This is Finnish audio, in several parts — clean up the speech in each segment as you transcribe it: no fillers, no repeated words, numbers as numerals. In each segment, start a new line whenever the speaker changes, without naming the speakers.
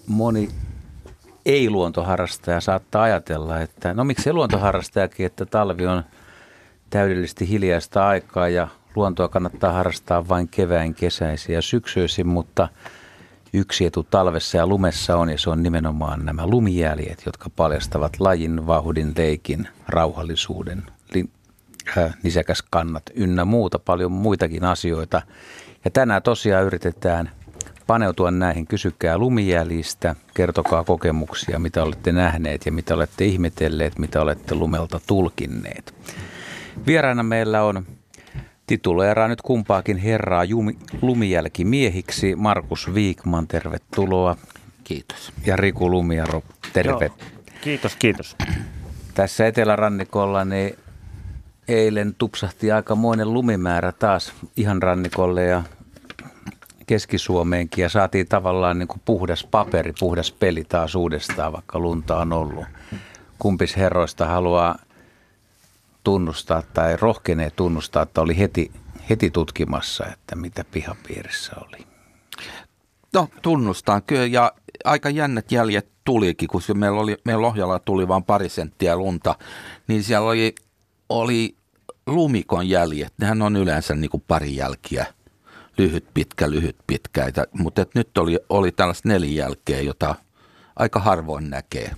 moni ei-luontoharrastaja saattaa ajatella, että no miksei luontoharrastajakin, että talvi on täydellisesti hiljaista aikaa ja luontoa kannattaa harrastaa vain kevään, kesäisin ja syksyisin, mutta yksi etu talvessa ja lumessa on, ja se on nimenomaan nämä lumijäljet, jotka paljastavat lajin, vauhdin, leikin, rauhallisuuden, nisäkäskannat ynnä muuta, paljon muitakin asioita. Ja tänään tosiaan yritetään paneutua näihin. Kysykää lumijäljistä, kertokaa kokemuksia, mitä olette nähneet ja mitä olette ihmetelleet, mitä olette lumelta tulkinneet. Vieraana meillä on tituleeraa nyt kumpaakin herraa lumijälkimiehiksi Markus Wikman, tervetuloa.
Kiitos.
Ja Riku Lumijärvi, terve.
Joo. Kiitos.
Tässä etelärannikolla niin eilen tupsahti aikamoinen lumimäärä taas ihan rannikolle ja Keski-Suomeenkin ja saatiin tavallaan niin kuin puhdas paperi, puhdas peli taas uudestaan, vaikka lunta on ollut. Kumpis herroista haluaa tunnustaa tai rohkenee tunnustaa, että oli heti tutkimassa, että mitä pihapiirissä oli?
No tunnustan kyllä, ja aika jännät jäljet tulikin, kun meillä Lohjalla tuli vain pari senttiä lunta, niin siellä oli lumikon jäljet. Nehän on yleensä niin kuin pari jälkiä, lyhyt pitkä, mutta nyt oli tällaista 4 jälkeä, jota aika harvoin näkee.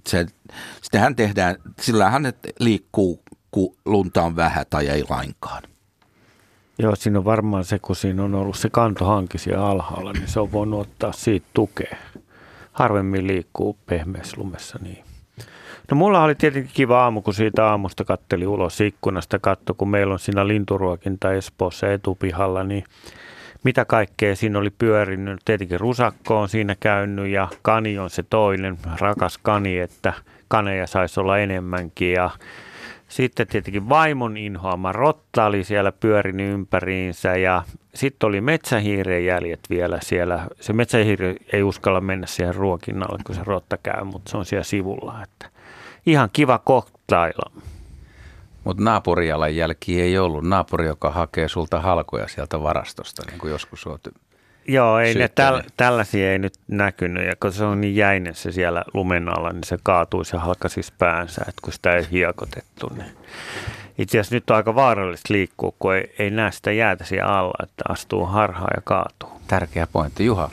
Sitähän tehdään, sillähän ne liikkuu, kun lunta on vähän tai ei lainkaan.
Joo, siinä on varmaan se, kun siinä on ollut se kantohanki siellä alhaalla, niin se on voinut ottaa siitä tukea. Harvemmin liikkuu pehmeässä lumessa niin. No mulla oli tietenkin kiva aamu, kun siitä aamusta katteli ulos ikkunasta, kun meillä on siinä linturuokinta Espoossa etupihalla, niin mitä kaikkea siinä oli pyörinyt. Tietenkin rusakko on siinä käynyt ja kani on se toinen, rakas kani, että kaneja saisi olla enemmänkin. Ja sitten tietenkin vaimon inhoama rotta oli siellä pyörinyt ympäriinsä ja sitten oli metsähiiren jäljet vielä siellä. Se metsähiiri ei uskalla mennä siihen ruokinnalle, kun se rotta käy, mutta se on siellä sivulla. Että ihan kiva koktailla.
Mutta naapurialan jälki ei ollut. Naapuri, joka hakee sulta halkoja sieltä varastosta, niin kuin joskus olet.
Joo, ei tällaisia ei nyt näkynyt, ja kun se on niin jäinen se siellä lumen alla, niin se kaatuisi ja halkaisisi päänsä, että kun sitä ei hiekotettu. Niin. Itse asiassa nyt on aika vaarallista liikkua, kun ei näe sitä jäätä siellä alla, että astuu harhaan ja kaatuu.
Tärkeä pointti. Juha?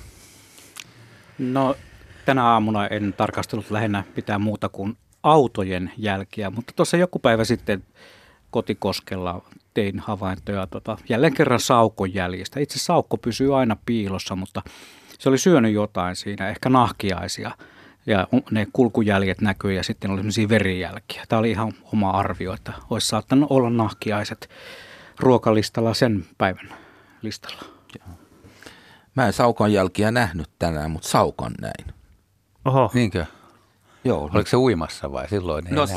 No tänä aamuna en tarkastellut lähinnä pitää muuta kuin autojen jälkiä, mutta tuossa joku päivä sitten Kotikoskella tein havaintoja jälleen kerran saukon jäljistä. Itse saukko pysyy aina piilossa, mutta se oli syönyt jotain siinä, ehkä nahkiaisia. Ja ne kulkujäljet näkyy ja sitten oli sellaisia verijälkiä. Tämä oli ihan oma arvio, että olisi saattanut olla nahkiaiset ruokalistalla sen päivän listalla.
Mä en saukon jälkiä nähnyt tänään, mutta saukon näin.
Oho. Niinkö?
Joo.
Oliko se uimassa vai silloin?
No,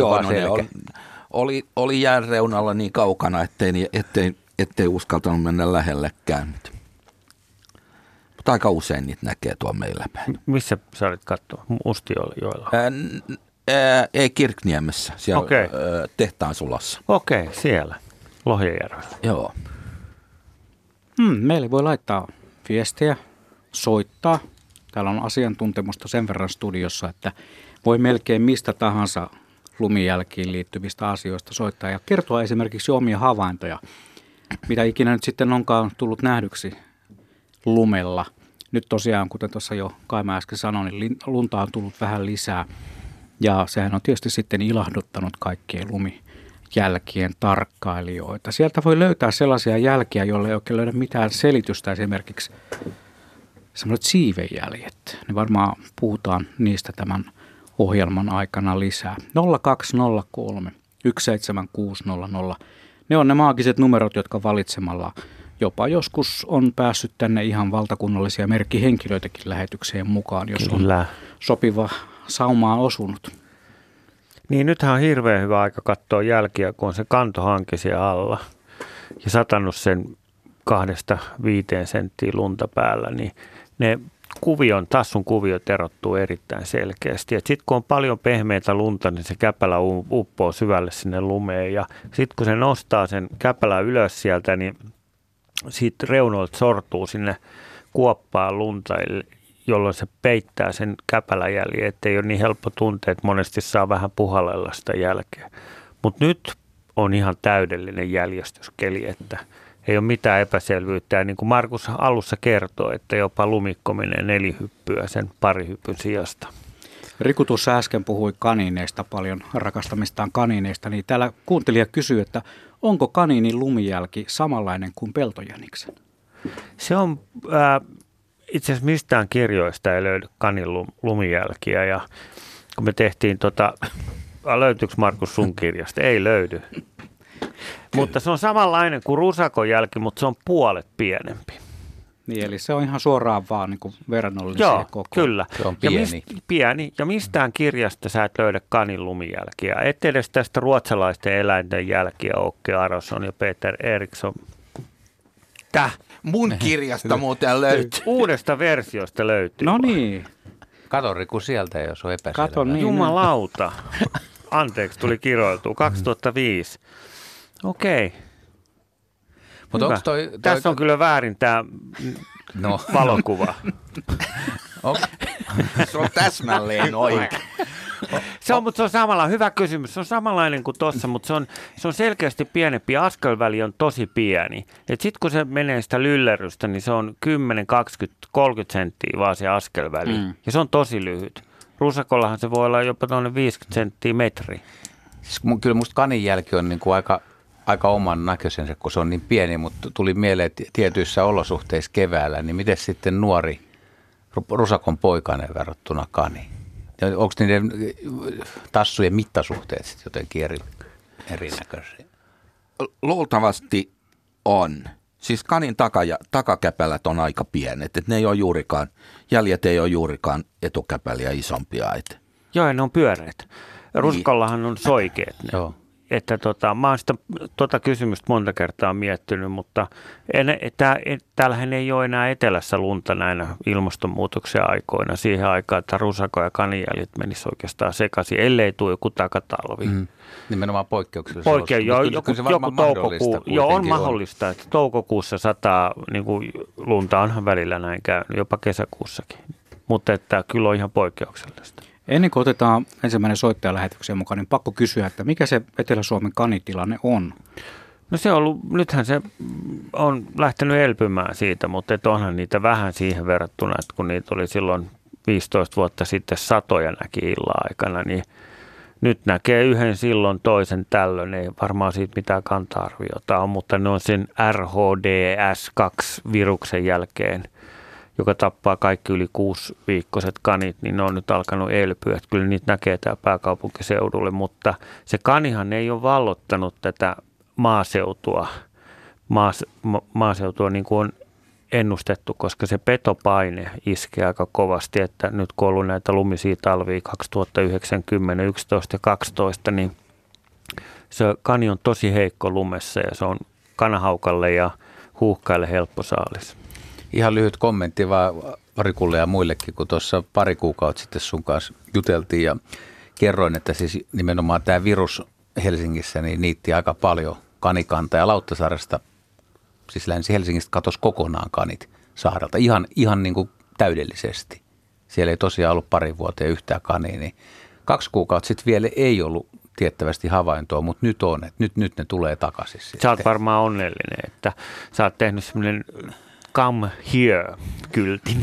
oli jään reunalla niin kaukana, ettei uskaltanut mennä lähellekään. Mutta aika usein niitä näkee tuolla meillä päin.
Missä sä olit katsoa? Mustiojoella?
Ei Kirkniemessä, siellä tehtaan sulassa.
Okei, siellä. Lohjajärvellä.
Joo.
Meille voi laittaa viestejä, soittaa. Täällä on asiantuntemusta sen verran studiossa, että voi melkein mistä tahansa lumijälkiin liittyvistä asioista soittaa ja kertoa esimerkiksi omia havaintoja, mitä ikinä nyt sitten onkaan tullut nähdyksi lumella. Nyt tosiaan, kuten tuossa jo Kaima äsken sanoi, niin lunta on tullut vähän lisää ja sehän on tietysti sitten ilahduttanut kaikkien lumijälkien tarkkailijoita. Sieltä voi löytää sellaisia jälkiä, joille ei oikein löydä mitään selitystä, esimerkiksi sellaiset siivenjäljet. Ne varmaan puhutaan niistä tämän ohjelman aikana lisää. 0203 17600. Ne on ne maagiset numerot, jotka valitsemalla jopa joskus on päässyt tänne ihan valtakunnallisia merkkihenkilöitäkin lähetykseen mukaan, jos on sopiva saumaan osunut.
Niin nythän on hirveän hyvä aika katsoa jälkiä, kun on se kantohanki siellä alla ja satannut sen 2-5 senttiä lunta päällä, niin ne tassun kuviot erottuu erittäin selkeästi. Sitten kun on paljon pehmeitä lunta, niin se käpälä uppoo syvälle sinne lumeen. Ja sitten kun se nostaa sen käpälä ylös sieltä, niin siitä reunoilta sortuu sinne kuoppaan lunta. jolloin se peittää sen käpäläjäljen, ettei ole niin helppo tuntea, että monesti saa vähän puhallella sitä jälkeä. Mutta nyt on ihan täydellinen jäljestyskeli, että ei ole mitään epäselvyyttä. Ja niin kuin Markus alussa kertoi, että jopa lumikko menee 4 hyppyä sen parihypyn sijasta.
Riku tuossa äsken puhui kaniineista, paljon rakastamistaan kaniineista, niin täällä kuuntelija kysyy, että onko kaniinin lumijälki samanlainen kuin peltojäniksen?
Se on, itse asiassa mistään kirjoista ei löydy kanin lumijälkiä, ja kun me tehtiin löytyykö Markus sun kirjasta? Ei löydy. Mutta se on samanlainen kuin rusakon jälki, mutta se on puolet pienempi.
Niin, eli se on ihan suoraan vaan niin kuin verrannollinen koko.
Kyllä.
Se on pieni.
Pieni. Ja mistään kirjasta sä et löydä kanin lumijälkiä. Et edes tästä ruotsalaisten eläinten jälkiä Åke Arason ja Peter Eriksson.
Mun kirjasta muuten löytyy.
Uudesta versiosta löytyy.
No niin.
Kato Riku sieltä, jos on epäselvää.
Kato niin.
Jumalauta. Anteeksi, tuli kiroiltua. 2005. Okei.
Mutta onko toi...
Tässä on kyllä väärin tämä valokuva.
Se on täsmälleen oikein.
Mutta se on samalla, hyvä kysymys. Se on samanlainen kuin tuossa, mutta se on selkeästi pienempi. Askelväli on tosi pieni. Sitten kun se menee sitä lyllerrystä, niin se on 10, 20, 30 senttiä vaan se askelväli. Ja se on tosi lyhyt. Rusakollahan se voi olla jopa tuonne 50 senttiä metri.
Siis kyllä musta kanin jälki on niin kuin aika oman näköisensä, kun se on niin pieni, mutta tuli mieleen, että tietyissä olosuhteissa keväällä, niin miten sitten nuori rusakon poikainen verrattuna kaniin? Onko niiden tassujen mittasuhteet sitten jotenkin erinäköisiä?
Luultavasti on. Siis kanin takakäpälät on aika pienet, että ne ei ole juurikaan, jäljet ei ole juurikaan etukäpäliä isompia.
Joo, ne on pyöreät. Ruskallahan on soikeet.
Joo.
Että mä oon sitä kysymystä monta kertaa miettinyt, mutta täällähän ei ole enää etelässä lunta näinä ilmastonmuutoksen aikoina siihen aikaan, että rusako ja kanijäljet menisivät oikeastaan sekaisin, ellei tule joku takatalvi.
Nimenomaan poikkeuksellisesti.
Joku toukokuu. Joo, on mahdollista, että toukokuussa sataa niin kuin lunta, onhan välillä näin käynyt, jopa kesäkuussakin, mutta että kyllä on ihan poikkeuksellista.
Ennen kuin otetaan ensimmäinen soittaja lähetykseen mukaan, niin pakko kysyä, että mikä se Etelä-Suomen kanitilanne on?
No se on ollut, nythän se on lähtenyt elpymään siitä, mutta et onhan niitä vähän siihen verrattuna, että kun niitä oli silloin 15 vuotta sitten satoja näki illan-aikana, niin nyt näkee yhden silloin toisen tällöin, ei varmaan siitä mitään kanta-arviota ole, mutta ne on sen RHDS2-viruksen jälkeen, joka tappaa kaikki yli 6-viikkoiset kanit, niin ne on nyt alkanut elpyä. Että kyllä niitä näkee täällä pääkaupunkiseudulle, mutta se kanihan ei ole vallottanut tätä maaseutua. Maaseutua niin kuin on ennustettu, koska se petopaine iskee aika kovasti, että nyt kun on ollut näitä lumisia talvia 2009, 10, 11 ja 12, niin se kani on tosi heikko lumessa ja se on kanahaukalle ja huuhkaille helppo saalis.
Ihan lyhyt kommentti vaan Rikulle ja muillekin, kun tuossa pari kuukautta sitten sun kanssa juteltiin ja kerroin, että siis nimenomaan tämä virus Helsingissä niin niitti aika paljon kanikantaa ja Lauttasaaresta, siis Länsi-Helsingistä katosi kokonaan kanit saarelta ihan niin kuin täydellisesti. Siellä ei tosiaan ollut pari vuoteen yhtään kania, niin 2 kuukautta sitten vielä ei ollut tiettävästi havaintoa, mutta nyt on, että nyt ne tulee takaisin.
Sä oot varmaan onnellinen, että sä oot tehnyt semmoinen come here-kyltin.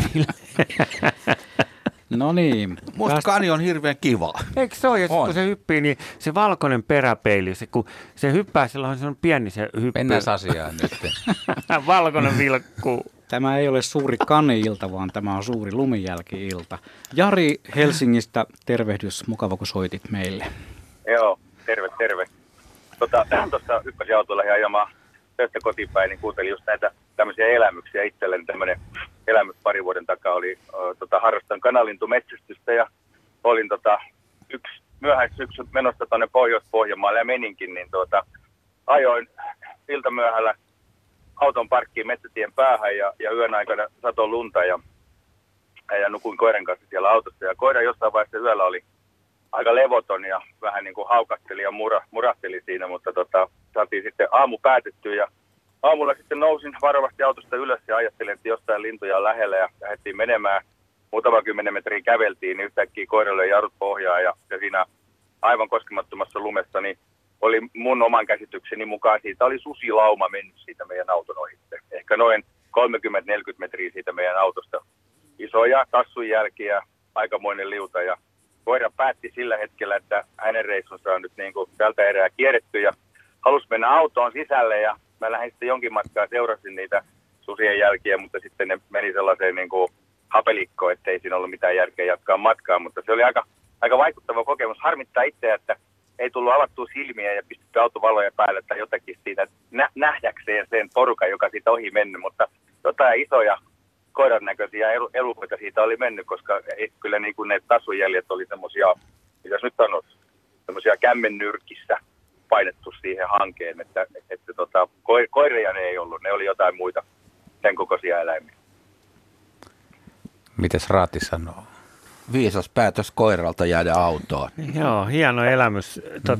No niin.
Musta kani on hirveän kiva.
Eikö se ole? Ja kun se hyppii, niin se valkoinen peräpeili, kun se hyppää, silloin se on pieni se hyppy.
Mennään asiaan nyt.
Valkoinen vilkkuu.
Tämä ei ole suuri kani-ilta, vaan tämä on suuri lumijälki-ilta. Jari Helsingistä, tervehdys. Mukava, kun soitit meille.
Joo, terve. Tuossa ykkösen autolla lähdin ajamaan töistä kotipäin, niin kuuntelin just näitä tämmöisiä elämyksiä itselleni. Tämmöinen elämys pari vuoden takaa oli, harrastan kanalintumetsästystä ja olin myöhäissyksy menossa tuonne Pohjois-Pohjanmaalle ja meninkin, niin ajoin iltamyöhällä auton parkkiin metsätien päähän ja yön aikana satoi lunta ja nukuin koiran kanssa siellä autossa. Ja koira jossain vaiheessa yöllä oli aika levoton ja vähän niin kuin haukasteli ja murahteli siinä, mutta saatiin sitten aamu päätettyä ja aamulla sitten nousin varovasti autosta ylös ja ajattelin, että jostain lintuja on lähellä ja lähdettiin menemään. muutama 10 metriä käveltiin, niin yhtäkkiä koira löi jarrut pohjaan ja siinä aivan koskemattomassa lumessa niin oli mun oman käsitykseni mukaan siitä oli susilauma mennyt siitä meidän auton ohitte. Ehkä noin 30-40 metriä siitä meidän autosta. Isoja tassun jälkiä, aikamoinen liuta ja koira päätti sillä hetkellä, että hänen reissunsa on nyt niin kuin tältä erää kierretty ja halusi mennä autoon sisälle ja mä lähdin sitten jonkin matkaa, seurasin niitä susien jälkiä, mutta sitten ne meni sellaiseen niin kuin hapelikkoon, ettei siinä ollut mitään järkeä jatkaa matkaa, mutta se oli aika vaikuttava kokemus. Harmittaa itseä, että ei tullut avattua silmiä ja pistetty autovaloja päälle tai jotakin siitä nähdäkseen sen porukan, joka siitä ohi mennyt, mutta jotain isoja koiran näköisiä elukoita siitä oli mennyt, koska kyllä niin kuin ne tassunjäljet oli semmoisia, mitäs nyt on semmoisia kämmennyrkissä painettu siihen hankeen, että koiria ne ei ollut, ne oli jotain muita sen kokoisia eläimiä.
Mites Raati sanoo?
Viisas päätös koiralta jäädä autoon.
Joo, hieno elämys.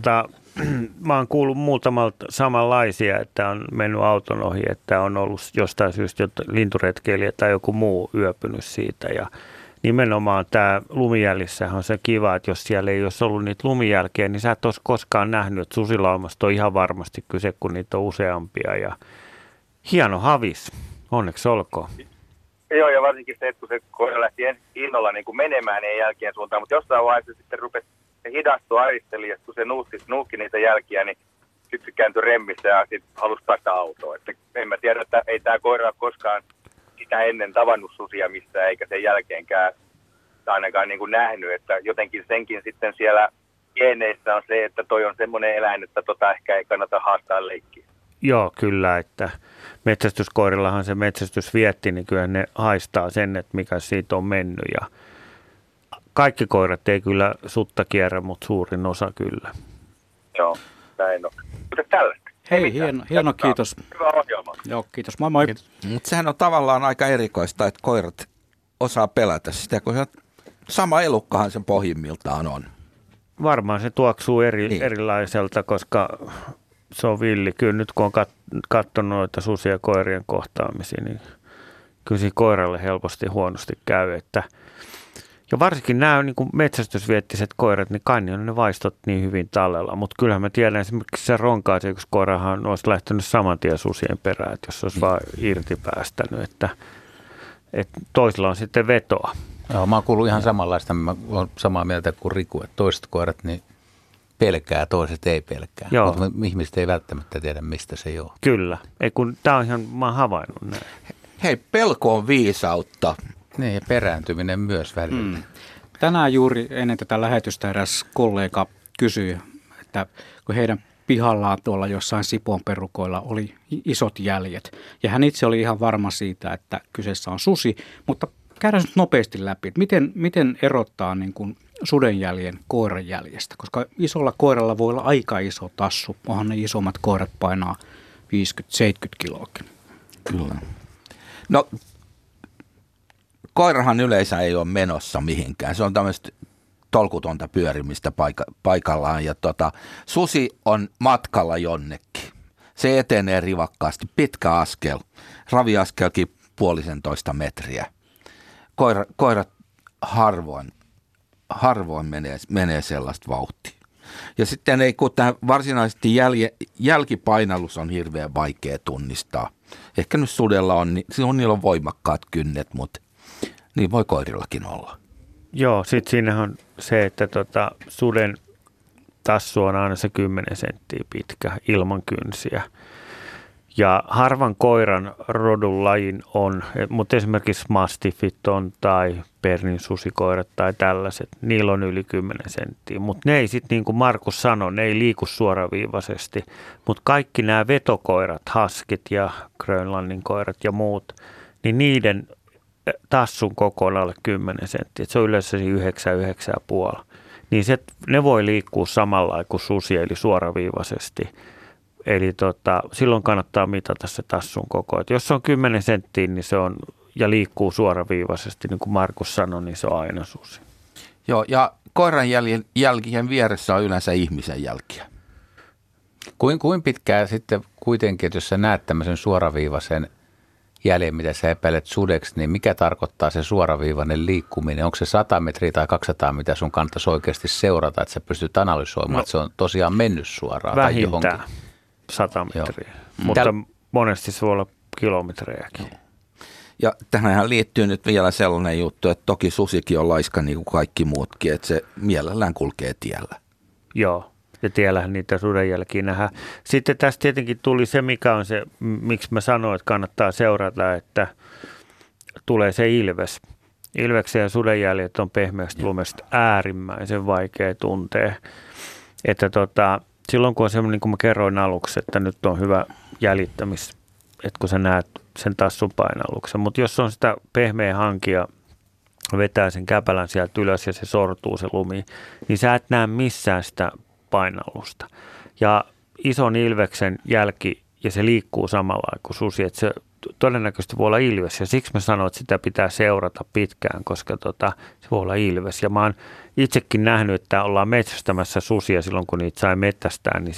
Mä oon kuullut muutamalta samanlaisia, että on mennyt auton ohi, että on ollut jostain syystä linturetkeilijä tai joku muu yöpynyt siitä. Ja nimenomaan tämä lumijäljissä on se kiva, että jos siellä ei olisi ollut niitä lumijälkeä, niin sä et olisi koskaan nähnyt, että susilaumasta on ihan varmasti kyse, kun niitä on useampia. Ja hieno havis, onneksi olkoon.
Joo, ja varsinkin se, että kun se koira lähti innolla niin kuin menemään niiden jälkien suuntaan, mutta jossain vaiheessa sitten rupesi se hidastua, aristeli, ja kun se nuuhki niitä jälkiä, niin sitten se kääntyi remmissä ja sitten halusi päästä autoon. Että en mä tiedä, että ei tämä koira ole koskaan sitä ennen tavannut susia missään, eikä sen jälkeenkään ainakaan niin kuin nähnyt, että jotenkin senkin sitten siellä geeneissä on se, että toi on semmoinen eläin, että ehkä ei kannata haastaa leikkiä.
Joo, kyllä, että metsästyskoirillahan se metsästys vietti, niin kyllä ne haistaa sen, että mikä siitä on mennyt. Ja kaikki koirat ei kyllä sutta kierrä, mutta suurin osa kyllä.
Joo, näin on. Mutta tällaista.
Hei, hieno kiitos.
Hyvä ohjelma.
Joo, kiitos. Moi moi.
Mutta sehän on tavallaan aika erikoista, että koirat osaa pelätä sitä, kun sama elukkahan sen pohjimmiltaan on.
Varmaan se tuoksuu erilaiselta, koska se on villi. Kyllä nyt kun on katsonut noita susia ja koirien kohtaamisia, niin kyllä siinä koiralle helposti huonosti käy. Ja varsinkin nämä niin kuin metsästysviettiset koirat, niin kai on ne vaistot niin hyvin tallella. Mutta kyllähän mä tiedän esimerkiksi se ronkaasi, yksi koirahan olisi lähtenyt saman tien susien perään, että jos olisi vaan irti päästänyt, että toisilla on sitten vetoa.
Joo, mä oon kuullut ihan samanlaista, mä oon samaa mieltä kuin Riku, että toiset koirat niin pelkää, toiset ei pelkää.
Joo.
Mutta ihmiset ei välttämättä tiedä, mistä se johtuu.
Kyllä, tää on ihan, mä oon havainnut näin.
Hei, pelko on viisautta.
Niin, ja perääntyminen myös välillä.
Tänään juuri ennen tätä lähetystä eräs kollega kysyi, että kun heidän pihallaan tuolla jossain Sipoon perukoilla oli isot jäljet. Ja hän itse oli ihan varma siitä, että kyseessä on susi, mutta käydään nyt nopeasti läpi, että miten erottaa niin kuin sudenjäljen koiran jäljestä, koska isolla koiralla voi olla aika iso tassu, onhan ne isommat koirat painaa 50-70 kiloakin.
Kyllä. No, koirahan yleensä ei ole menossa mihinkään. Se on tämmöistä tolkutonta pyörimistä paikallaan ja susi on matkalla jonnekin. Se etenee rivakkaasti, pitkä askel, raviaskelkin 1,5 metriä. Koirat harvoin menee sellaista vauhtia. Ja sitten kun tämä varsinaisesti jälkipainallus on hirveän vaikea tunnistaa. Ehkä nyt sudella niillä on voimakkaat kynnet, mutta niin voi koirillakin olla.
Joo, sitten siinä on se, että suden tassu on aina se 10 senttiä pitkä ilman kynsiä. Ja harvan koiran rodun lajin on, mutta esimerkiksi mastiffit on tai Bernin susikoirat tai tällaiset, niillä on yli 10 senttiä. Mutta ne ei sitten, niin kuin Markus sanoi, ne ei liiku suoraviivaisesti. Mutta kaikki nämä vetokoirat, haskit ja Grönlannin koirat ja muut, niin niiden tassun koko on alle 10 senttiä. Se on yleensä 9,5. Niin ne voi liikkua samalla kuin susi, eli suoraviivaisesti. Eli silloin kannattaa mitata se tassun koko. Et jos se on 10 senttiä, niin se on, ja liikkuu suoraviivaisesti, niin kuin Markus sanoi, niin se on aina susi.
Joo, ja koiran jälkien vieressä on yleensä ihmisen jälkiä.
Kuin pitkään sitten kuitenkin, että jos sä näet tämmöisen suoraviivaisen jäljen, mitä sä epäilet sudeksi, niin mikä tarkoittaa se suoraviivainen liikkuminen? Onko se 100 metriä tai 200, mitä sun kannattaisi oikeasti seurata, että sä pystyt analysoimaan, että se on tosiaan mennyt suoraan tai johonkin?
Vähintään 100 metriä, mutta monesti se voi olla kilometrejäkin.
Ja tähän liittyy nyt vielä sellainen juttu, että toki susikin on laiska niin kuin kaikki muutkin, että se mielellään kulkee tiellä.
Joo, ja tiellähän niitä sudenjälkiä nähdään. Sitten tässä tietenkin tuli se, mikä on se, miksi mä sanoin, että kannattaa seurata, että tulee se ilves. Ilveksen ja sudenjäljet on pehmeästä lumesta äärimmäisen vaikea tuntea. Että silloin kun on semmoinen, niin kuin mä kerroin aluksi, että nyt on hyvä jäljittämis, että kun sä näet sen tassun painalluksen. Mutta jos on sitä pehmeä hankia, vetää sen käpälän sieltä ylös ja se sortuu se lumi, niin sä et näe missään sitä painallusta. Ja ison ilveksen jälki, ja se liikkuu samalla kuin susi, että se todennäköisesti voi olla ilves. Ja siksi mä sanoin, että sitä pitää seurata pitkään, koska se voi olla ilves. Ja mä oon itsekin nähnyt, että ollaan metsästämässä susia silloin, kun niitä sai metsästää, niin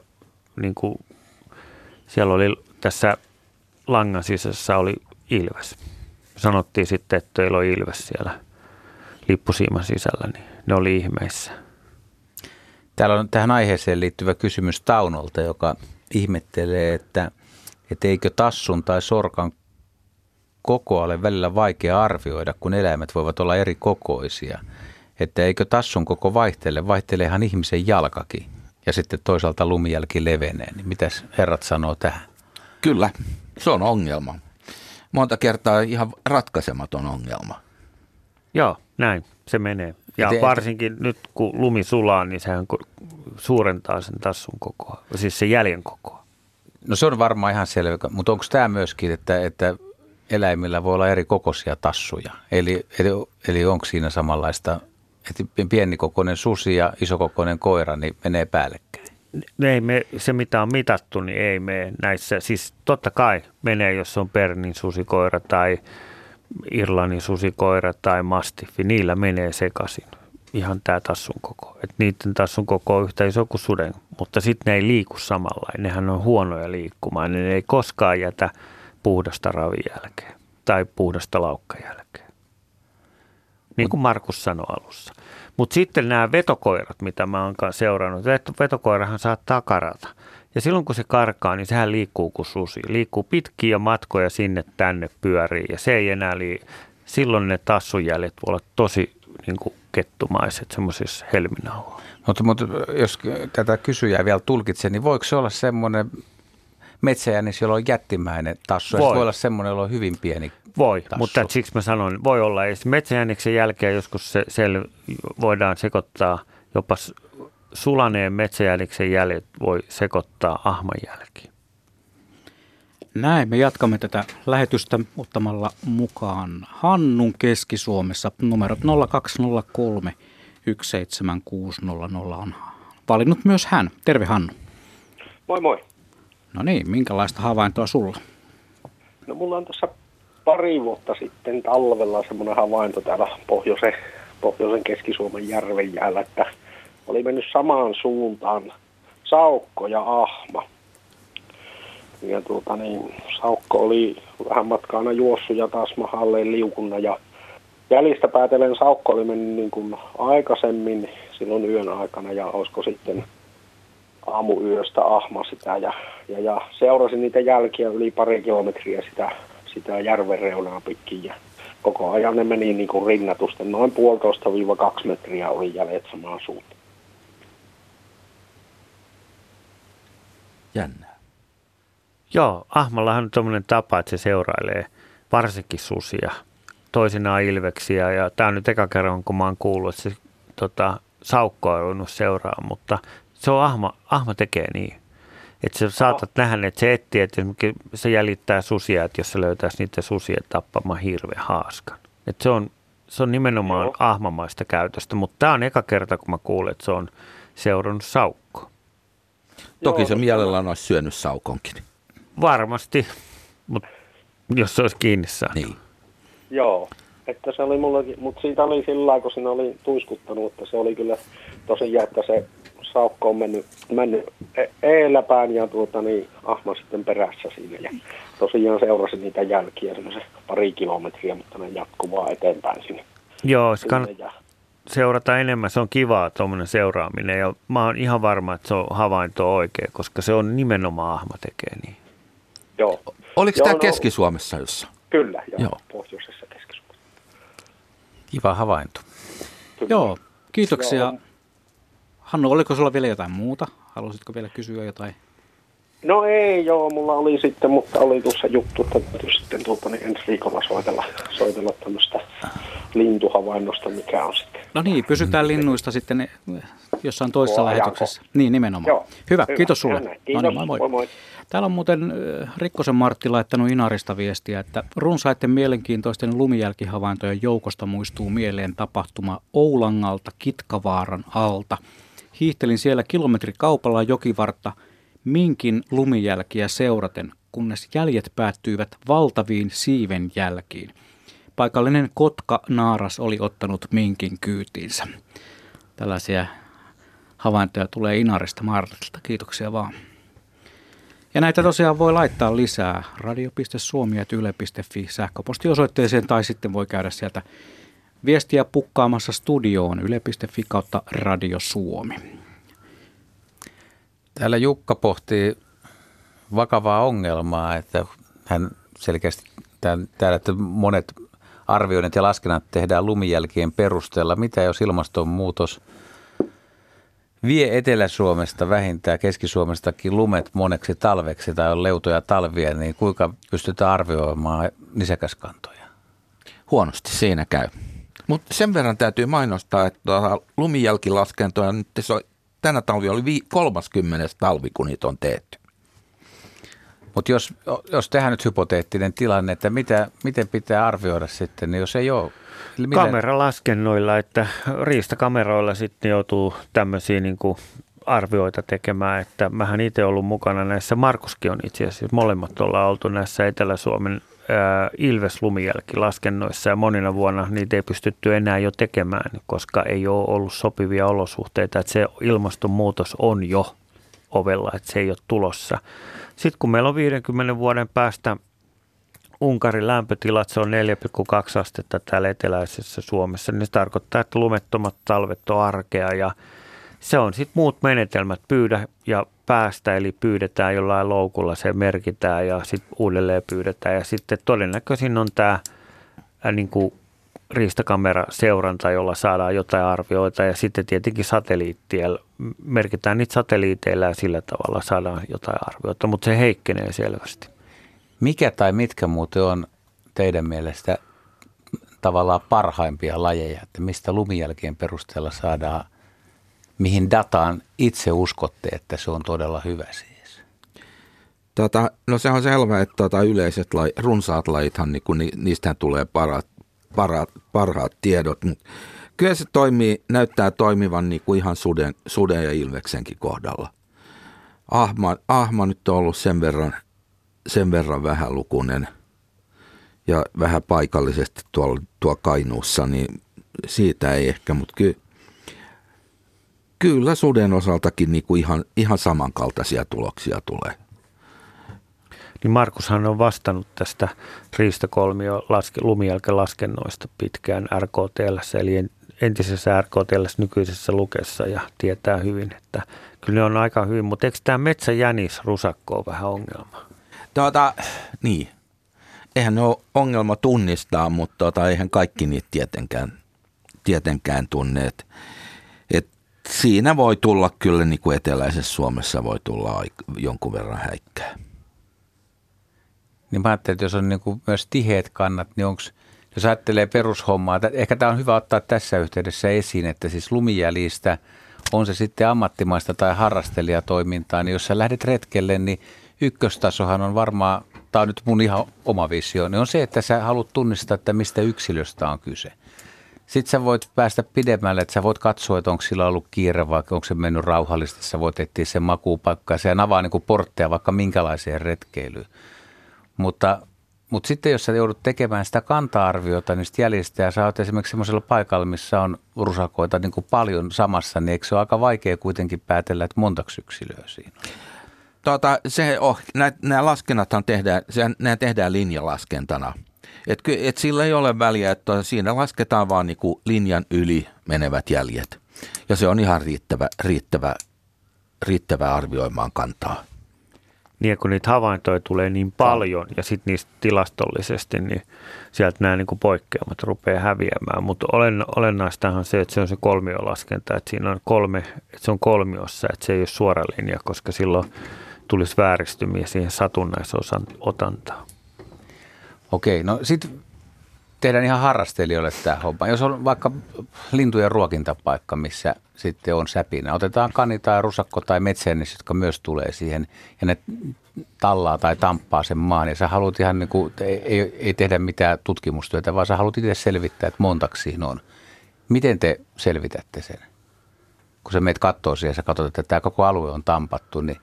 siellä oli tässä langan sisässä oli ilves. Sanottiin sitten, että teillä on ilves siellä lippusiiman sisällä, niin ne oli ihmeissä.
Täällä on tähän aiheeseen liittyvä kysymys Taunolta, joka ihmettelee, että eikö tassun tai sorkan kokoa ole välillä vaikea arvioida, kun eläimet voivat olla eri kokoisia. Että eikö tassun koko vaihteleehan ihmisen jalkakin ja sitten toisaalta lumijälki levenee. Niin mitäs herrat sanoo tähän?
Kyllä, se on ongelma. Monta kertaa ihan ratkaisematon ongelma.
Joo, näin se menee. Ja varsinkin nyt kun lumi sulaa, niin sehän suurentaa sen tassun kokoa, siis se jäljen kokoa.
No se on varmaan ihan selvä, mutta onko tämä myöskin, että eläimillä voi olla eri kokoisia tassuja? Eli onko siinä samanlaista, että pienikokoinen susi ja isokokoinen koira niin menee päällekkäin?
Se mitä on mitattu, niin ei mene näissä. Siis totta kai menee, jos on Bernin susikoira tai Irlannin susikoira tai mastiffi. Niillä menee sekaisin ihan tämä tassun koko. Et niiden tassun koko on yhtä iso kuin suden, mutta sitten ne ei liiku samalla. Nehän on huonoja liikkumaan. Ne ei koskaan jätä puhdasta ravijälkeä tai puhdasta laukkajälkeä. Niin kuin Markus sanoi alussa. Mutta sitten nämä vetokoirat, mitä mä oon seurannut, vetokoirahan saattaa karata. Ja silloin kun se karkaa, niin sehän liikkuu kuin susi. Liikkuu pitkiä matkoja sinne tänne pyörii ja se ei enää silloin ne tassunjäljet voi olla tosi niin kuin kettumaiset semmoisissa helminauhoissa.
Mutta jos tätä kysyjää vielä tulkitsee, niin voiko se olla semmoinen metsäjänis, jolla on jättimäinen tassu? Voi olla semmoinen, jolla on hyvin pieni
Voi,
tassu.
Mutta siksi mä sanon, voi olla. Metsäjäniksen jälkeen joskus voidaan sekoittaa, jopa sulaneen metsäjäniksen jäljet voi sekoittaa ahman jälkiin.
Näin, me jatkamme tätä lähetystä ottamalla mukaan Hannun Keski-Suomessa. Numerot 0203 17600 on valinnut myös hän. Terve Hannu.
Moi moi.
No niin, minkälaista havaintoa sulla?
No mulla on tuossa pari vuotta sitten talvella semmoinen havainto täällä pohjoisen Keski-Suomen järven jäällä, että oli mennyt samaan suuntaan saukko ja ahma. Ja saukko oli vähän matkaana juossut ja taas mahalleen liukunut ja jäljistä päätellen saukko oli mennyt niin kuin aikaisemmin silloin yön aikana ja olisiko sitten aamuyöstä ahma sitä ja seurasin niitä jälkiä yli pari kilometriä sitä järven reunaa pitkin ja koko ajan ne meni niin kuin rinnatusten. Noin 1,5–2 metriä oli jäljet samaan suuntaan.
Jännää.
Joo, ahmallahan on tommoinen tapa, että se seurailee varsinkin susia, toisinaan ilveksiä ja tämä on nyt eka kerran, kun mä oon kuullut, että se saukko on ruvennut seuraamaan, mutta se on ahma tekee niin. Että sä saatat nähdä, että se etsii, että se jäljittää susia, että jos se löytäisi niiden susien tappamaan hirveän haaskan. Että se on nimenomaan ahmamaista käytöstä, mutta tämä on eka kerta, kun mä kuulen, että se on seurannut saukko.
Toki se mielellään olisi syönyt saukonkin.
Varmasti, mutta jos se olisi kiinni saanut.
Niin.
Joo, että se oli mullakin, mutta siitä oli sillä lailla, kun siinä oli tuiskuttanut, että se oli kyllä tosiaan, että se saukko on mennyt eeläpään ja ahma sitten perässä siinä. Ja tosiaan seurasin niitä jälkiä semmoisen 2 kilometriä, mutta ne jatkuvaa eteenpäin sinne.
Joo, se kannattaa seurata enemmän. Se on kivaa tuommoinen seuraaminen ja mä oon ihan varma, että se on havainto oikein, koska se on nimenomaan ahma tekee niin.
Joo.
Oliko tämä Keski-Suomessa jossain?
Kyllä, joo. Pohjoisessa Keski-Suomessa.
Kiva havainto.
Kyllä.
Joo, kiitoksia.
Joo.
Hannu, oliko sulla vielä jotain muuta? Haluaisitko vielä kysyä jotain?
No ei, joo, mulla oli sitten, mutta oli tuossa juttu, että täytyy sitten ensi viikolla soitella tämmöistä lintuhavainnosta, mikä on sitten.
No niin, pysytään linnuista sitten jossain toisessa lähetyksessä. Niin, nimenomaan.
Joo,
hyvä, kiitos sulle.
Kiitos,
No niin, moi.
moi.
Täällä on muuten Rikkosen Martti laittanut Inarista viestiä, että runsaiden mielenkiintoisten lumijälkihavaintojen joukosta muistuu mieleen tapahtuma Oulangalta Kitkavaaran alta. Hiihtelin siellä kilometrikaupalla jokivartta minkin lumijälkiä seuraten, kunnes jäljet päättyivät valtaviin siivenjälkiin. Paikallinen kotka-naaras oli ottanut minkin kyytiinsä. Tällaisia havaintoja tulee Inarista Martilta. Kiitoksia vaan. Ja näitä tosiaan voi laittaa lisää radio.suomi@yle.fi sähköpostiosoitteeseen tai sitten voi käydä sieltä viestiä pukkaamassa studioon yle.fi/Radio Suomi.
Täällä Jukka vakavaa ongelmaa, että hän selkeästi täällä, että monet arvioinnit ja laskennat tehdään lumijälkien perusteella. Mitä jos ilmastonmuutos vie Etelä-Suomesta vähintään Keski-Suomestakin lumet moneksi talveksi tai on leutoja talvia, niin kuinka pystytään arvioimaan nisäkäskantoja?
Huonosti siinä käy. Mutta sen verran täytyy mainostaa, että lumijälkilaskentoja nyt tänä talvi oli 30. talvi, kun niitä on tehty.
Mutta jos tehdään nyt hypoteettinen tilanne, että miten pitää arvioida sitten, niin jos ei ole...
Kameralaskennoilla, että riistakameroilla sitten joutuu tämmöisiä niin kuin arvioita tekemään, että mähän itse ollut mukana näissä, Markuskin on itse asiassa, molemmat ollaan oltu näissä Etelä-Suomen Ilves-lumijälkilaskennoissa ja monina vuonna niitä ei pystytty enää jo tekemään, koska ei ole ollut sopivia olosuhteita, että se ilmastonmuutos on jo ovella, että se ei ole tulossa. Sitten kun meillä on 50 vuoden päästä Unkarin lämpötilat, se on 4,2 astetta täällä eteläisessä Suomessa, niin se tarkoittaa, että lumettomat talvet on arkea ja se on sitten muut menetelmät, pyydä ja päästä, eli pyydetään jollain loukulla, se merkitään ja sitten uudelleen pyydetään ja sitten todennäköisin on tämä niin kuin riistakamerseuranta, jolla saadaan jotain arvioita ja sitten tietenkin satelliittiellä, merkitään niitä satelliiteilla ja sillä tavalla saadaan jotain arvioita, mutta se heikkenee selvästi.
Mikä tai mitkä muuten on teidän mielestä tavallaan parhaimpia lajeja, että mistä lumijälkien perusteella saadaan, mihin dataan itse uskotte, että se on todella hyvä siis?
No se on selvää, että yleiset runsaat lajithan, niin niistähän tulee parhaat tiedot, mutta kyllä se näyttää toimivan niin kuin ihan suden ja ilveksenkin kohdalla. Ahma nyt on ollut sen verran vähälukuinen ja vähän paikallisesti tuolla Kainuussa, niin siitä ei ehkä, mutta kyllä suden osaltakin niin kuin ihan samankaltaisia tuloksia tulee.
Niin Markushan on vastannut tästä riistakolmio lumijälkelaskennoista pitkään RKTL:ssä, eli entisessä RKTL:ssä, nykyisessä Lukessa ja tietää hyvin, että kyllä ne on aika hyvin, mutta eikö tämä metsäjänisrusakko ole vähän ongelma?
Niin. Eihän ne ole ongelma tunnistaa, mutta eihän kaikki niitä tietenkään tunne. Et siinä voi tulla kyllä, niin kuin eteläisessä Suomessa voi tulla jonkun verran häikkää.
Niin mä ajattelin, että jos on niin kuin myös tiheät kannat, niin onko, jos ajattelee perushommaa, että ehkä tämä on hyvä ottaa tässä yhteydessä esiin, että siis lumijäljistä, on se sitten ammattimaista tai harrastelijatoimintaa, niin jos sä lähdet retkelle, niin ykköstasohan on varmaan, tämä on nyt mun ihan oma visio, niin on se, että sä haluat tunnistaa, että mistä yksilöstä on kyse. Sitten sä voit päästä pidemmälle, että sä voit katsoa, että onko sillä ollut kiire, vaikka onko se mennyt rauhallisesti, sä voit etsiä sen makuupaikkaa, se avaa niin kuin portteja vaikka minkälaiseen retkeilyyn. Mutta Mutta sitten jos sä joudut tekemään sitä kanta-arviota niistä jäljistä ja sä oot esimerkiksi semmoisella paikalla, missä on rusakoita niin kuin paljon samassa, niin eikö se ole aika vaikea kuitenkin päätellä, että montako yksilöä siinä on?
Nämä laskennathan tehdään linjalaskentana. Et sillä ei ole väliä, että siinä lasketaan vaan niinku linjan yli menevät jäljet. Ja se on ihan riittävä arvioimaan kantaa.
Niin, kun niitä havaintoja tulee niin paljon ja sitten niistä tilastollisesti, niin sieltä nämä niin kuin poikkeamat rupeaa häviämään. Mutta olennaistahan se, että se on se kolmiolaskenta, että siinä on että se on kolmiossa, että se ei ole suora linja, koska silloin tulisi vääristymiä siihen satunnaisotantaan.
Okei, no sitten tehdään ihan harrastelijoille tämä homma. Jos on vaikka lintujen ruokintapaikka, missä sitten on säpinä, otetaan kani tai rusakko tai metsäennis, jotka myös tulee siihen ja ne tallaa tai tamppaa sen maan ja sä haluat ihan niin kuin, ei tehdä mitään tutkimustyötä, vaan sä haluat itse selvittää, että montako siinä on. Miten te selvitätte sen? Kun sä meet kattoo siihen ja sä katsot, että tämä koko alue on tampattu, niin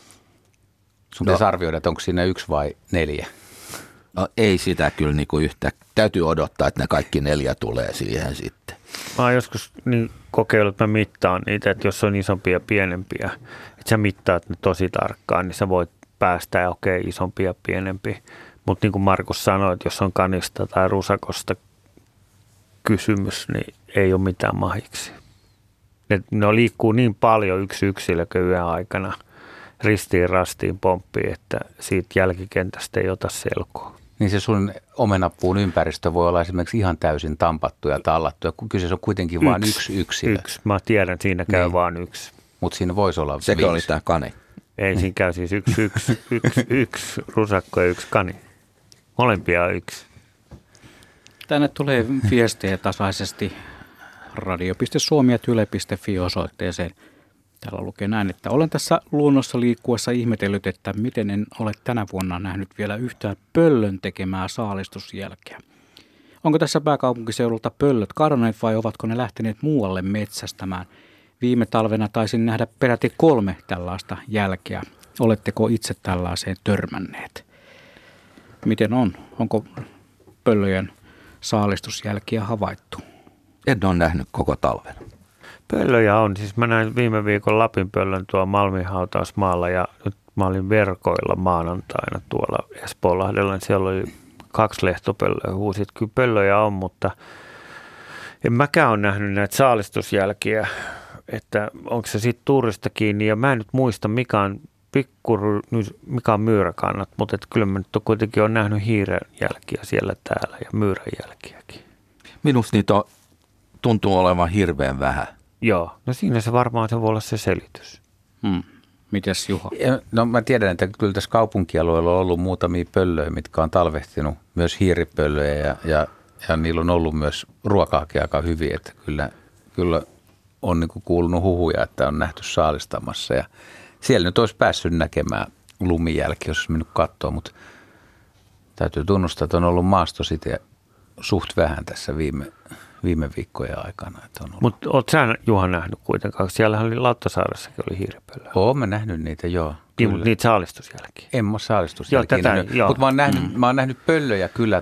sun pitäisi arvioida, että onko siinä 1 vai 4.
No ei sitä kyllä niin kuin yhtä. Täytyy odottaa, että ne kaikki 4 tulee siihen sitten.
Mä oon joskus niin kokeillut, että mä mittaan niitä, että jos on isompia ja pienempiä, että sä mittaat ne tosi tarkkaan, niin sä voit päästä isompia ja pienempiä. Mutta niin kuin Markus sanoi, että jos on kanista tai rusakosta kysymys, niin ei ole mitään mahiksi. Ne liikkuu niin paljon yksi yksilökö yön aikana ristiin rastiin pomppii, että siitä jälkikentästä ei ota selkoa.
Niin se sun omenapuun ympäristö voi olla esimerkiksi ihan täysin tampattu ja tallattu, ja kyseessä on kuitenkin vain yksi yksilö.
Yksi. Mä tiedän, että siinä käy vain yksi.
Mutta siinä voisi olla 5.
Sekä oli tämä kani.
Ei, siinä käy siis yksi rusakko ja 1 kani. Molempia on 1.
Tänne tulee viestejä tasaisesti radio.suomi@yle.fi osoitteeseen. Täällä lukee näin, että olen tässä luonnossa liikkuessa ihmetellyt, että miten en ole tänä vuonna nähnyt vielä yhtään pöllön tekemää saalistusjälkeä. Onko tässä pääkaupunkiseudulta pöllöt kadonneet vai ovatko ne lähteneet muualle metsästämään? Viime talvena taisin nähdä peräti 3 tällaista jälkeä. Oletteko itse tällaiseen törmänneet? Miten on? Onko pöllöjen saalistusjälkiä havaittu?
En ole nähnyt koko talven.
Pöllöjä on. Siis mä näin viime viikon Lapin pöllön tuolla Malmin hautausmaalla ja nyt mä olin verkoilla maanantaina tuolla Espoonlahdella. Niin siellä oli 2 lehtopöllöä huusi, että kyllä pöllöjä on, mutta en mäkään ole nähnyt näitä saalistusjälkiä, että onko se sitten tuurista kiinni. Ja mä en nyt muista, mikä on myyräkannat, mutta kyllä mä nyt kuitenkin olen nähnyt hiiren jälkiä siellä täällä ja myyrän jälkiäkin.
Minusta niitä tuntuu olevan hirveän vähän.
Joo, no siinä se varmaan se voi olla se selitys.
Mites Juha?
No mä tiedän, että kyllä tässä kaupunkialueella on ollut muutamia pöllöjä, mitkä on talvehtinut, myös hiiripöllöjä ja niillä on ollut myös ruokaakin aika hyvin, että kyllä on niin kuin kuulunut huhuja, että on nähty saalistamassa ja siellä nyt olisi päässyt näkemään lumijälki, jos olisi mennyt katsoa, mutta täytyy tunnustaa, että on ollut maasto sitten suht vähän tässä viime viikkojen aikana.
Mutta oletko sä, Juha, nähnyt kuitenkaan? Siellähän oli Lauttasaaressakin oli hiiripöllöä.
Olen mä nähnyt niitä, joo.
Niin, mutta niitä saalistusjälkiä.
En mä saalistusjälkiä nähnyt, mutta mä oon nähnyt pöllöjä kyllä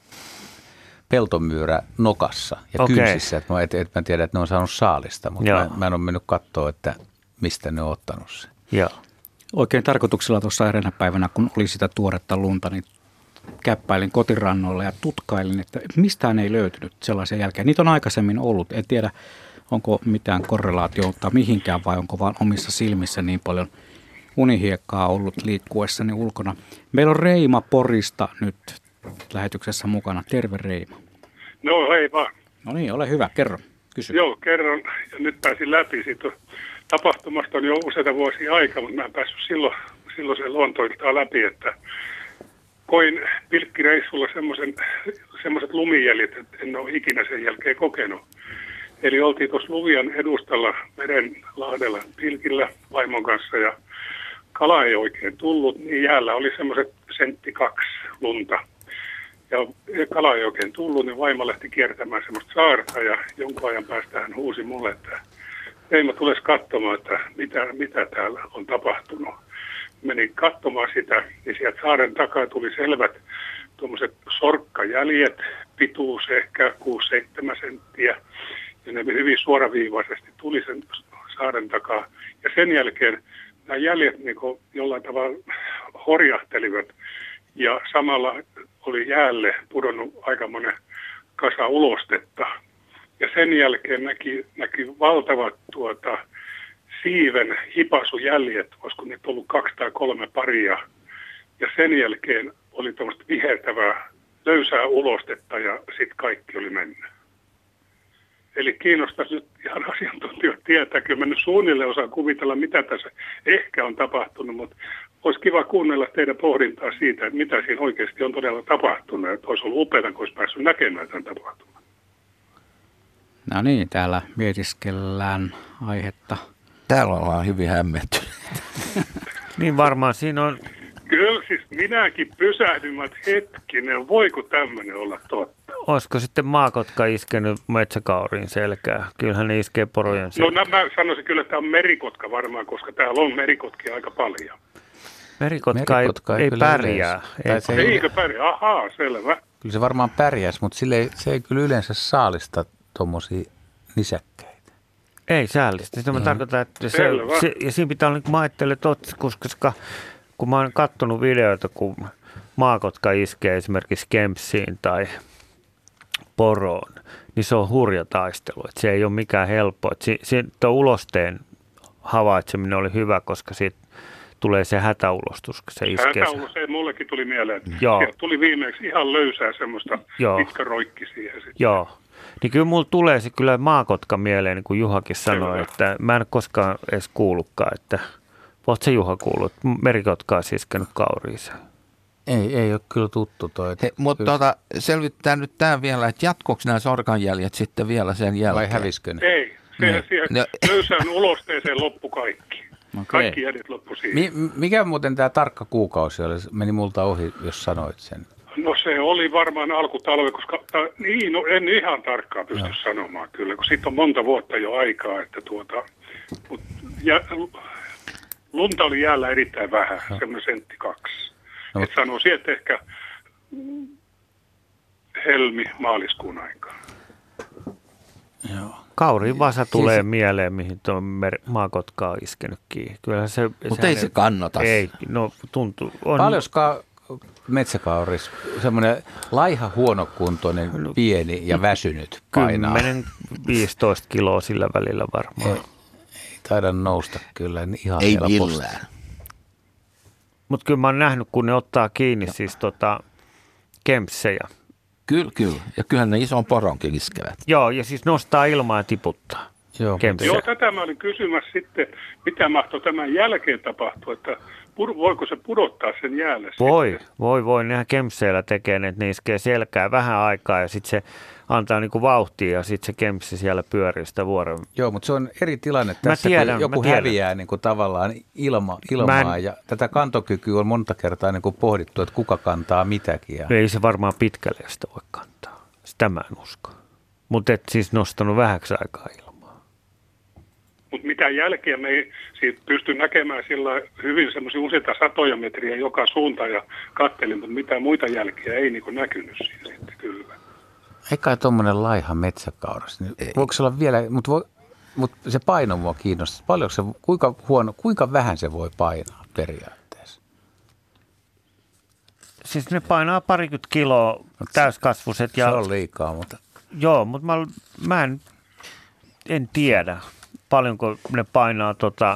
peltomyyrä nokassa ja kynsissä. Että mä tiedän, että ne on saanut saalista, mutta mä en ole mennyt katsoa, että mistä ne on ottanut sen.
Joo.
Oikein tarkoituksella tuossa eräänä päivänä, kun oli sitä tuoretta lunta, niin käppäilin kotirannoilla ja tutkailin, että mistään ei löytynyt sellaisia jälkeä. Niitä on aikaisemmin ollut. En tiedä, onko mitään korrelaatiota mihinkään vai onko vaan omissa silmissä niin paljon unihiekkaa ollut liikkuessani ulkona. Meillä on Reima Porista nyt lähetyksessä mukana. Terve Reima.
No hei vaan.
No niin, ole hyvä. Kerro. Kysy.
Joo, kerron. Ja nyt pääsin läpi. Siitä tapahtumasta on jo useita vuosia aikaa, mutta mä en päässyt silloin se luontoiltaan läpi, että koin pilkkireissulla semmoiset lumijäljet, että en ole ikinä sen jälkeen kokenut. Eli oltiin tuossa Luvian edustalla Merenlahdella pilkillä vaimon kanssa ja kala ei oikein tullut, niin jäällä oli semmoiset 1-2 lunta. Ja kala ei oikein tullut, niin vaimo lähti kiertämään semmoista saarta ja jonkun ajan päästä hän huusi mulle, että ei mä tules katsomaan, että mitä täällä on tapahtunut. Menin katsomaan sitä, niin sieltä saaren takaa tuli selvät tuommoiset sorkkajäljet, pituus ehkä 6-7 senttiä, ja ne hyvin suoraviivaisesti tuli sen saaren takaa. Ja sen jälkeen nämä jäljet niin kuin jollain tavalla horjahtelivat, ja samalla oli jäälle pudonnut aikamoinen kasa ulostetta. Ja sen jälkeen näki valtavat siiven hipasujäljet, olisiko niitä ollut 2 tai 3 paria. Ja sen jälkeen oli tämmöistä vihertävää, löysää ulostetta ja sitten kaikki oli mennyt. Eli kiinnostaisi nyt ihan asiantuntijat tietää. Kyllä mä nyt suunnilleen osaan kuvitella, mitä tässä ehkä on tapahtunut, mutta olisi kiva kuunnella teidän pohdintaa siitä, että mitä siinä oikeasti on todella tapahtunut. Että olisi ollut upeaa, kun olisi päässyt näkemään tämän tapahtuman.
No niin, täällä mietiskellään aihetta.
Täällä ollaan hyvin hämmentyneitä.
Niin varmaan siinä on.
Kyllä siis minäkin pysähdyn, että hetkinen, voiko tämmöinen olla totta?
Olisiko sitten maakotka iskenyt metsäkauriin selkää? Kyllähän ne iskee porojen selkää.
No mä sanoisin kyllä, että tämä on merikotka varmaan, koska täällä on merikotkia aika paljon.
Merikotka ei pärjää.
Eikö pärjää? Ahaa, selvä.
Kyllä se varmaan pärjäisi, mutta se ei kyllä yleensä saalista tuommoisia nisäkkäitä.
Ei säällistä. Sitä mä tarkoitan, että ja siinä pitää olla, niin kuin mä ajattelen, koska kun mä oon katsonut videoita, kun maakotka iskee esimerkiksi kempsiin tai poroon, niin se on hurja taistelu. Että se ei ole mikään helppo. Tuo ulosteen havaitseminen oli hyvä, koska siitä tulee se hätäulostus, kun se iskee.
Hätäulosteen mullekin tuli mieleen. Sieltä tuli viimeksi ihan löysää semmoista pitkä roikki siihen sitten.
Joo. Niin kyllä mulla tulee se kyllä maakotka mieleen, niin kuin Juhakin sanoi, että mä en koskaan edes kuullutkaan, että ootko se Juha kuullut, että merikotka on iskenyt kauriiseen?
Ei ole kyllä tuttu toi.
Mutta selvittää nyt tämä vielä, että jatkoiko nämä sorkanjäljet sitten vielä sen jälkeen?
Vai häviskö ne?
Ei, siihen löysään ulosteeseen loppu kaikki. Okay. Kaikki jäljet loppu siihen.
Mikä muuten tämä tarkka kuukausi oli? Meni multa ohi, jos sanoit sen.
No se oli varmaan alkutalve, koska en ihan tarkkaan pysty sanomaan kyllä, kun siitä on monta vuotta jo aikaa, että lunta oli jäällä erittäin vähän, semmoinen 1-2 sentti. No, että sanoisin, että ehkä helmi-maaliskuun aikaan.
Joo. Kauriin vasa tulee mieleen, mihin tuo maakotka on iskenyt kiinni.
Mutta ei se kannata.
Ei, no tuntuu.
Paljonko metsäkauris, semmoinen laiha, huonokuntoinen, pieni ja väsynyt painaa?
10-15 kiloa sillä välillä varmaan.
Ei taida nousta kyllä ihan
ei
helposti.
Millään.
Mutta kyllä mä oon nähnyt, kun ne ottaa kiinni siis kempsejä.
Kyllä. Ja kyllähän ne ison poronkin iskevät.
Joo, ja siis nostaa ilmaa ja tiputtaa.
Joo,
tätä mä olin kysymässä sitten, mitä mahtoi tämän jälkeen tapahtua, että voiko se pudottaa sen jäälle?
Voi. Nehän kempseillä tekee, että ne iskee selkää vähän aikaa ja sitten se antaa niinku vauhtia ja sitten se kempsi siellä pyörii sitä vuoren.
Joo, mutta se on eri tilanne tässä, kun joku häviää niin kuin tavallaan ilmaa ja tätä kantokykyä on monta kertaa niin kuin pohdittu, että kuka kantaa mitäkin. Ja
ei se varmaan pitkälle sitä voi kantaa, sitä mä en usko. Mutta et siis nostanut vähäksi aikaa ilmaa.
Mutta mitä jälkeä me ei siitä pysty näkemään sillä hyvin semmoisia useita satoja metriä joka suuntaan ja kattelin, mutta mitään muita jälkiä ei niin kuin näkynyt siinä sitten kyllä.
Eikä tuommoinen laiha metsäkauras. Voiko se olla vielä, mutta se paino mua kiinnostaa. Paljonko se, kuinka vähän se voi painaa periaatteessa?
Siis ne painaa 20 kiloa täyskasvuset.
Se on liikaa, mutta
joo, mutta mä en tiedä, paljonko ne painaa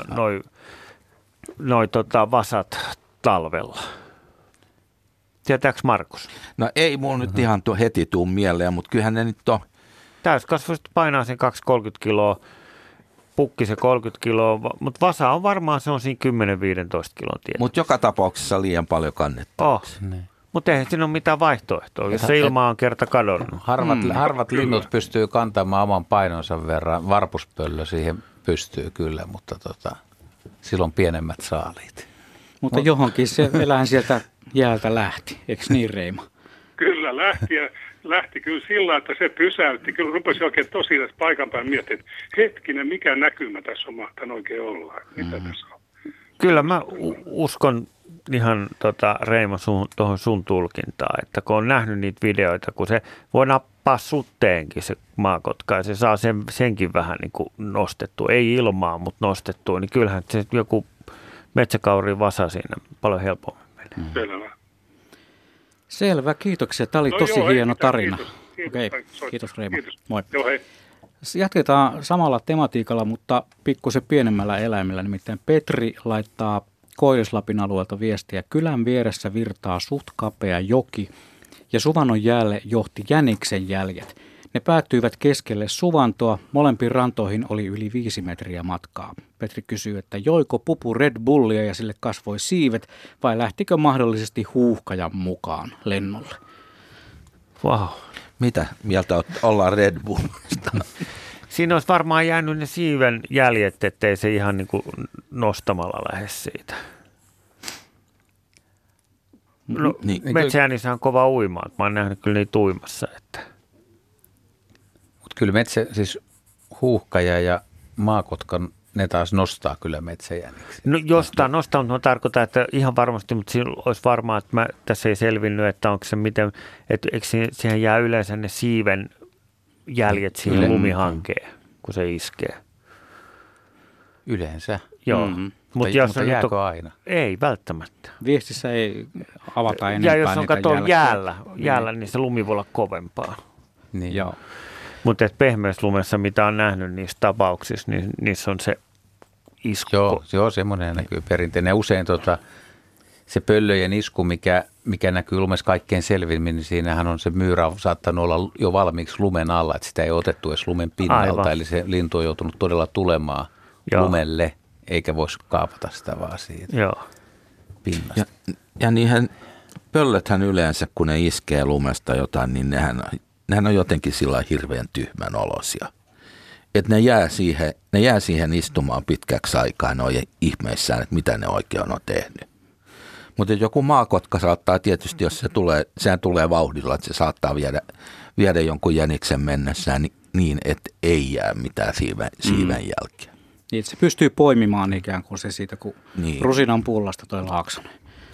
noi vasat talvella. Tietääkö Markus?
No ei mulla nyt ihan heti tuu mieleen, mutta kyllähän ne nyt on.
Täyskasvuset painaa sen 2-30 kiloa, pukki se 30 kiloa, mutta vasa on varmaan se on siinä 10-15 kilon tietä.
Mutta joka tapauksessa liian paljon kannettavaksi.
Mutta eihän siinä ole mitään vaihtoehtoa, jos se ilma on kerta kadonnut.
Harvat linnut pystyy kantamaan oman painonsa verran. Varpuspöllö siihen pystyy kyllä, mutta silloin pienemmät saaliit.
Mutta johonkin se eläin sieltä jäältä lähti, eikö niin Reima?
Kyllä lähti kyllä sillä, että se pysäytti. Kyllä rupesi oikein tosiaan paikan päällä miettimään, että hetkinen, mikä näkymä tässä on mahtanut oikein olla. Mitä tässä on?
Kyllä mä uskon ihan Reima tuohon sun tulkintaan, että kun on nähnyt niitä videoita, kun se voi nappaa sutteenkin se maakotka ja se saa senkin vähän niin kuin nostettua, ei ilmaa, mutta nostettua, niin kyllähän se joku metsäkauri vasa siinä paljon helpommin menee.
Selvä.
Selvä, kiitoksia. Tämä oli tosi hieno tarina. Okei, kiitos Reima.
Kiitos.
Moi.
Joo, hei.
Jatketaan samalla tematiikalla, mutta pikkusen pienemmällä eläimellä. Nimittäin Petri laittaa Koillis-Lapin alueelta viestiä. Kylän vieressä virtaa suht kapea joki ja Suvannon jäälle johti jäniksen jäljet. Ne päättyivät keskelle Suvantoa. Molempiin rantoihin oli yli 5 metriä matkaa. Petri kysyy, että joiko pupu Red Bullia ja sille kasvoi siivet vai lähtikö mahdollisesti huuhkajan mukaan lennolle?
Wow.
Mitä mieltä ollaan Red Bullista?
Siinä olisi varmaan jäänyt ne siiven jäljet, ettei se ihan niin kuin nostamalla lähde siitä. No,
Niin.
metsäjänissä on kova uimaa. Mä oon nähnyt kyllä niitä uimassa. Että.
Mutta kyllä siis huuhkaja ja maakotka, ne taas nostaa kyllä metsäjäniksi.
No jostain nostaa, mutta tarkoittaa, että ihan varmasti, mutta siinä olisi varmaan, että tässä ei selvinnyt, että onko se miten, että eikö siihen jää yleensä ne siiven jäljet siihen lumihankeen, kun se iskee.
Yleensä.
Joo.
Mm-hmm.
Mutta jääkö aina?
Ei välttämättä.
Viestissä ei avata enempää.
Ja jos on katsonut jäällä, niin se lumi voi olla kovempaa.
Niin.
Joo.
Mutta pehmeässä mitä on nähnyt niissä tapauksissa, niin niissä on se isku.
Joo, semmoinen näkyy perinteinen. Usein se pöllöjen isku, mikä näkyy lumessa kaikkein selvimmin, niin siinähän on se myyrä saattanut olla jo valmiiksi lumen alla, että sitä ei otettu edes lumen pinnalta.
Aivan.
Eli se lintu on joutunut todella tulemaan lumelle, eikä voisi kaapata sitä vaan siitä pinnasta.
Ja niinhän pöllöthän yleensä, kun ne iskee lumesta jotain, niin nehän on jotenkin sillä hirveän tyhmän olosia. Että ne jää siihen istumaan pitkäksi aikaa, ne on ihmeissään, että mitä ne oikein on tehnyt. Mutta joku maakotka saattaa tietysti, jos sehän tulee vauhdilla, että se saattaa viedä jonkun jäniksen mennessään niin, että ei jää mitään siiven jälkeä.
Niin, että se pystyy poimimaan ikään kuin se siitä, kun
niin.
rusinan pullasta toi Laaksonen.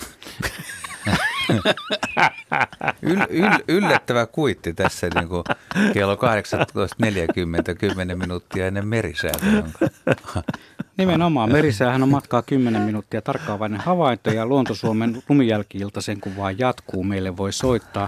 Yllättävä kuitti tässä niin kuin kello 18.40, 10 minuuttia ennen merisäätä.
Nimenomaan. Merisäähän on matkaa 10 minuuttia. Tarkkaavainen havainto ja Luontosuomen lumijälki-ilta sen kun vaan jatkuu. Meille voi soittaa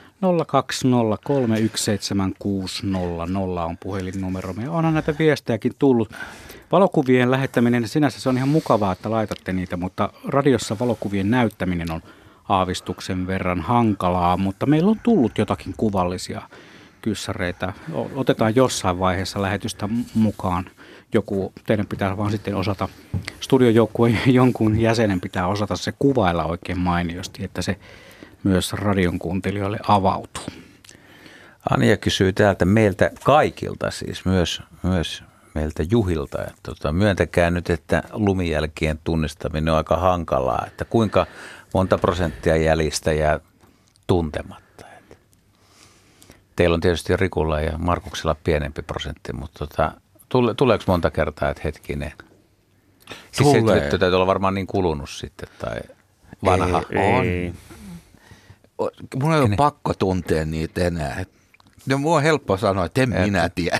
020317600 on puhelinnumero. Me onhan näitä viestejäkin tullut. Valokuvien lähettäminen sinänsä se on ihan mukavaa, että laitatte niitä, mutta radiossa valokuvien näyttäminen on aavistuksen verran hankalaa, mutta meillä on tullut jotakin kuvallisia kyssäreitä. Otetaan jossain vaiheessa lähetystä mukaan. Teidän pitää vaan sitten osata, studiojoukkueen jonkun jäsenen pitää osata se kuvailla oikein mainiosti, että se myös radion kuuntelijoille avautuu.
Anja kysyy täältä meiltä kaikilta, siis myös meiltä Juhilta, että myöntäkää nyt, että lumijälkien tunnistaminen on aika hankalaa, että kuinka monta prosenttia jäljistä jää tuntematta. Teillä on tietysti Rikulla ja Markuksella pienempi prosentti, mutta tuleeko monta kertaa, että hetkinen? Siis se tyttö täytyy olla varmaan niin kulunut sitten tai vanha.
Ei. Mun ei ole pakko tuntea niitä enää. No, mun on helppo sanoa, että en minä tiedä.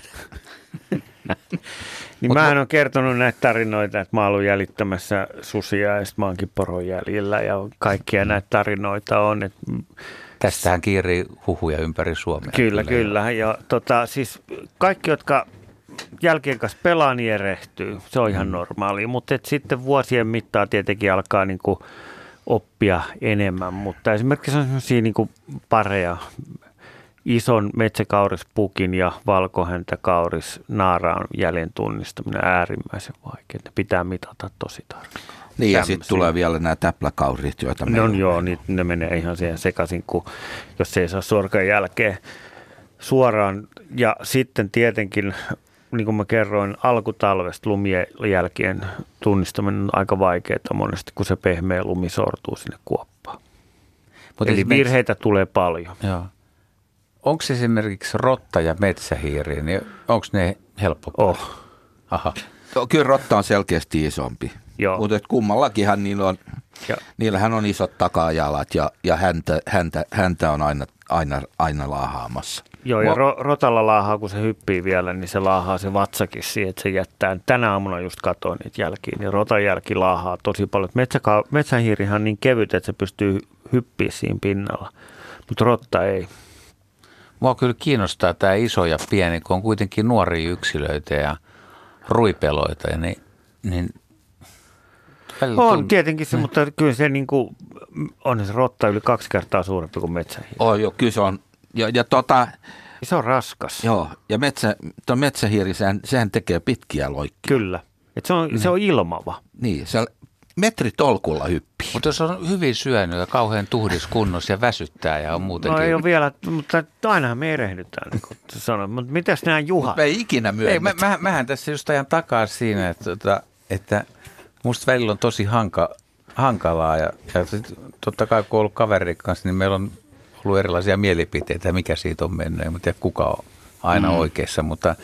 Niin mähän olen kertonut näitä tarinoita, että mä oon ollut jäljittämässä susia ja sitten mä oonkin poron jäljillä ja kaikkia näitä tarinoita on. Että
tästähän kiirii huhuja ympäri Suomea.
Kyllä. Ja siis kaikki, jotka jälkien kanssa pelaa, niin erehtyy. Se on ihan normaalia, mutta sitten vuosien mittaan tietenkin alkaa niinku oppia enemmän. Mutta esimerkiksi on sellaisia niinku pareja, ison metsäkaurispukin ja valkohäntäkauris naaraan jäljen tunnistaminen on äärimmäisen vaikeaa. Ne pitää mitata tosi tarkkaan.
Niin ja sitten tulee vielä nämä täpläkaurit, joita meillä on.
Joo, ne menee ihan siihen sekaisin, jos ei saa sorkan jälkeen suoraan. Ja sitten tietenkin, niin kuin mä kerroin, alkutalvesta lumien jälkeen tunnistaminen on aika vaikeaa monesti, kun se pehmeä lumi sortuu sinne kuoppaan. Eli virheitä tulee paljon.
Joo. Onko esimerkiksi rotta ja metsähiiri, niin onko ne helppo?
Oh.
Aha.
Kyllä rotta on selkeästi isompi.
Joo.
Mutta kummallakinhan niillähän on isot takajalat ja häntä on aina laahaamassa.
Joo, ja rotalla laahaa, kun se hyppii vielä, niin se laahaa se vatsakin siihen, että se jättää. Tänä aamuna just katsoin niitä jälkiä, niin rotan jälki laahaa tosi paljon. Metsähiirihan on niin kevyt, että se pystyy hyppiä siinä pinnalla, mutta rotta ei.
Mua kyllä kiinnostaa tämä iso ja pieni, kun on kuitenkin nuoria yksilöitä ja ruipeloita. Ja niin
on tietenkin se, mutta kyllä se on se rotta yli 2 kertaa suurempi kuin metsähiiri.
Joo, kyllä se on.
Se on raskas.
Joo, ja metsähiiri, sehän tekee pitkiä loikkia.
Kyllä, että se on ilmava.
Niin, se metritolkulla hyppii.
Mutta jos on hyvin syönyt ja kauhean tuhdiskunnossa ja väsyttää ja on muutenkin...
No ei ole vielä, mutta ainahan me erehdytään, niin kuin sanoin. Mutta mitäs nämä juhat?
Mutta me ei ikinä myönnetä.
Mähän tässä just ajan takaa siinä, että musta välillä on tosi hankalaa ja totta kai kun on ollut kaverin kanssa, niin meillä on ollut erilaisia mielipiteitä, mikä siitä on mennyt. En tiedä, kuka on aina oikeassa, mutta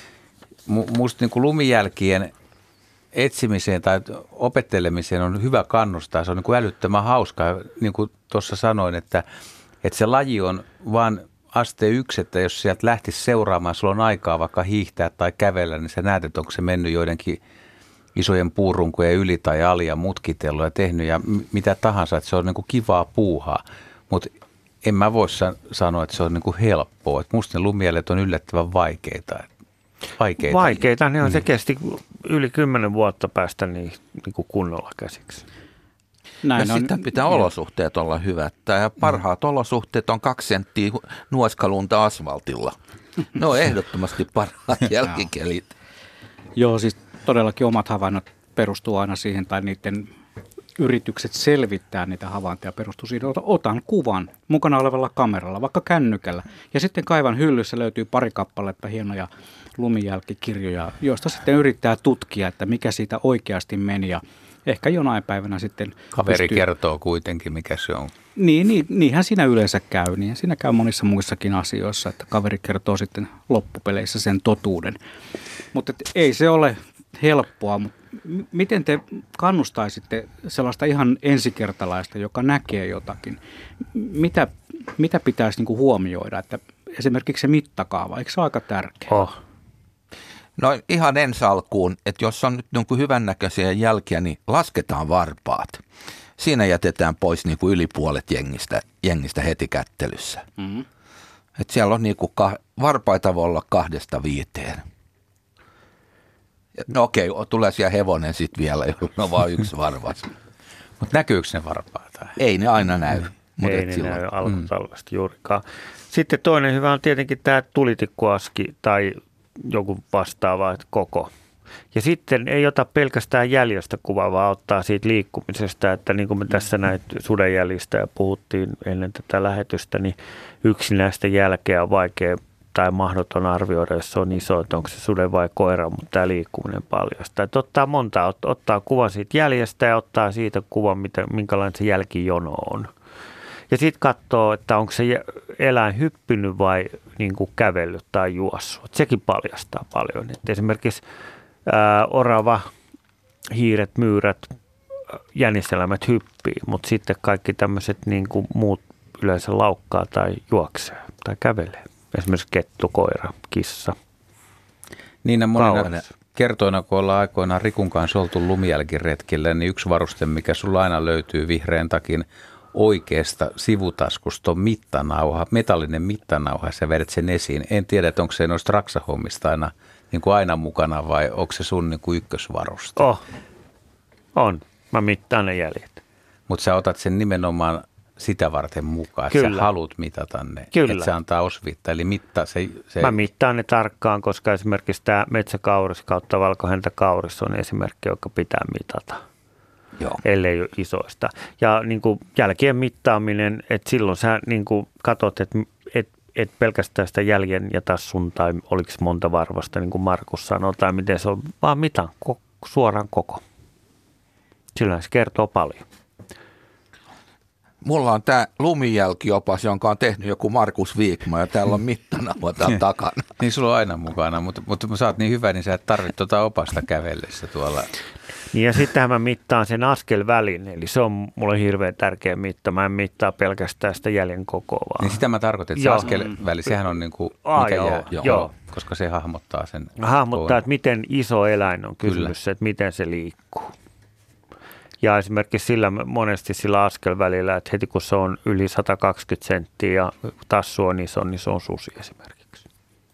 musta niin kuin lumijälkien etsimiseen tai opettelemiseen on hyvä kannustaa. Se on niin kuin älyttömän hauskaa. Niin kuin tuossa sanoin, että se laji on vaan aste 1, että jos sieltä lähtisi seuraamaan, sulla on aikaa vaikka hiihtää tai kävellä, niin sä näet, että onko se mennyt joidenkin isojen puurunkujen yli tai ali ja mutkitellut ja tehnyt ja mitä tahansa, että se on niin kuin kivaa puuhaa. Mutta en mä voi sanoa, että se on niin kuin helppoa. Et musta ne lumijäljet on yllättävän vaikeita.
Vaikeita, ne on. Se kesti yli 10 vuotta päästä niin kuin kunnolla käsiksi.
Näin ja sitten pitää olosuhteet olla hyvät. Ja parhaat olosuhteet on 2 senttiä nuoskalunta asfaltilla. Ne on ehdottomasti parhaat jälkikelit.
Joo, siis todellakin omat havainnot perustuu aina siihen, tai niiden yritykset selvittää niitä havaintoja perustuu siihen. Otan kuvan mukana olevalla kameralla, vaikka kännykällä, ja sitten kaivan hyllyssä löytyy pari kappaletta hienoja lumijälkikirjoja, joista sitten yrittää tutkia, että mikä siitä oikeasti meni, ja ehkä jonain päivänä sitten
kaveri kertoo kuitenkin, mikä se on.
Niinhän siinä yleensä käy, niin siinä käy monissa muissakin asioissa, että kaveri kertoo sitten loppupeleissä sen totuuden. Mutta ei se ole helppoa, mutta miten te kannustaisitte sellaista ihan ensikertalaista, joka näkee jotakin? Mitä pitäisi niinku huomioida, että esimerkiksi se mittakaava, eikö se ole aika tärkeä?
No ihan ensi alkuun, että jos on nyt niin hyvännäköisiä jälkiä, niin lasketaan varpaat. Siinä jätetään pois niin kuin yli puolet jengistä heti kättelyssä. Mm-hmm. Että siellä on niin kuin varpaita voi olla 2-5. No okei, tulee siellä hevonen sitten vielä, jolla on vain yksi varvas.
Mutta näkyykö ne varpaat?
Ei ne aina näy.
Ei ne näy alkutalvesta juurikaan. Sitten toinen hyvä on tietenkin tämä tulitikkuaski tai joku vastaava koko. Ja sitten ei ota pelkästään jäljestä kuvaa, vaan ottaa siitä liikkumisesta, että niin kuin me tässä näitä sudenjäljistä ja puhuttiin ennen tätä lähetystä, niin yksinäistä jälkeä on vaikea tai mahdoton arvioida, jos se on iso, että onko se suden vai koira, mutta tämä liikkuminen paljastaa. Että ottaa kuvan siitä jäljestä ja ottaa siitä kuvan, minkälainen se jälkijono on. Ja sitten katsoo, että onko se eläin hyppynyt vai niin kuin kävellyt tai juossut. Sekin paljastaa paljon. Et esimerkiksi orava, hiiret, myyrät, jänniseläimet hyppii, mutta sitten kaikki tämmöiset niin kuin muut yleensä laukkaa tai juoksee tai kävelee. Esimerkiksi kettu, koira, kissa.
Niin monina kertoina, kun ollaan aikoinaan Rikun kanssa oltu lumijälkiretkillä, niin yksi varuste, mikä sulla aina löytyy vihreän takin oikeasta sivutaskusta on mittanauha, metallinen mittanauha, ja sä vedät sen esiin. En tiedä, että onko se noista raksahommista aina, niin kuin aina mukana vai onko se sun niin kuin ykkösvaruste?
On. Mä mittaan ne jäljet.
Mutta sä otat sen nimenomaan sitä varten mukaan, että sä haluat mitata ne.
Kyllä.
Että se antaa osviittaa. Eli
Mä mittaan ne tarkkaan, koska esimerkiksi tämä metsäkauris kautta valkohäntäkauris on esimerkki, joka pitää mitata. Joo. Ellei ole isoista. Ja niin kuin jälkien mittaaminen, että silloin sä niin kuin katot, että et pelkästään sitä jäljen ja tassun tai oliko monta varvasta, niin kuin Markus sanoi, tai miten se on, vaan mitan suoraan koko. Silloin se kertoo paljon.
mulla on tämä lumijälkiopas, jonka on tehnyt joku Markus Wikman ja täällä on mittanauha takana.
Niin sulla on aina mukana, mutta sä oot niin hyvä, niin sä et tarvitse tuota opasta kävellessä tuolla.
Niin ja sittenhän mä mittaan sen askelvälin, eli se on mulle hirveän tärkeä mitta. Mä en mittaa pelkästään sitä jäljen kokoa vaan.
Niin sitä mä tarkoitan, että se askelväli, sehän on niin kuin, mikä jää, koska se hahmottaa sen.
Hahmottaa, että miten iso eläin on kysymys, että miten se liikkuu. Ja esimerkiksi monesti sillä askelvälillä, että heti kun se on yli 120 senttiä ja tassu on iso, niin se on susi esimerkiksi.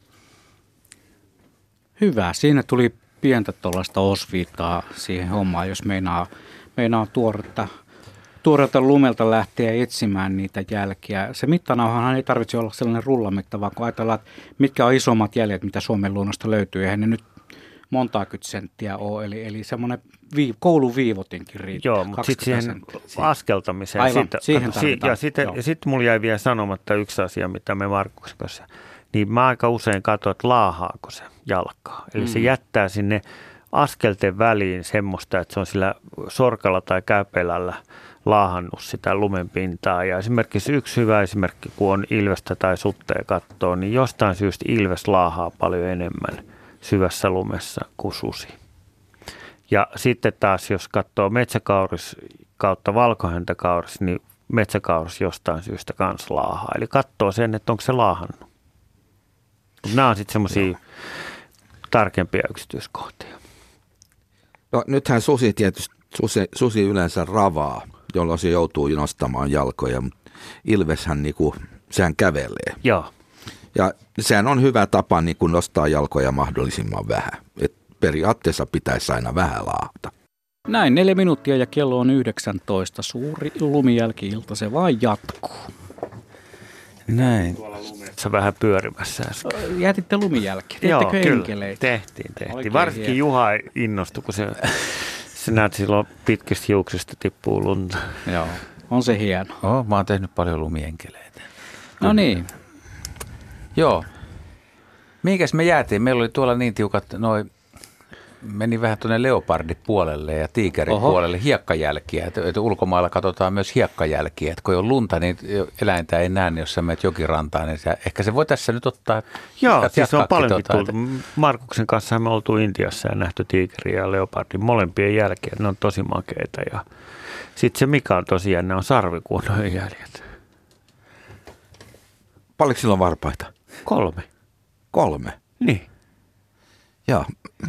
Hyvä. Siinä tuli pientä tuollaista osviittaa siihen hommaan, jos meinaa tuoreelta lumelta lähteä etsimään niitä jälkiä. Se mittanauhahan ei tarvitse olla sellainen rullamitta, vaan kun ajatellaan, että mitkä on isommat jäljet, mitä Suomen luonnosta löytyy, eihän ne nyt montakymmentä senttiä ole, eli semmoinen kouluviivotinkin riittää.
Joo, mutta sitten siihen askeltamiseen.
Aivan, siihen tarvitaan.
Ja sitten mulla jäi vielä sanomatta yksi asia, mitä me Markuksen kanssa, niin mä aika usein katson, että laahaako se jalkaa. Eli se jättää sinne askelten väliin semmoista, että se on sillä sorkalla tai käpelällä laahannut sitä lumenpintaa. Ja esimerkiksi yksi hyvä esimerkki, kun on ilvestä tai suttea kattoo, niin jostain syystä ilves laahaa paljon enemmän syvässä lumessa kuin susi. Ja sitten taas, jos katsoo metsäkauris kautta valkohäntäkauris, niin metsäkauris jostain syystä kans laahaa. Eli katsoo sen, että onko se laahannut. Nämä on sitten semmoisia tarkempia yksityiskohtia.
No, nythän susi yleensä ravaa, jolloin se joutuu nostamaan jalkoja. Ilveshän sehän kävelee.
Joo.
Ja sehän on hyvä tapa nostaa jalkoja mahdollisimman vähän. Et periaatteessa pitäisi aina vähän laahata.
Näin 4 minuuttia ja kello on 19. Suuri lumijälki-ilta, se vaan jatkuu.
Näin.
Se vähän pyörimässä äsken.
Jätitte lumijälkiä. Teettekö enkeleitä?
Tehtiin.
Oikein
Varsinkin
hieno.
Juha innostui, kun se näet silloin pitkistä hiuksista tippuu lunta.
Joo, on se hieno.
Mä oon tehnyt paljon lumienkeleitä.
No niin.
Joo. Mihinkäs me jäätiin? Meillä oli tuolla niin tiukat, meni vähän tuonne leopardipuolelle ja tiikeripuolelle hiekkajälkiä. Että ulkomailla katsotaan myös hiekkajälkiä. Että kun on lunta, niin eläintä ei näe, niin jos sä menet jokirantaan, niin ehkä se voi tässä nyt ottaa.
Joo, siis on paljonkin tultu. Markuksen kanssa me oltu Intiassa ja nähty tiikeriä ja leopardin molempien jälkeen. Ne on tosi makeita. Ja sitten se mikä on tosiaan, ne on sarvikuonojen jäljet.
Paljonko sillä on varpaita?
3.
3?
Niin.
Joo.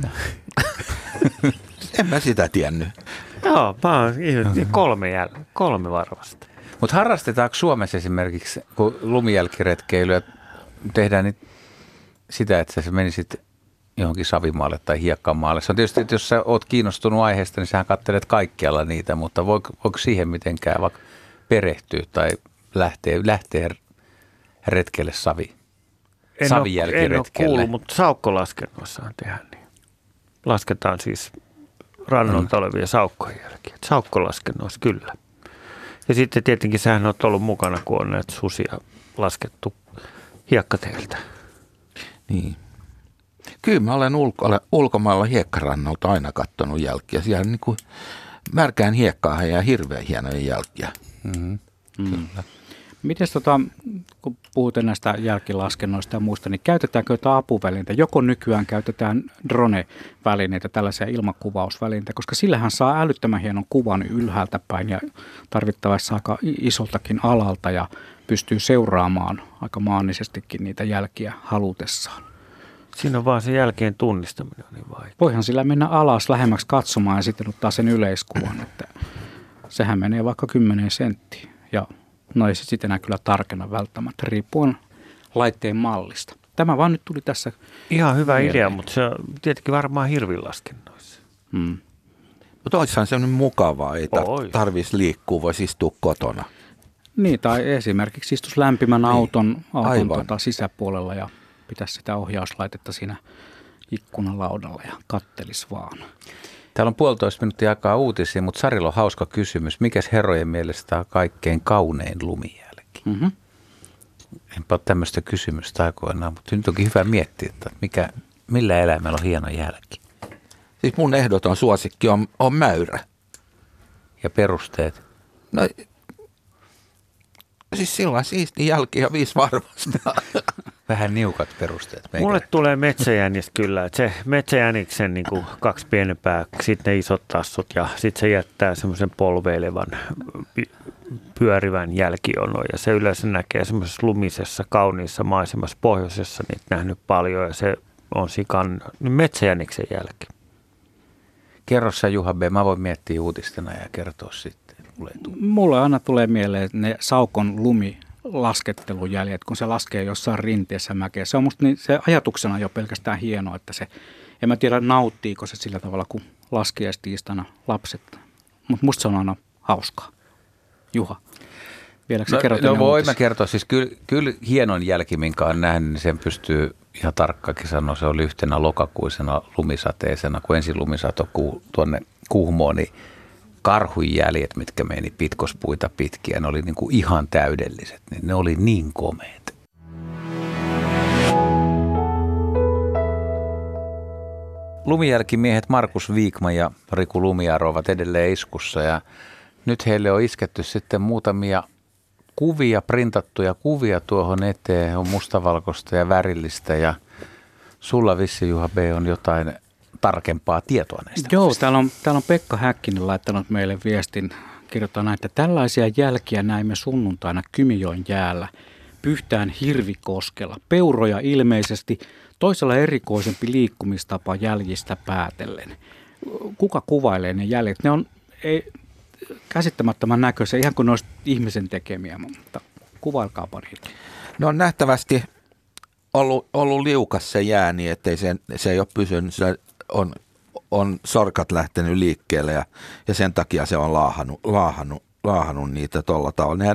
En mä sitä tiennyt.
Joo, mä oon 3 varmasti.
Mutta harrastetaanko Suomessa esimerkiksi, kun lumijälkiretkeilyä tehdään niin sitä, että sä menisit johonkin Savimaalle tai Hiekkamaalle. Se on tietysti, että jos sä oot kiinnostunut aiheesta, niin sähän katselet kaikkialla niitä, mutta voiko siihen mitenkään vaikka perehtyä tai lähteä retkelle savijälkiretkelle?
En ole kuullut, mutta saukkolaskennoissahan tehdään niin. Lasketaan siis rannalta olevia saukkojen jälkiä. Saukkolaskennoissa kyllä. Ja sitten tietenkin sähän olet ollut mukana, kun on näitä susia laskettu hiekkateiltä.
Niin. Kyllä mä olen ulkomailla hiekkarannalta aina katsonut jälkiä. Siellä märkään hiekkaa ja hirveän hienoja jälkiä.
Mm-hmm. Kyllä.
Mites kun puhutaan näistä jälkilaskennoista ja muista, niin käytetäänkö jotain apuvälineitä? Joko nykyään käytetään drone-välineitä, tällaisia ilmakuvausvälineitä, koska sillähän saa älyttömän hienon kuvan ylhäältä päin ja tarvittavassa aika isoltakin alalta ja pystyy seuraamaan aika maanisestikin niitä jälkiä halutessaan.
Siinä on vaan se jälkeen tunnistaminen on niin vaikea.
Voihan sillä mennä alas lähemmäksi katsomaan ja sitten ottaa sen yleiskuvan, että sehän menee vaikka 10 senttiä ja no ei se sitten enää kyllä tarkenna välttämättä, riippuen laitteen mallista. Tämä vaan nyt tuli tässä.
Ihan hyvä idea, mutta se on tietenkin varmaan hirvilaskennoissa.
Mutta olisihan se mukavaa, ei tarvitsisi liikkua, voisi istua kotona.
Niin, tai esimerkiksi istus lämpimän auton sisäpuolella ja pitäisi sitä ohjauslaitetta siinä ikkunalaudalla ja kattelisi vaan.
Täällä on 1,5 minuuttia aikaa uutisia, mutta Sarilla on hauska kysymys. Mikäs herrojen mielestä on kaikkein kaunein lumijälki?
Mm-hmm.
Enpä ole tämmöistä kysymystä aikoinaan, mutta nyt onkin hyvä miettiä, että millä eläimellä on hieno jälki.
Siis mun ehdoton suosikki on mäyrä.
Ja perusteet?
No, Siis sillä siisti jälki ja 5 varvasta.
Vähän niukat perusteet.
Mulle tulee metsäjänis kyllä. Että se metsäjäniksen niin kuin 2 pienempää, sitten ne isot tassut ja sitten se jättää semmoisen polveilevan pyörivän jälkionon. Ja se yleensä näkee semmoisessa lumisessa, kauniissa maisemassa pohjoisessa niitä nähnyt paljon ja se on sikan metsäjäniksen jälki.
Kerro sä Juha B. Mä voin miettiä uutistena ja kertoa sitten.
Mulle aina tulee mieleen ne saukon lumilaskettelujäljet, kun se laskee jossain rinteessä mäkeä. Se on musta niin, se ajatuksena jo pelkästään hienoa, että se, en mä tiedä nauttiiko se sillä tavalla kuin laskiaistiistana lapset, mutta musta se on aina hauskaa. Juha, vieläkö sä kerrot?
No voin mä kertoa, siis kyllä hienon jälki, minkä on nähnyt, niin sen pystyy ihan tarkkakin sanoa. Se oli yhtenä lokakuisena lumisateisena, kun ensin lumisato tuonne Kuhmoon, niin karhunjäljet, mitkä meni pitkospuita pitkiä, ne oli niin kuin ihan täydelliset, niin ne oli niin komeet. Lumijälkimiehet Markus Viikman ja Riku Lumiaro ovat edelleen iskussa ja nyt heille on isketty sitten muutamia kuvia, printattuja kuvia tuohon eteen, on mustavalkoista ja värillistä ja sulla vissi Juha B. on jotain tarkempaa tietoa näistä.
Joo, täällä on Pekka Häkkinen laittanut meille viestin, kirjoittaa näin, että tällaisia jälkiä näimme sunnuntaina Kymijoen jäällä, Pyhtään Hirvikoskella, peuroja ilmeisesti, toisella erikoisempi liikkumistapa jäljistä päätellen. Kuka kuvailee ne jäljet? Ne on käsittämättömän näköisiä, ihan kuin ne olisi ihmisen tekemiä, mutta kuvailkaapa niitä.
Ne on nähtävästi ollut liukas se jää niin, ettei se ei ole pysynyt, se on sorkat lähtenyt liikkeelle ja sen takia se on laahannut niitä tuolla tavalla. Nehän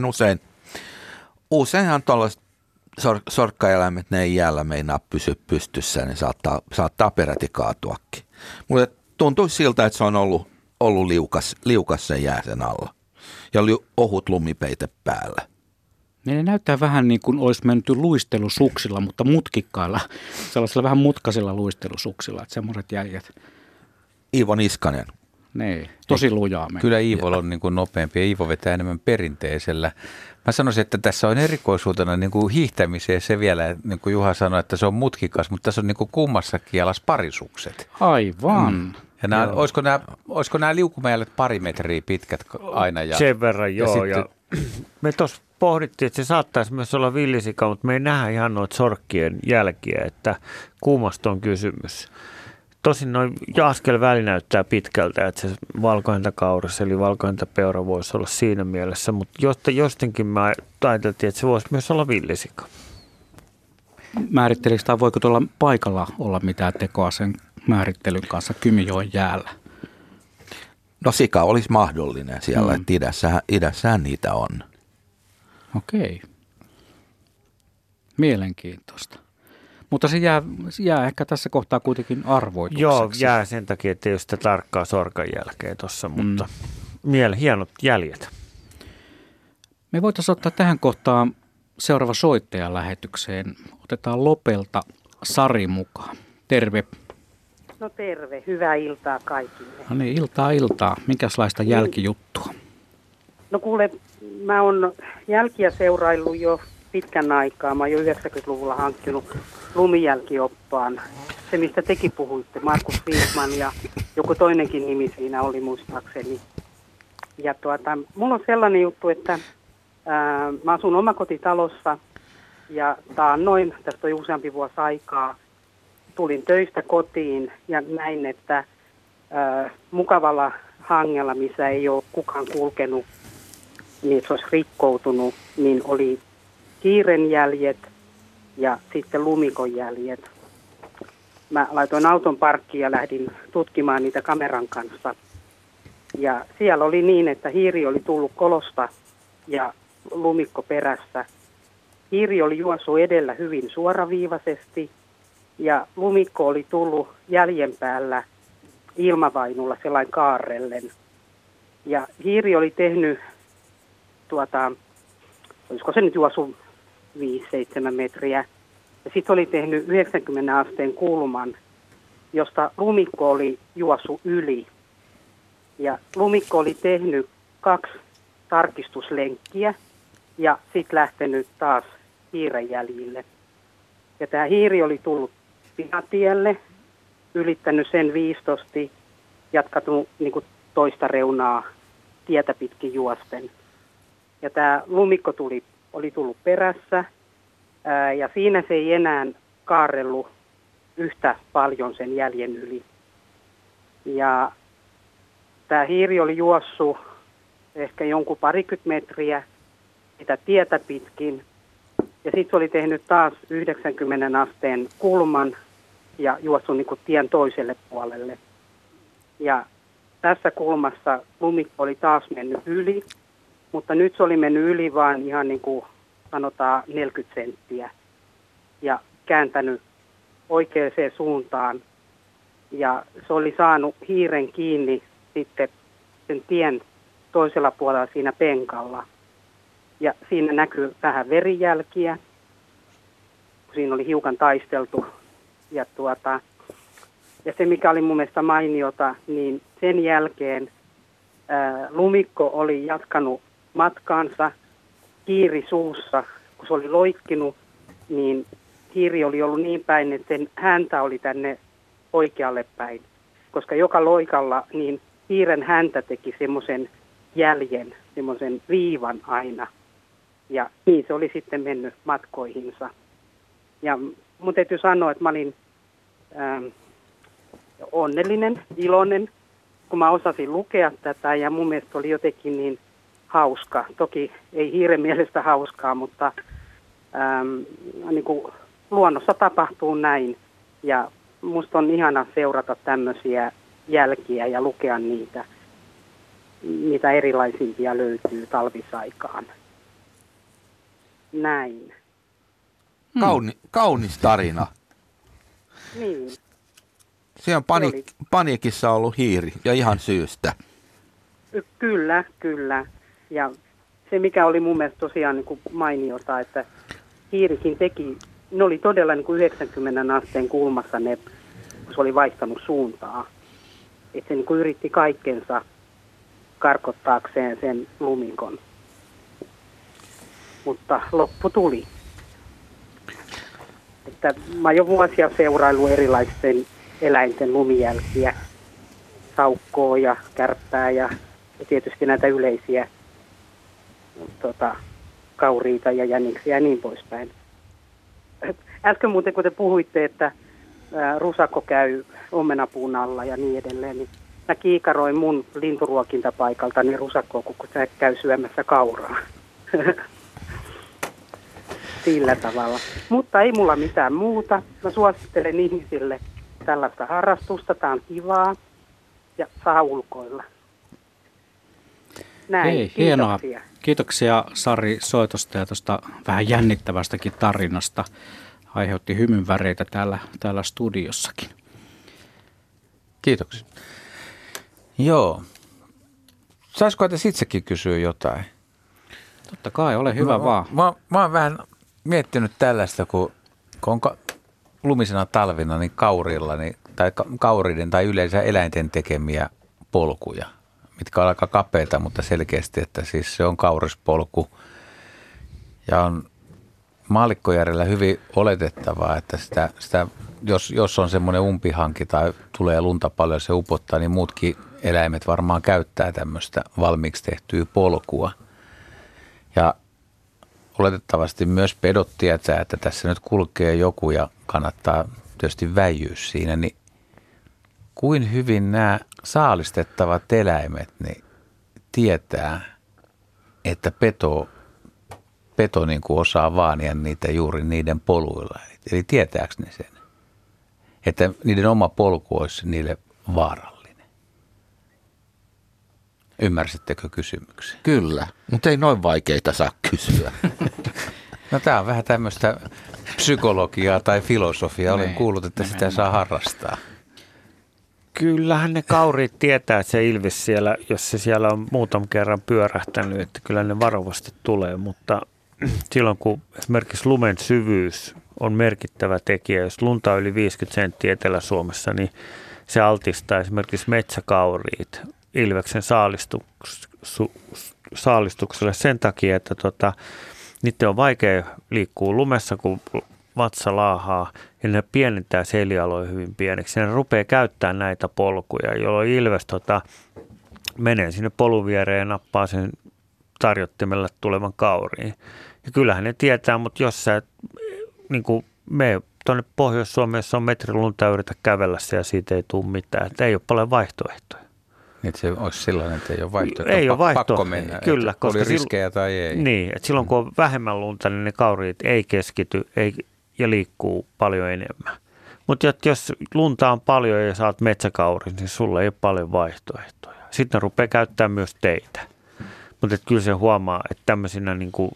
useinhan tuollaiset sorkkaeläimet, ne ei jäällä meinaa pysyä pystyssä, niin saattaa peräti kaatuakin. Mutta tuntuu siltä, että se on ollut liukas se jää sen alla ja ohut lumipeite päällä.
Ne näyttää vähän niin kuin olisi menty luistelusuksilla, mutta mutkikkailla, sellaisilla vähän mutkaisilla luistelusuksilla, että semmoiset jäljet.
Iivo Niskanen.
Niin, tosi lujaa mennä.
Kyllä Iivolla on niin kuin nopeampi ja Iivo vetää enemmän perinteisellä. Mä sanoisin, että tässä on erikoisuutena niin kuin hiihtämiseen se vielä, niin kuin Juha sanoi, että se on mutkikas, mutta tässä on niin kuin kummassakin alas parisukset.
Aivan.
Ja olisiko nämä liukumäjället 2 metriä pitkät aina? Ja,
sen verran joo.
Ja
me tuossa pohdittiin, että se saattaisi myös olla villisika, mutta me ei nähdä ihan noita sorkkien jälkiä, että kummasta on kysymys. Tosin noin askelväli näyttää pitkältä, että se valkohäntäkauris eli valkohäntäpeura voisi olla siinä mielessä, mutta jostenkin mä ajateltiin, että se voisi myös olla villisika.
Määrittelikö tai voiko tuolla paikalla olla mitään tekoa sen määrittelyn kanssa Kymijoen jäällä?
No sika olisi mahdollinen siellä, että idässähän niitä on.
Okei. Mielenkiintoista. Mutta se jää ehkä tässä kohtaa kuitenkin arvoitukseksi.
Joo, jää sen takia, että ei ole sitä tarkkaa sorkan jälkeä tuossa, mutta hienot jäljet.
Me voitaisiin ottaa tähän kohtaan seuraava soittaja lähetykseen. Otetaan Lopelta Sari mukaan. Terve.
No terve, hyvää iltaa kaikille.
No niin, iltaa. Minkälaista jälkijuttua?
No kuule, mä oon jälkiä seuraillut jo pitkän aikaa. Mä oon jo 90-luvulla hankkinut lumijälkioppaan. Se, mistä tekin puhuitte, Markus Viikman ja joku toinenkin nimi siinä oli muistaakseni. Ja mulla on sellainen juttu, että mä asun omakotitalossa ja taannoin, tästä on useampi vuosi aikaa, tulin töistä kotiin ja näin, että mukavalla hangella, missä ei ole kukaan kulkenut, niin se olisi rikkoutunut, niin oli kiirenjäljet ja sitten lumikon jäljet. Mä laitoin auton parkkiin ja lähdin tutkimaan niitä kameran kanssa. Ja siellä oli niin, että hiiri oli tullut kolosta ja lumikko perässä. Hiiri oli juossut edellä hyvin suoraviivaisesti ja lumikko oli tullut jäljen päällä ilmavainulla sellainen kaarrellen. Ja hiiri oli tehnyt, olisiko se nyt juossut 5-7 metriä. Ja sitten oli tehnyt 90 asteen kulman, josta lumikko oli juossut yli. Ja lumikko oli tehnyt 2 tarkistuslenkkiä ja sitten lähtenyt taas hiiren jäljille. Ja tämä hiiri oli tullut pihatielle, ylittänyt sen viistosti, jatkanut niin kuin toista reunaa tietä pitkin juosten. Ja tämä lumikko oli tullut perässä, ja siinä se ei enää kaarellut yhtä paljon sen jäljen yli. Ja tämä hiiri oli juossut ehkä jonkun 20 metriä sitä tietä pitkin. Ja sitten se oli tehnyt taas 90 asteen kulman ja juossut niin kuin tien toiselle puolelle. Ja tässä kulmassa lumikko oli taas mennyt yli, mutta nyt se oli mennyt yli vaan ihan niin kuin sanotaan 40 senttiä ja kääntänyt oikeaan suuntaan. Ja se oli saanut hiiren kiinni sitten sen tien toisella puolella siinä penkalla. Ja siinä näkyy vähän verijälkiä, kun siinä oli hiukan taisteltu. Ja se, mikä oli mun mielestä mainiota, niin sen jälkeen lumikko oli jatkanut matkaansa hiiri suussa. Kun se oli loikkinut, niin hiiri oli ollut niin päin, että sen häntä oli tänne oikealle päin. Koska joka loikalla, niin hiiren häntä teki semmoisen jäljen, semmoisen viivan aina. Ja niin se oli sitten mennyt matkoihinsa. Ja mun täytyy sanoa, että mä olin onnellinen, iloinen, kun mä osasin lukea tätä. Ja mun mielestä oli jotenkin niin hauska. Toki ei hiiren mielestä hauskaa, mutta niin kuin luonnossa tapahtuu näin. Ja musta on ihana seurata tämmöisiä jälkiä ja lukea niitä, mitä erilaisimpia löytyy talvisaikaan. Näin.
Kaunis tarina.
Niin.
Se on paniikissa ollut hiiri ja ihan syystä.
Kyllä. Ja se, mikä oli mun mielestä tosiaan niin kuin mainiota, että hiirikin teki, ne oli todella niin kuin 90 asteen kulmassa ne, kun se oli vaihtanut suuntaa. Että se niin kuin yritti kaikkensa karkottaakseen sen lumikon. Mutta loppu tuli. Että mä oon jo vuosia seuraillut erilaisten eläinten lumijälkiä, saukkoa ja kärppää ja tietysti näitä yleisiä kauriita ja jäniksiä ja niin poispäin. Äsken muuten, kun te puhuitte, että rusakko käy omenapuun alla ja niin edelleen, niin mä kiikaroin mun linturuokintapaikaltani rusakkoa, kun se käy syömässä kauraa. Sillä tavalla. Mutta ei mulla mitään muuta. Mä suosittelen ihmisille tällaista harrastusta. Tää on kivaa ja saa ulkoilla. Näin.
Hei, hienoa. Kiitoksia Sari soitosta ja tuosta vähän jännittävästäkin tarinasta. Aiheutti hymyn väreitä täällä studiossakin.
Kiitoksia. Joo. Saisiko itsekin kysyä jotain?
Totta kai, ole hyvä vaan.
Mä oon vähän miettinyt tällaista, kun on lumisena talvina niin kaurilla, tai kauriiden tai yleensä eläinten tekemiä polkuja, mitkä on aika kapeita, mutta selkeästi, että siis se on kaurispolku. Ja on Maallikkojärjellä hyvin oletettavaa, että sitä jos on semmoinen umpihanki tai tulee lunta paljon, se upottaa, niin muutkin eläimet varmaan käyttää tämmöistä valmiiksi tehtyä polkua. Ja oletettavasti myös pedot tietää, että tässä nyt kulkee joku ja kannattaa tietysti väijyä siinä, niin kuin hyvin nämä saalistettavat eläimet niin tietää, että peto niin kuin osaa vaania niitä juuri niiden poluilla. Eli tietääkö ne sen, että niiden oma polku olisi niille vaarallinen? Ymmärsittekö kysymyksen?
Kyllä, mutta ei noin vaikeita saa kysyä.
No tämä on vähän tämmöistä psykologiaa tai filosofiaa. Olen kuullut, että sitä saa harrastaa.
Kyllähän ne kauriit tietää, että se ilves siellä, jos se siellä on muutaman kerran pyörähtänyt, että kyllä ne varovasti tulee, mutta silloin kun esimerkiksi lumen syvyys on merkittävä tekijä, jos lunta on yli 50 senttiä Etelä-Suomessa, niin se altistaa esimerkiksi metsäkauriit ilveksen saalistukselle sen takia, että niiden on vaikea liikkua lumessa, kun vatsa laahaa ja ne pienentää selialoja hyvin pieneksi. Ne rupeaa käyttämään näitä polkuja, jolloin ilves menee sinne polun viereen ja nappaa sen tarjottimella tulevan kauriin. Ja kyllähän ne tietää, mutta jos sä niin kuin me tuonne Pohjois-Suomeen, jossa on metrilunta, yritä kävellä ja siitä ei tule mitään. Että ei ole paljon vaihtoehtoja.
Että se olisi sellainen, että ei ole vaihtoehtoja.
Ei ole vaihtoehtoja.
Pakko mennä,
kyllä,
koska oli riskejä tai ei.
Niin, että silloin kun on vähemmän lunta, niin ne kauriit ei keskity ja liikkuu paljon enemmän. Mutta jos lunta on paljon ja saat metsäkaurin, niin sulla ei ole paljon vaihtoehtoja. Sitten ne rupeaa käyttämään myös teitä. Mutta kyllä se huomaa, että tämmöisinä niin kuin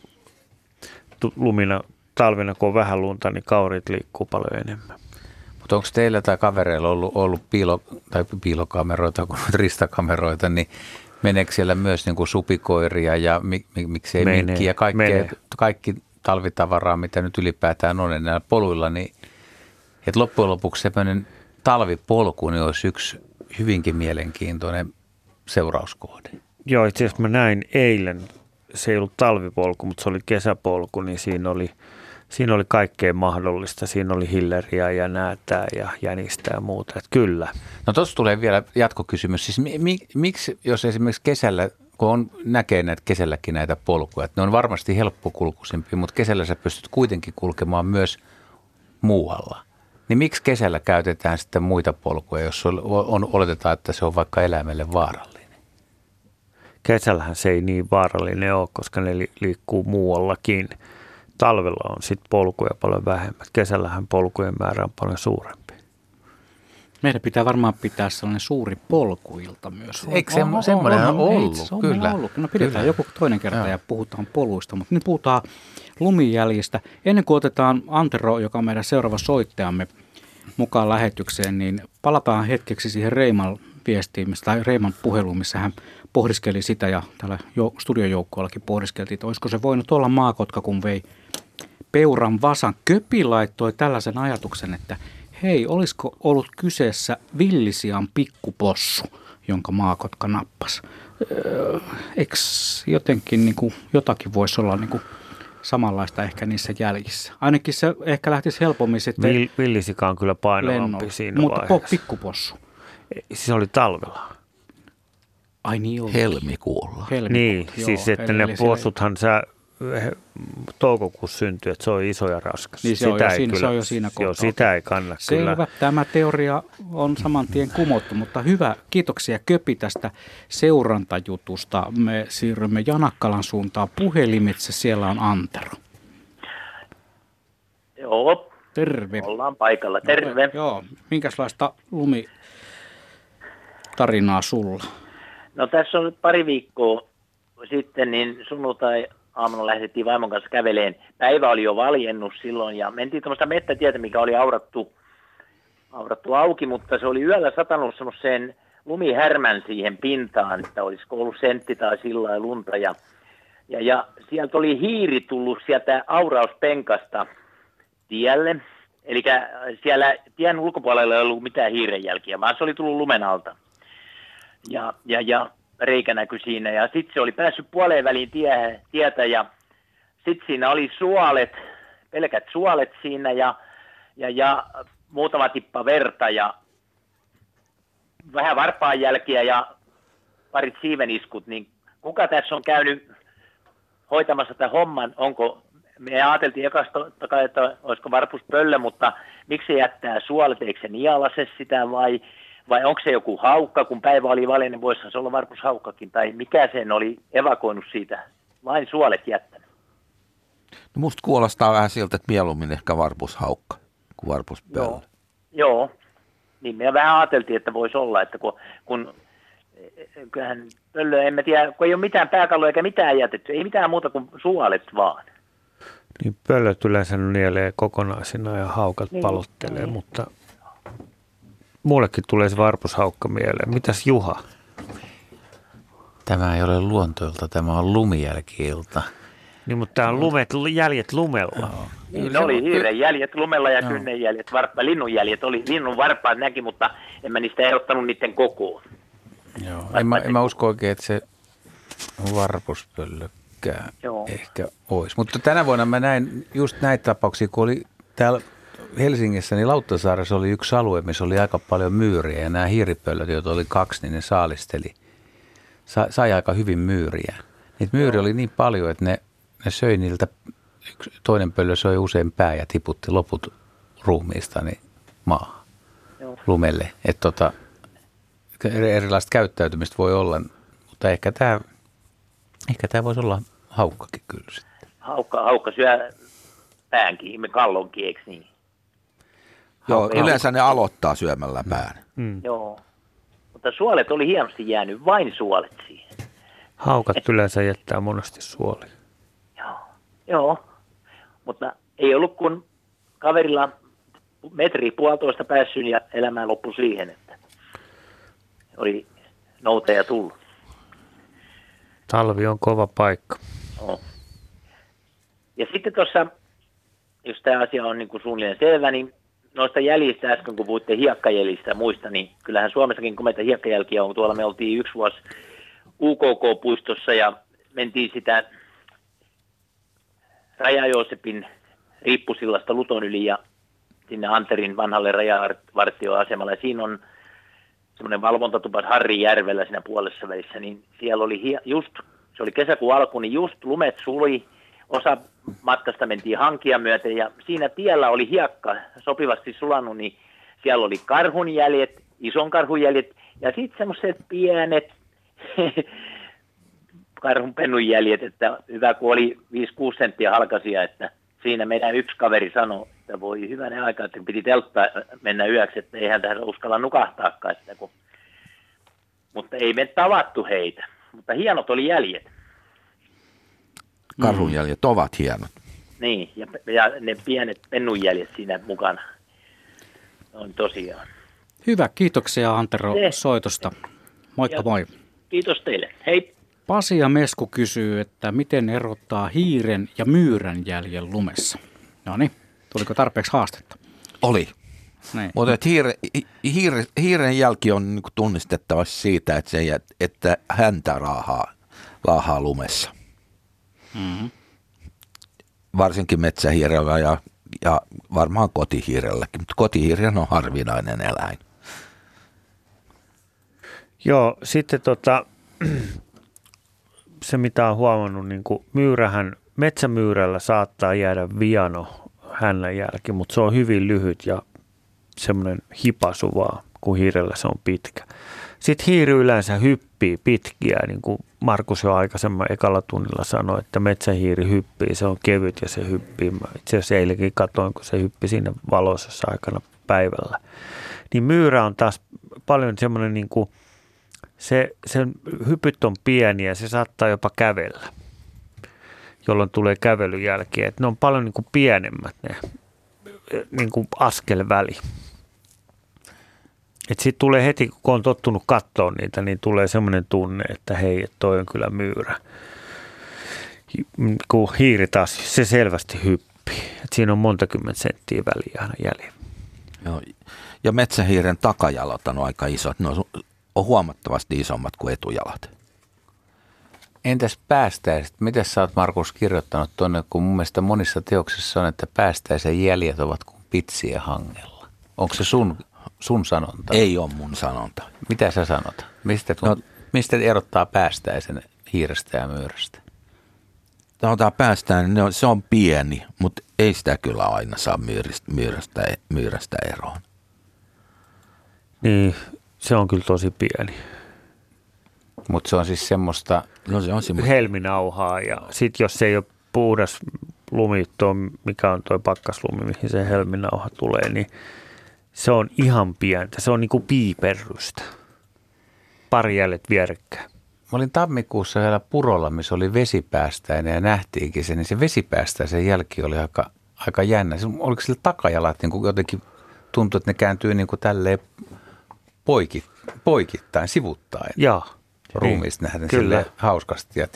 lumina talvina, kun on vähän lunta, niin kauriit liikkuu paljon enemmän.
Mutta onko teillä tai kavereilla ollut piilokameroita, kun ristakameroita, niin meneekö siellä myös niin kuin supikoiria ja miksei minkkiä ja kaikki talvitavaraa, mitä nyt ylipäätään on näillä poluilla, niin että loppujen lopuksi semmoinen talvipolku niin olisi yksi hyvinkin mielenkiintoinen seurauskohde.
Joo, itse asiassa mä näin eilen, se ei ollut talvipolku, mutta se oli kesäpolku, niin siinä oli kaikkea mahdollista. Siinä oli hilleriä ja näätää ja jänistä ja muuta. Että kyllä.
No tuossa tulee vielä jatkokysymys. Siis miksi, jos esimerkiksi kesällä, kun näkee näitä kesälläkin näitä polkuja, että ne on varmasti helppokulkuisimpia, mutta kesällä sä pystyt kuitenkin kulkemaan myös muualla. Niin miksi kesällä käytetään sitten muita polkuja, jos oletetaan, että se on vaikka eläimelle vaarallinen?
Kesällähän se ei niin vaarallinen ole, koska ne liikkuu muuallakin. Talvella on sitten polkuja paljon vähemmän. Kesällähän polkujen määrä on paljon suurempi.
Meidän pitää varmaan pitää sellainen suuri polkuilta myös.
Eikö semmoinen ollut? Kyllä.
Ollut. No pidetään joku toinen kerta ja puhutaan poluista, mutta nyt puhutaan lumijäljistä. Ennen kuin otetaan Antero, joka on meidän seuraava soittajamme, mukaan lähetykseen, niin palataan hetkeksi siihen Reiman viestiin, tai Reiman puheluun, missä hän pohdiskeli sitä ja täällä studiojoukkoillakin pohdiskeltiin, että olisiko se voinut olla maakotka, kun vei peuran vasan. Köpi laittoi tällaisen ajatuksen, että hei, olisiko ollut kyseessä villisian pikkupossu, jonka maakotka nappasi. Eikö jotenkin niin kuin, jotakin voisi olla niin kuin samanlaista ehkä niissä jäljissä? Ainakin se ehkä lähtisi helpommin sitten.
Villisika on kyllä painavampi siinä
mutta
vaiheessa.
Pikkupossu.
Se oli talvella.
Ai niin oli.
Helmikuulla.
Niin, joo, siis että ne possuthan toukokuussa syntyy, että se on iso ja raskas.
Niin se on jo siinä kohtaa.
Joo, sitä ei kanna
Selvä.
kyllä.
Tämä teoria on saman tien kumottu, mutta hyvä. Kiitoksia Köpi tästä seurantajutusta. Me siirrymme Janakkalan suuntaan puhelimitse. Siellä on Antero.
Joo.
Terve.
Ollaan paikalla. Terve.
Joo. Minkälaista lumitarinaa sulla?
No tässä on nyt pari viikkoa sitten, niin sunnuntai-aamuna lähdettiin vaimon kanssa käveleen. Päivä oli jo valjennut silloin ja mentiin tuommoista mettätietä, mikä oli aurattu auki, mutta se oli yöllä satanut semmoiseen lumihärmän siihen pintaan, että olisiko ollut sentti tai sillä lunta. Ja sieltä oli hiiri tullut sieltä aurauspenkasta tielle. Eli siellä tien ulkopuolella ei ollut mitään hiirenjälkiä, vaan se oli tullut lumen alta. Ja reikä näkyi siinä. Ja sitten se oli päässyt puoleen väliin tietä ja sitten siinä oli pelkät suolet siinä ja muutama tippa verta ja vähän varpaanjälkiä ja parit siiveniskut. Niin kuka tässä on käynyt hoitamassa tämän homman? Me ajateltiin ekasta, että olisiko varpuspöllö, mutta miksi jättää suolet? Eikö se nialase sitä vai onko se joku haukka, kun päivä oli valjennut, voisihan se olla varpushaukkakin, tai mikä sen oli evakoinut siitä, vain suolet jättänyt?
No musta kuulostaa vähän siltä, että mieluummin ehkä varpushaukka kuin varpuspöllö.
Joo, niin me vähän ajateltiin, että voisi olla, että kun kyllähän pöllö, en mä tiedä, kun ei ole mitään pääkalloa eikä mitään jätetty, ei mitään muuta kuin suolet vaan.
Niin pöllöt yleensä nielee kokonaisina ja haukat palottelee, mutta mullekin tulee se varpushaukka mieleen. Mitäs Juha?
Tämä ei ole luontoilta, tämä on lumijälki-ilta.
Niin, mutta tämä on jäljet lumella.
Niin oli hiiren jäljet lumella ja kynnen jäljet, linnun jäljet oli. Linnun varpaat näki, mutta en mä niistä erottanut niiden kokoon.
Joo. En mä usko oikein, että Varpuspöllökkää
Joo.
ehkä olisi. Mutta tänä vuonna mä näin just näitä tapauksia, kun oli täällä Helsingissä, niin Lauttasaaressa oli yksi alue, missä oli aika paljon myyriä. Ja nämä hiiripöllöt, joita oli 2, niin ne saalisteli. Sai aika hyvin myyriä. Niitä myyriä oli niin paljon, että ne söi niiltä, toinen pöllö söi usein pää ja tiputti loput ruumiista niin maahan, lumelle. Että erilaista käyttäytymistä voi olla, mutta ehkä tämä voisi olla haukkakin kyllä sitten.
Haukka syö päänkin, me kallonkin, eikö niin?
Joo, yleensä ne aloittaa syömällä pään.
Joo, mutta suolet oli hienosti jäänyt, vain suolet siihen.
Haukat yleensä jättää monesti suoli.
Joo, mutta ei ollut kun kaverilla 1,5 metriä päässyt ja elämään loppui siihen, että oli nouteja tullut.
Talvi on kova paikka.
Joo. Ja sitten tuossa, jos tämä asia on niin kuin suunnilleen selvä, niin noista jäljistä äsken, kun puhuitte hiekkajäljistä ja muista, niin kyllähän Suomessakin komeita hiekkajälkiä on. Tuolla me oltiin 1 vuosi UKK-puistossa ja mentiin sitä Raja-Joosepin riippusillasta Luton yli ja sinne Anterin vanhalle rajavartioasemalle. Ja siinä on semmoinen valvontatupas Harrijärvellä siinä puolessa välissä, niin siellä oli se oli kesäkuun alku, niin just lumet suli, osa matkasta mentiin hankia myöten ja siinä tiellä oli hiekka sopivasti sulanut, niin siellä oli karhunjäljet, ison karhunjäljet ja sitten semmoiset pienet karhunpennunjäljet, että hyvä kun oli 5-6 senttiä halkaisia, että siinä meidän yksi kaveri sanoi, että voi hyvänen aika, että piti telttaa mennä yöksi, että eihän tähän uskalla nukahtaakaan, että mutta ei me tavattu heitä, mutta hienot oli jäljet.
Karhunjäljet ovat hienot.
Niin, ja ne pienet pennunjäljet siinä mukana on tosiaan.
Hyvä, kiitoksia Antero soitosta. Moikka moi.
Kiitos teille, hei.
Pasi ja Mesku kysyy, että miten erottaa hiiren ja myyrän jäljen lumessa? No niin, tuliko tarpeeksi haastetta?
Oli.
Niin.
Mutta hiiren jälki on niinku tunnistettava siitä, että häntä laahaa lumessa.
Mm-hmm.
Varsinkin metsähiirellä ja varmaan kotihiirelläkin, mutta kotihiiri on harvinainen eläin.
Joo, sitten se mitä on huomannut, niin kuin metsämyyrällä saattaa jäädä viano hännän jälki, mutta se on hyvin lyhyt ja semmoinen hipasu vaan, kun hiirellä se on pitkä. Sitten hiiri yleensä hyppii pitkiä, niin kuin Markus jo aikaisemmin ekalla tunnilla sanoi, että metsähiiri hyppii, se on kevyt ja se hyppii. Itse asiassa eilenkin katsoin, kun se hyppi siinä valoisessa aikana päivällä. Niin myyrä on taas paljon semmoinen, niin kuin sen hypyt on pieniä ja se saattaa jopa kävellä, jolloin tulee kävelyjälkiä. Että ne on paljon niin kuin pienemmät ne niin kuin askelväli. Että sitten tulee heti, kun on tottunut katsoa niitä, niin tulee semmoinen tunne, että hei, että toi on kyllä myyrä. Kun hiiri taas, se selvästi hyppii. Että siinä on monta kymmentä senttiä väliä aina jäljellä.
Joo. Ja metsähiiren takajalat on aika isot. Ne on huomattavasti isommat kuin etujalat.
Entäs päästäiset? Miten sä oot, Markus, kirjoittanut tuonne, kun mun mielestä monissa teoksissa on, että päästäisen jäljet ovat kuin pitsien hangella. Onko se sun sanonta?
Ei ole mun sanonta.
Mitä sä sanot? Mistä erottaa päästäisen hiirestä ja myyrästä?
Päästäinen, se on pieni, mutta ei sitä kyllä aina saa myyrästä eroon.
Niin, se on kyllä tosi pieni.
Mutta se on siis semmoista
helminauhaa ja sitten jos se ei ole puhdas lumi, mikä on tuo pakkaslumi, mihin se helminauha tulee, niin se on ihan pientä. Se on niinku piiperrystä. Pari jäljet vierekkäin.
Mä olin tammikuussa vielä Purolla, missä oli vesipäästäinen ja nähtiinkin se, niin se vesipäästäisen jälki oli aika jännä. Oliko sillä takajalat niin kuin jotenkin tuntui, että ne kääntyy niin kuin tälleen poikittain, sivuttain.
Joo.
Ruumiista nähdään silleen hauskasti ja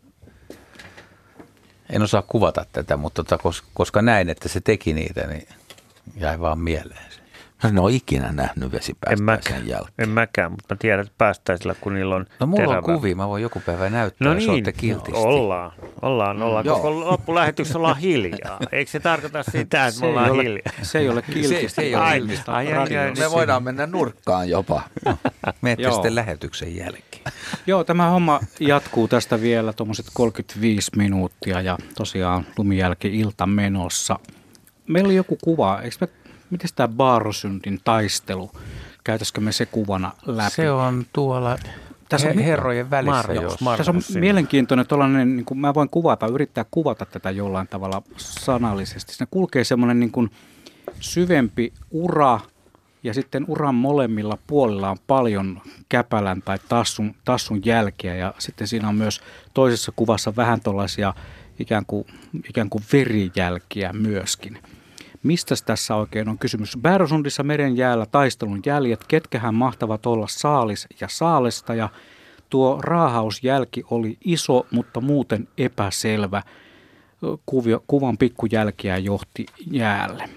en osaa kuvata tätä, mutta koska näin, että se teki niitä, niin jäi vaan mieleen se.
En ole ikinä nähnyt vesipäästäisen jälkeen.
En mäkään, mutta mä tiedän, että päästäisillä, kun niillä on
No mulla
terävä.
on kuvia, mä voin joku päivä näyttää,
No
jos
niin,
olette kiltisti.
ollaan.
Joo.
Koko loppulähetys ollaan hiljaa. Eikö se tarkoita sitä, että me ollaan hiljaa?
Se ei ole kiltistä.
Se ei ole
Ai,
kiltistä
ai,
radiosta.
Me voidaan mennä nurkkaan jopa.
Menette
Joo.
sitten lähetyksen jälkeen.
Joo, tämä homma jatkuu tästä vielä tuommoiset 35 minuuttia ja tosiaan lumijälki-ilta menossa. Meillä oli joku kuva, miten tämä Baarosundin taistelu, käytäisikö me se kuvana läpi?
Se on tuolla
Tässä on
herrojen välissä.
Tässä on mielenkiintoinen tuollainen, niin kuin mä voin yrittää kuvata tätä jollain tavalla sanallisesti. Siinä kulkee semmoinen niin kuin syvempi ura ja sitten uran molemmilla puolilla on paljon käpälän tai tassun jälkiä ja sitten siinä on myös toisessa kuvassa vähän tuollaisia ikään kuin verijälkiä myöskin. Mistä tässä oikein on kysymys? Baarosundissa merenjäällä taistelun jäljet, ketkähän mahtavat olla Saalis ja Saalestaja. Tuo raahausjälki oli iso, mutta muuten epäselvä. Kuvan pikkujälkiä johti jäälle.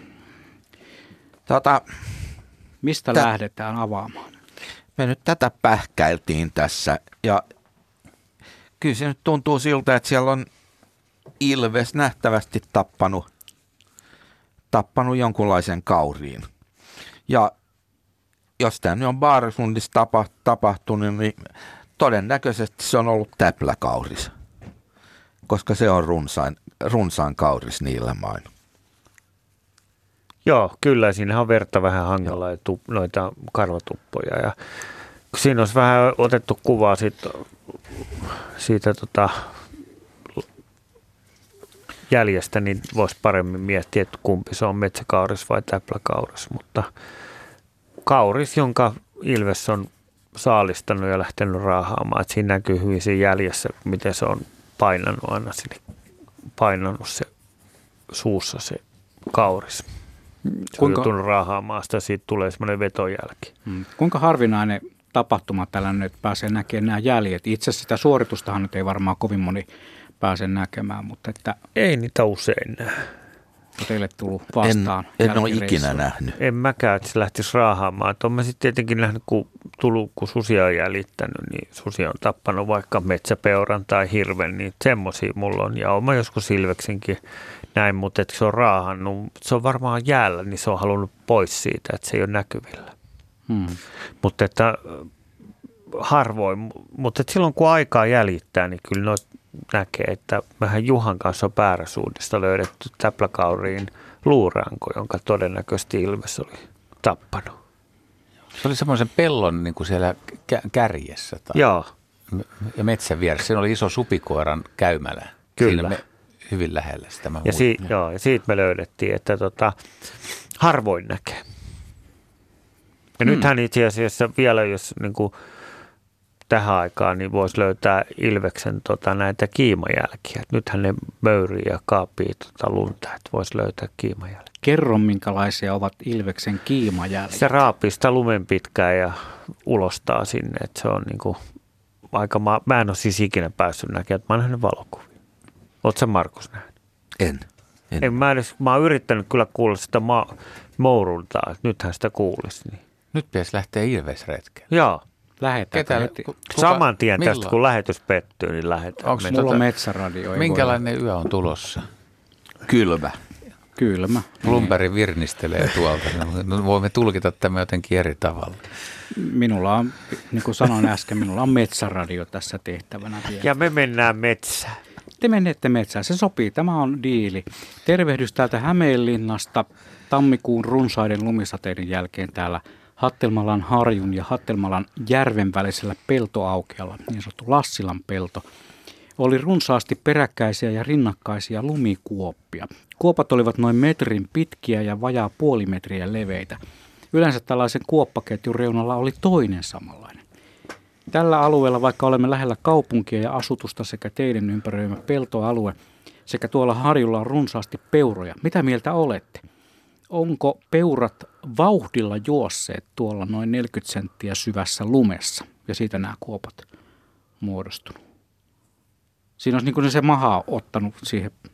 Mistä lähdetään avaamaan?
Me nyt tätä pähkäiltiin tässä ja kyllä se nyt tuntuu siltä, että siellä on ilves nähtävästi tappanut jonkunlaisen kauriin. Ja jos tämä nyt on Baarosundissa tapahtunut, niin todennäköisesti se on ollut täpläkauris, koska se on runsain kauris niillä main.
Joo, kyllä. Siinähän on verta vähän hangella ja noita karvatuppoja. Ja siinä olisi vähän otettu kuvaa siitä jäljestä, niin voisi paremmin miettiä, että kumpi se on, metsäkauris vai täpläkauris. Mutta kauris, jonka ilves on saalistanut ja lähtenyt raahaamaan. Että siinä näkyy hyvin siinä jäljessä, miten se on painanut aina sinne, painanut se suussa se kauris. Se on joutunut raahaamaan sitä, siitä tulee semmoinen vetojälki.
Kuinka harvinainen tapahtuma tällainen, että pääsee näkemään nämä jäljet? Itse asiassa sitä suoritustahan nyt ei varmaan kovin moni pääse näkemään, mutta että
ei niitä usein näe.
Teille tullut vastaan.
En ole ikinä nähnyt.
En mäkään, että se lähtisi raahaamaan. Olen mä sitten tietenkin nähnyt, kun susia on jäljittänyt, niin susia on tappanut vaikka metsäpeuran tai hirven, niin semmoisia mulla on. Ja olen mä joskus ilveksenkin näin, mutta että se on raahannut. Se on varmaan jäällä, niin se on halunnut pois siitä, että se ei ole näkyvillä. Mutta että harvoin, mutta että silloin kun aikaa jäljittää, niin kyllä noita näkee, että mehän Juhan kanssa on Baarosundista löydetty täpläkauriin luuranko, jonka todennäköisesti ilves oli tappanut.
Se oli semmoisen pellon niin kuin siellä kärjessä
Joo.
Ja metsän vieressä. Siinä oli iso supikoiran käymälä.
Kyllä.
Siinä hyvin lähellä sitä.
Ja siitä me löydettiin, että harvoin näkee. Ja nythän itse asiassa vielä, jos niin kuin tähän aikaan, niin voisi löytää ilveksen näitä kiimajälkiä. Nythän ne möyrii ja kaapii lunta, että voisi löytää kiimajälkiä.
Kerro, minkälaisia ovat ilveksen kiimajälkiä.
Se raapii sitä lumen pitkään ja ulostaa sinne, että se on niin kuin mä en ole siis ikinä päässyt näkemään, että mä oon nähnyt valokuvia. Oletko sä, Markus, nähnyt?
En.
Mä oon yrittänyt kyllä kuulla sitä mouruntaa, että nythän sitä kuulisi. Niin.
Nyt pitäisi lähteä ilvesretkeen.
Joo.
Lähetään heti.
Saman tien tästä, kun lähetys pettyy, niin lähdetään.
Mulla on metsäradio.
Minkälainen yö on tulossa?
Kylmä.
Blumberg virnistelee tuolta. Voimme tulkita tämä jotenkin eri tavalla.
Minulla on, niin kuin sanoin äsken, minulla on metsäradio tässä tehtävänä vielä.
Ja me mennään metsään.
Te menette metsään, se sopii, tämä on diili. Tervehdys täältä Hämeenlinnasta tammikuun runsaiden lumisateiden jälkeen täällä Hattelmalan harjun ja Hattelmalan järven välisellä peltoaukealla, niin sanottu Lassilan pelto. Oli runsaasti peräkkäisiä ja rinnakkaisia lumikuoppia. Kuopat olivat noin metrin pitkiä ja vajaa puoli metriä leveitä. Yleensä tällaisen kuoppaketjun reunalla oli toinen samanlainen. Tällä alueella, vaikka olemme lähellä kaupunkia ja asutusta sekä teiden ympäröimä peltoalue, sekä tuolla harjulla on runsaasti peuroja. Mitä mieltä olette? Onko peurat vauhdilla juosseet tuolla noin 40 senttiä syvässä lumessa ja siitä nämä kuopat muodostunut? Siinä olisi niin kuin se maha ottanut siihen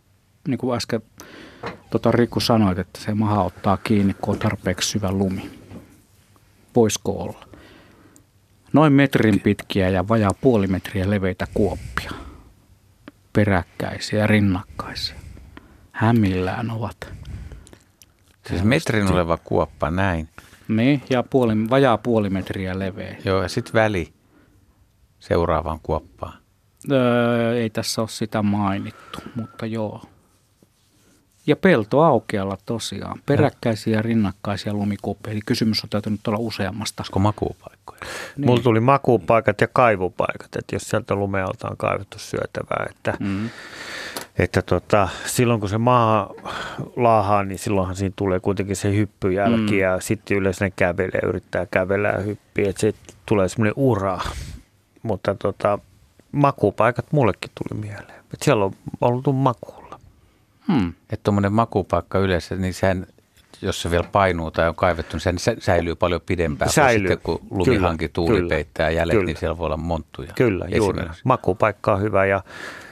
niin kuin äsken Riku sanoit, että se maha ottaa kiinni, kun on tarpeeksi syvä lumi. Voisiko olla? Noin metrin pitkiä ja vajaa puoli metriä leveitä kuoppia. Peräkkäisiä, rinnakkaisia. Hämillään ovat.
Siis metrin oleva kuoppa, näin.
Niin, ja vajaa puoli metriä leveä.
Joo, ja sitten väli seuraavaan kuoppaan.
Ei tässä ole sitä mainittu, mutta joo. Ja pelto aukealla tosiaan. Peräkkäisiä ja rinnakkaisia lumikuoppeja. Eli kysymys on täytynyt olla useammasta.
Onko makuupaikkoja?
Niin. Mulla tuli makuupaikat ja kaivupaikat, että jos sieltä lumealta on kaivettu syötävää, että silloin kun se maa laahaa, niin silloinhan siinä tulee kuitenkin se hyppyjälki ja sitten yleensä ne yrittää kävellä ja hyppiä, että se tulee semmoinen ura. Mutta makuupaikat mullekin tuli mieleen, että siellä on oltu makuulla.
Että tuommoinen makuupaikka yleensä, niin sehän, jos se vielä painuu tai on kaivettu, niin se säilyy paljon pidempään.
Säilyy.
Sitten kun lumihanki tuuli
Kyllä.
peittää jäljet, niin siellä voi olla monttuja.
Kyllä, juuri. Makuupaikka on hyvä ja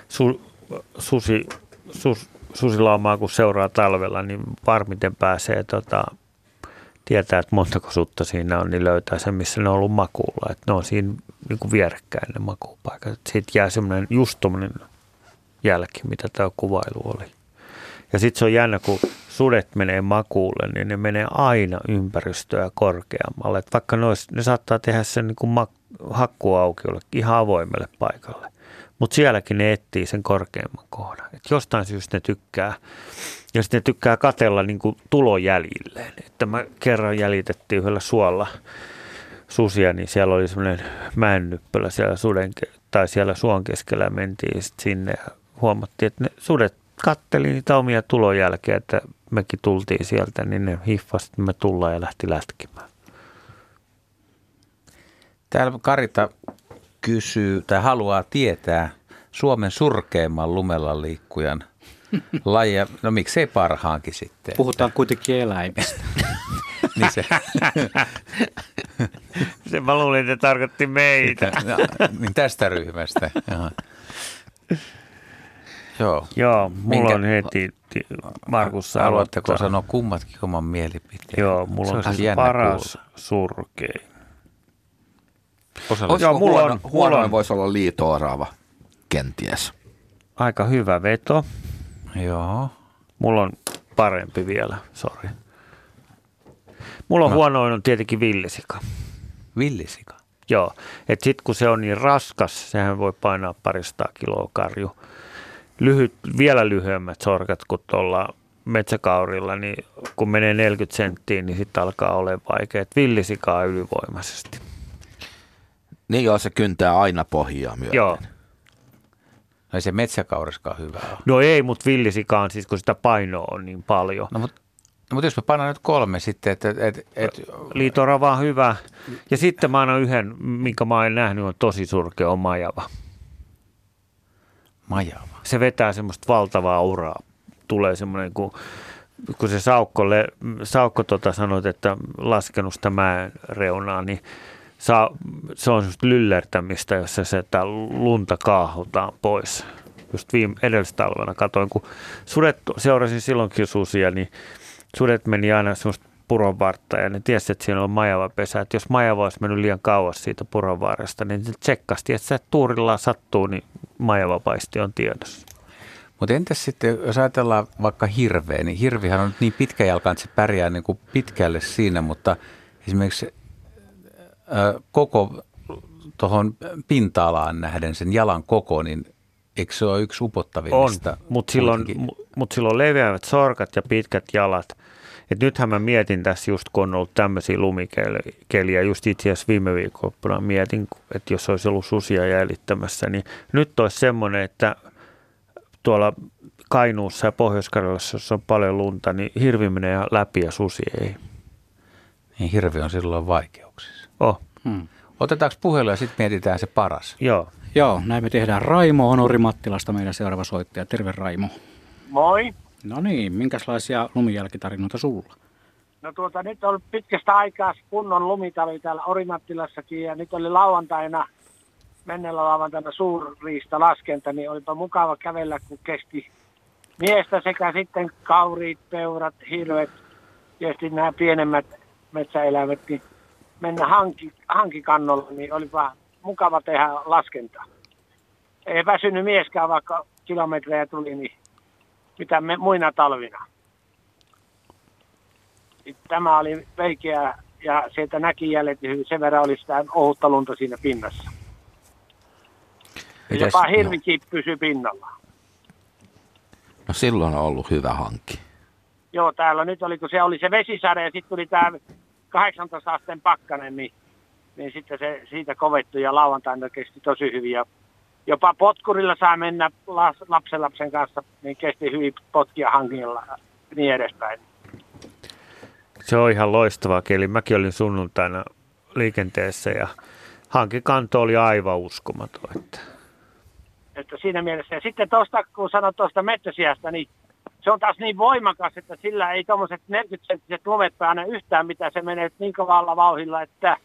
susilaumaa kun seuraa talvella, niin varmiten pääsee tietää, että montako sutta siinä on, niin löytää sen, missä ne on ollut makuulla. Että ne on siinä niin kuin vierekkäin ne makuupaikat. Siitä jää semmoinen just tommoinen jälki, mitä tämä kuvailu oli. Ja sitten se on jännä, kun sudet menee makuulle, niin ne menee aina ympäristöä korkeammalle. Et vaikka ne saattaa tehdä sen niin kuin hakkuaukiolle ihan avoimelle paikalle. Mutta sielläkin ne etsii sen korkeamman kohdan. Et jostain syystä ne tykkää. Ja sitten ne tykkää katsella niin kuin tulojäljilleen. Että mä kerran jäljitettiin yhdellä suolla susia, niin siellä oli semmoinen mäennyppölä siellä siellä suon keskellä mentiin sit sinne ja huomattiin, että ne sudet katteli niitä omia tulojälkeä, että mekin tultiin sieltä, niin ne hiffasi, että me tullaan ja lähti lätkimään.
Täällä Karita kysyy tai haluaa tietää Suomen surkeimman lumella liikkujan lajia. No miksei parhaankin sitten?
Puhutaan kuitenkin eläimistä.
Niin
se mä luulin, että tarkoitti meitä.
Niin tästä ryhmästä. Jaha.
Joo, mulla on heti Markus.
Haluatteko sanoa kummatkin oman mielipiteen?
Joo, mulla on paras surkein.
Huonoin voisi olla liito-orava kenties.
Aika hyvä veto.
Joo.
Mulla on parempi vielä, sori. Mulla on huonoin on tietenkin villisika.
Villisika?
Joo, että sitten kun se on niin raskas, sehän voi painaa 200 kiloa karju. Vielä lyhyemmät sorkat kuin tuolla metsäkaurilla, niin kun menee 40 senttiä, niin sitten alkaa olemaan vaikea. Villisikaa ylivoimaisesti.
Niin joo, se kyntää aina pohjaa myöten.
Joo.
No ei se metsäkauriskaan hyvä ole.
No ei, mutta villisikaan siis, kun sitä painoa on niin paljon.
No mutta jos me pannaan nyt 3 sitten, että
liito-orava on hyvä. Ja sitten mä annan yhden, minkä mä oon nähnyt, on tosi surkea, on majava.
Majava?
Se vetää semmoista valtavaa uraa. Tulee semmoinen, kun se Saukko sanoit, että laskenut sitä mäen reunaa, niin se on semmoista lyllertämistä, jossa se lunta kaahutaan pois. Just edellistalvena katoin, kun sudet, seurasin silloinkin susia, niin sudet meni aina semmoista puronvartta ja ne tiesi, että siinä on majavapesä. Että jos majava olisi mennyt liian kauas siitä puronvarresta, niin se tsekkasti, että se tuurilla sattuu, niin majavapaisti on tiedossa.
Mutta entäs sitten, jos ajatellaan vaikka hirveä, niin hirvihän on niin pitkäjalkainen, että se pärjää niin kuin pitkälle siinä, mutta esimerkiksi koko tuohon pinta-alaan nähden sen jalan koko, niin eikö se ole yksi upottavimmista?
On, mutta silloin leveävät sorkat ja pitkät jalat. Et nythän mä mietin tässä just, kun on ollut tämmöisiä lumikeliä, just itse asiassa viime viikonloppuna mietin, että jos olisi ollut susia jäljittämässä, niin nyt olisi semmoinen, että tuolla Kainuussa ja Pohjois-Karjalassa, jossa on paljon lunta, niin hirvi menee läpi ja susi ei.
Niin hirvi on silloin vaikeuksissa.
Otetaanko
puhelu ja sitten mietitään se paras?
Joo, näin me tehdään. Raimo on Orimattilasta meidän seuraava soittaja. Terve Raimo.
Moi.
No niin, minkälaisia lumijälkitarinoita sulla?
No nyt on pitkästä aikaa kunnon lumitavi täällä Orimattilassakin ja nyt oli menneellä lauantaina suurriista laskenta, niin olipa mukava kävellä, kun kesti miestä sekä sitten kauriit, peurat, hirvet, tietysti nämä pienemmät metsäeläimet, niin mennä hankikannolla, niin olipa mukava tehdä laskentaa. Ei väsynyt mieskään, vaikka kilometrejä tuli, niin mitä muina talvina. Tämä oli veikeä ja sieltä näki jäljet hyvin. Sen verran oli sitä ohutta lunta siinä pinnassa. Jopa hirvikin pysyi pinnalla.
No silloin on ollut hyvä hanki.
Joo, täällä nyt oli, kun se oli se vesisade ja sitten tuli tämä 18 asteen pakkanen, niin sitten se siitä kovettui ja lauantaina kesti tosi hyvin. Ja jopa potkurilla saa mennä lapsen kanssa, niin kesti hyvin potkia hankilla niin edespäin.
Se on ihan loistava keli. Mäkin olin sunnuntaina liikenteessä ja hankikanto oli aivan uskomaton.
Että siinä mielessä. Ja sitten tuosta, kun sanoit tuosta metsäsiästä, niin se on taas niin voimakas, että sillä ei tuommoiset 40-senttiset lumet pääne yhtään mitään. Se menee niin kovalla vauhdilla, että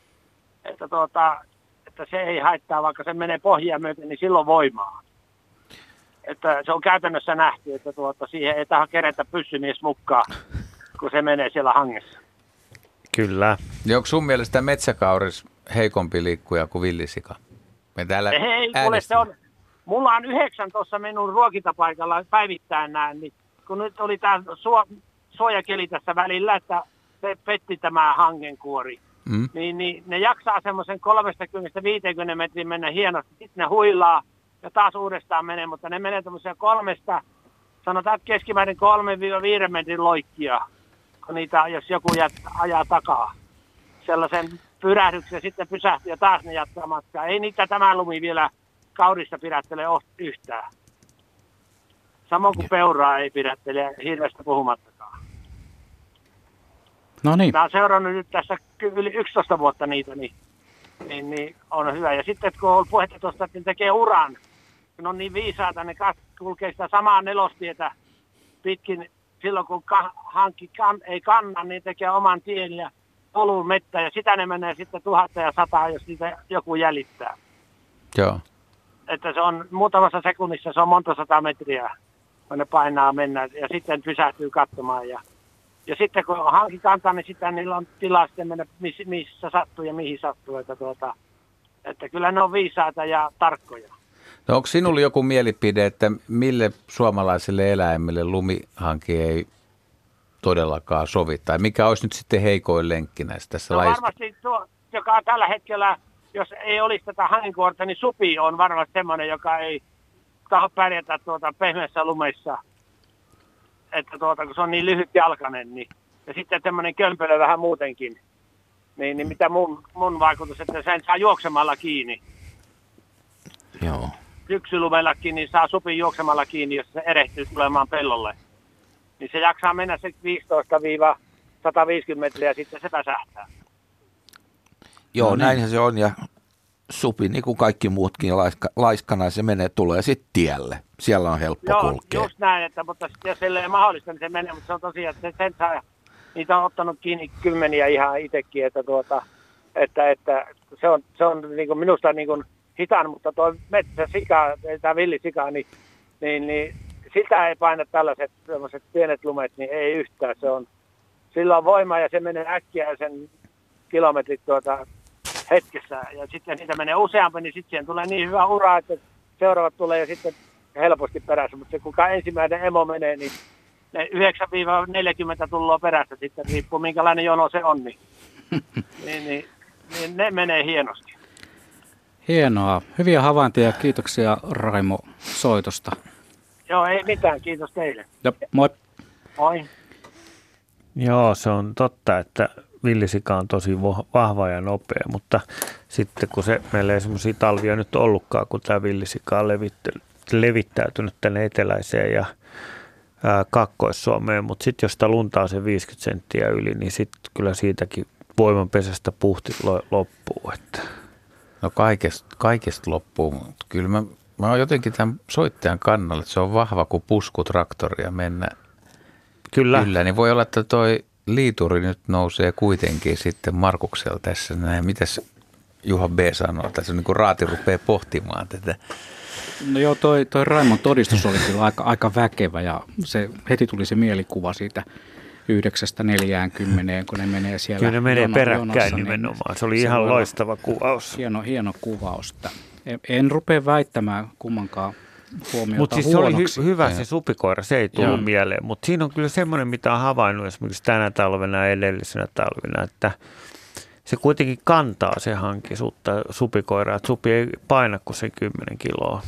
se ei haittaa, vaikka se menee pohjia myöten, niin silloin voimaa. Että se on käytännössä nähty, että siihen ei tähän kerätä pyssymies mukaan, kun se menee siellä hangessa.
Kyllä.
Ja onko sun mielestä metsäkauris heikompi liikkuja kuin villisika? Me täällä
ei, kuule, se on. Mulla on 9 tuossa minun ruokintapaikalla päivittäin näin, niin kun nyt oli tämä suojakeli tässä välillä, että se petti tämä hangenkuori, niin ne jaksaa semmoisen 30-50 metrin mennä hienosti, sitten ne huilaa ja taas uudestaan menee, mutta ne menee tämmöisiä 3, sanotaan keskimäärin 3-5 metrin loikkia, kun niitä, jos joku ajaa takaa. Sellaisen pyrähdyksen sitten pysähtyy ja taas ne jatkaa matkaa. Ei niitä tämä lumi vielä kaurissa pidättele yhtään. Samoin kuin peuraa ei pidättele hirveästä puhumattakaan.
No niin.
Mä oon seurannut nyt tässä yli 11 vuotta niitä, niin on hyvä. Ja sitten kun on puhetta tuosta, että ne tekee uran, kun on niin viisaata, ne kulkee sitä samaa nelostietä pitkin. Silloin kun hankki ei kanna, niin tekee oman tien ja polun mettä. Ja sitä ne menee sitten 1000 ja 100, jos niitä joku jäljittää.
Joo.
Että se on muutamassa sekunnissa, se on monta 100 metriä, kun ne painaa mennä ja sitten pysähtyy katsomaan. Ja sitten kun hanki kantaa, niin sitten niillä on tilaa sitten mennä missä sattuu ja mihin sattuu. Että kyllä ne on viisaita ja tarkkoja.
No onko sinulla joku mielipide, että mille suomalaiselle eläimelle lumihanki ei todellakaan sovi? Tai mikä olisi nyt sitten heikoin lenkki näistä tässä lajista?
Varmasti tuo, joka on tällä hetkellä, jos ei olisi tätä hankinkuorta, niin supi on varmasti semmoinen, joka ei taho pärjätä pehmeässä lumessa. Että kun se on niin lyhytjalkainen, niin. Ja sitten semmoinen kömpelö vähän muutenkin. Niin mitä mun vaikutus, että sen saa juoksemalla kiinni.
Joo.
Syksylumellakin niin saa supin juoksemalla kiinni, jos se erehtyy tulemaan pellolle. Niin se jaksaa mennä se 15-150 metriä ja sitten se väsähtää.
Joo, näinhän se on ja supi, niin kuin kaikki muutkin laiskana, se tulee sitten tielle. Siellä on helppo kulkea. Joo,
just näin, että, mutta jos se ei mahdollista, niin se menee, mutta se on tosiaan, että sen saa, niitä on ottanut kiinni kymmeniä ihan itsekin, että se on niin kuin minusta niin kuin hitaan, mutta tuo metsäsika, tämä villisika, niin sitä ei paina tällaiset pienet lumet, niin ei yhtään. Sillä on voima ja se menee äkkiä sen kilometrit hetkessä. Ja sitten niitä menee useampi, niin sitten siihen tulee niin hyvä ura, että seuraavat tulee ja sitten helposti perässä. Mutta se kuka ensimmäinen emo menee, niin ne 9-40 tullaan perässä sitten, riippuu minkälainen jono se on. Niin ne menee hienosti.
Hienoa. Hyviä havaintoja. Kiitoksia Raimo soitosta.
Joo, ei mitään. Kiitos teille.
Ja moi.
Moi.
Joo, se on totta, että villisika on tosi vahva ja nopea, mutta sitten kun meillä ei semmoisia talvia nyt ollutkaan, kun tämä villisika on levittäytynyt tänne eteläiseen ja Kaakkois-Suomeen, mutta sitten jos sitä luntaa se 50 senttiä yli, niin sitten kyllä siitäkin voimanpesästä puhti loppuu. Että.
No kaikesta loppuu, mutta kyllä mä oon jotenkin tämän soittajan kannalla, että se on vahva kuin puskutraktori ja mennä. Kyllä, niin voi olla, että toi liituri nyt nousee kuitenkin sitten Markuksella tässä näin. Mitäs Juha B sanoo? Tässä on niin kuin raati rupeaa pohtimaan tätä.
No joo, toi Raimon todistus oli kyllä aika väkevä ja heti tuli se mielikuva siitä 9-40, kun ne menee siellä.
Kyllä ne menee peräkkäin
jonossa,
nimenomaan. Se oli ihan loistava kuvaus.
Hieno kuvaus. En rupea väittämään kummankaan huomiota
Mutta siis
huonoksi.
se oli hyvä se supikoira, se ei tullut mieleen. Mutta siinä on kyllä semmoinen, mitä on havainnut esimerkiksi tänä talvena ja edellisenä talvena, että se kuitenkin kantaa se hanki supikoiraa. Että supi ei paina kuin se 10 kiloa,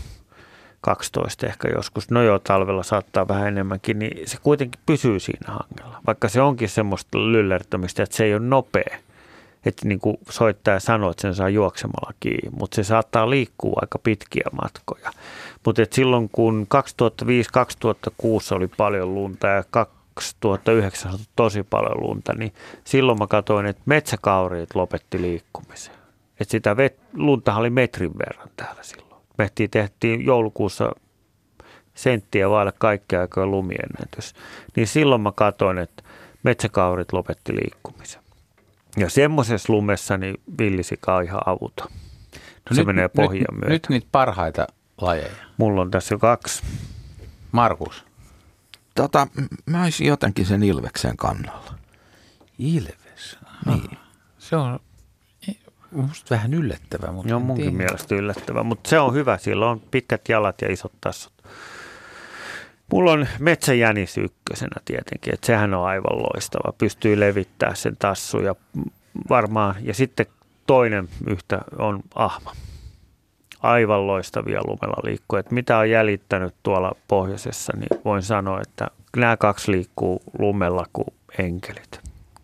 12 ehkä joskus. No joo, talvella saattaa vähän enemmänkin, niin se kuitenkin pysyy siinä hangella. Vaikka se onkin semmoista lyllertämistä, että se ei ole nopea. Että niin kuin soittaja sanoo, että sen saa juoksemalla kiinni, mutta se saattaa liikkua aika pitkiä matkoja. Mutta silloin kun 2005-2006 oli paljon lunta ja 2009 oli tosi paljon lunta, niin silloin mä katsoin, että metsäkauriit lopetti liikkumisen. Että sitä luntahan oli metrin verran täällä silloin. Me tehtiin joulukuussa senttiä vaille kaikkea aikaa lumiennätys. Niin silloin mä katsoin, että metsäkauriit lopetti liikkumisen. Ja semmoisessa lumessa niin villisika on ihan avuton. No se menee pohjan myötä.
Nyt niitä parhaita lajeja.
Mulla on tässä jo 2.
Markus.
Mä olisin jotenkin sen ilveksen kannalla.
Ilves? Niin. Se on musta vähän yllättävää. Mutta
on munkin mielestä yllättävää, mutta se on hyvä. Sillä on pitkät jalat ja isot tassut. Mulla on metsäjänis ykkösenä tietenkin, että sehän on aivan loistava. Pystyy levittämään sen tassun ja varmaan. Ja sitten toinen yhtä on ahma. Aivan loistavia lumella liikkuu. Että mitä on jäljittänyt tuolla pohjoisessa, niin voin sanoa, että nämä 2 liikkuu lumella kuin enkelit.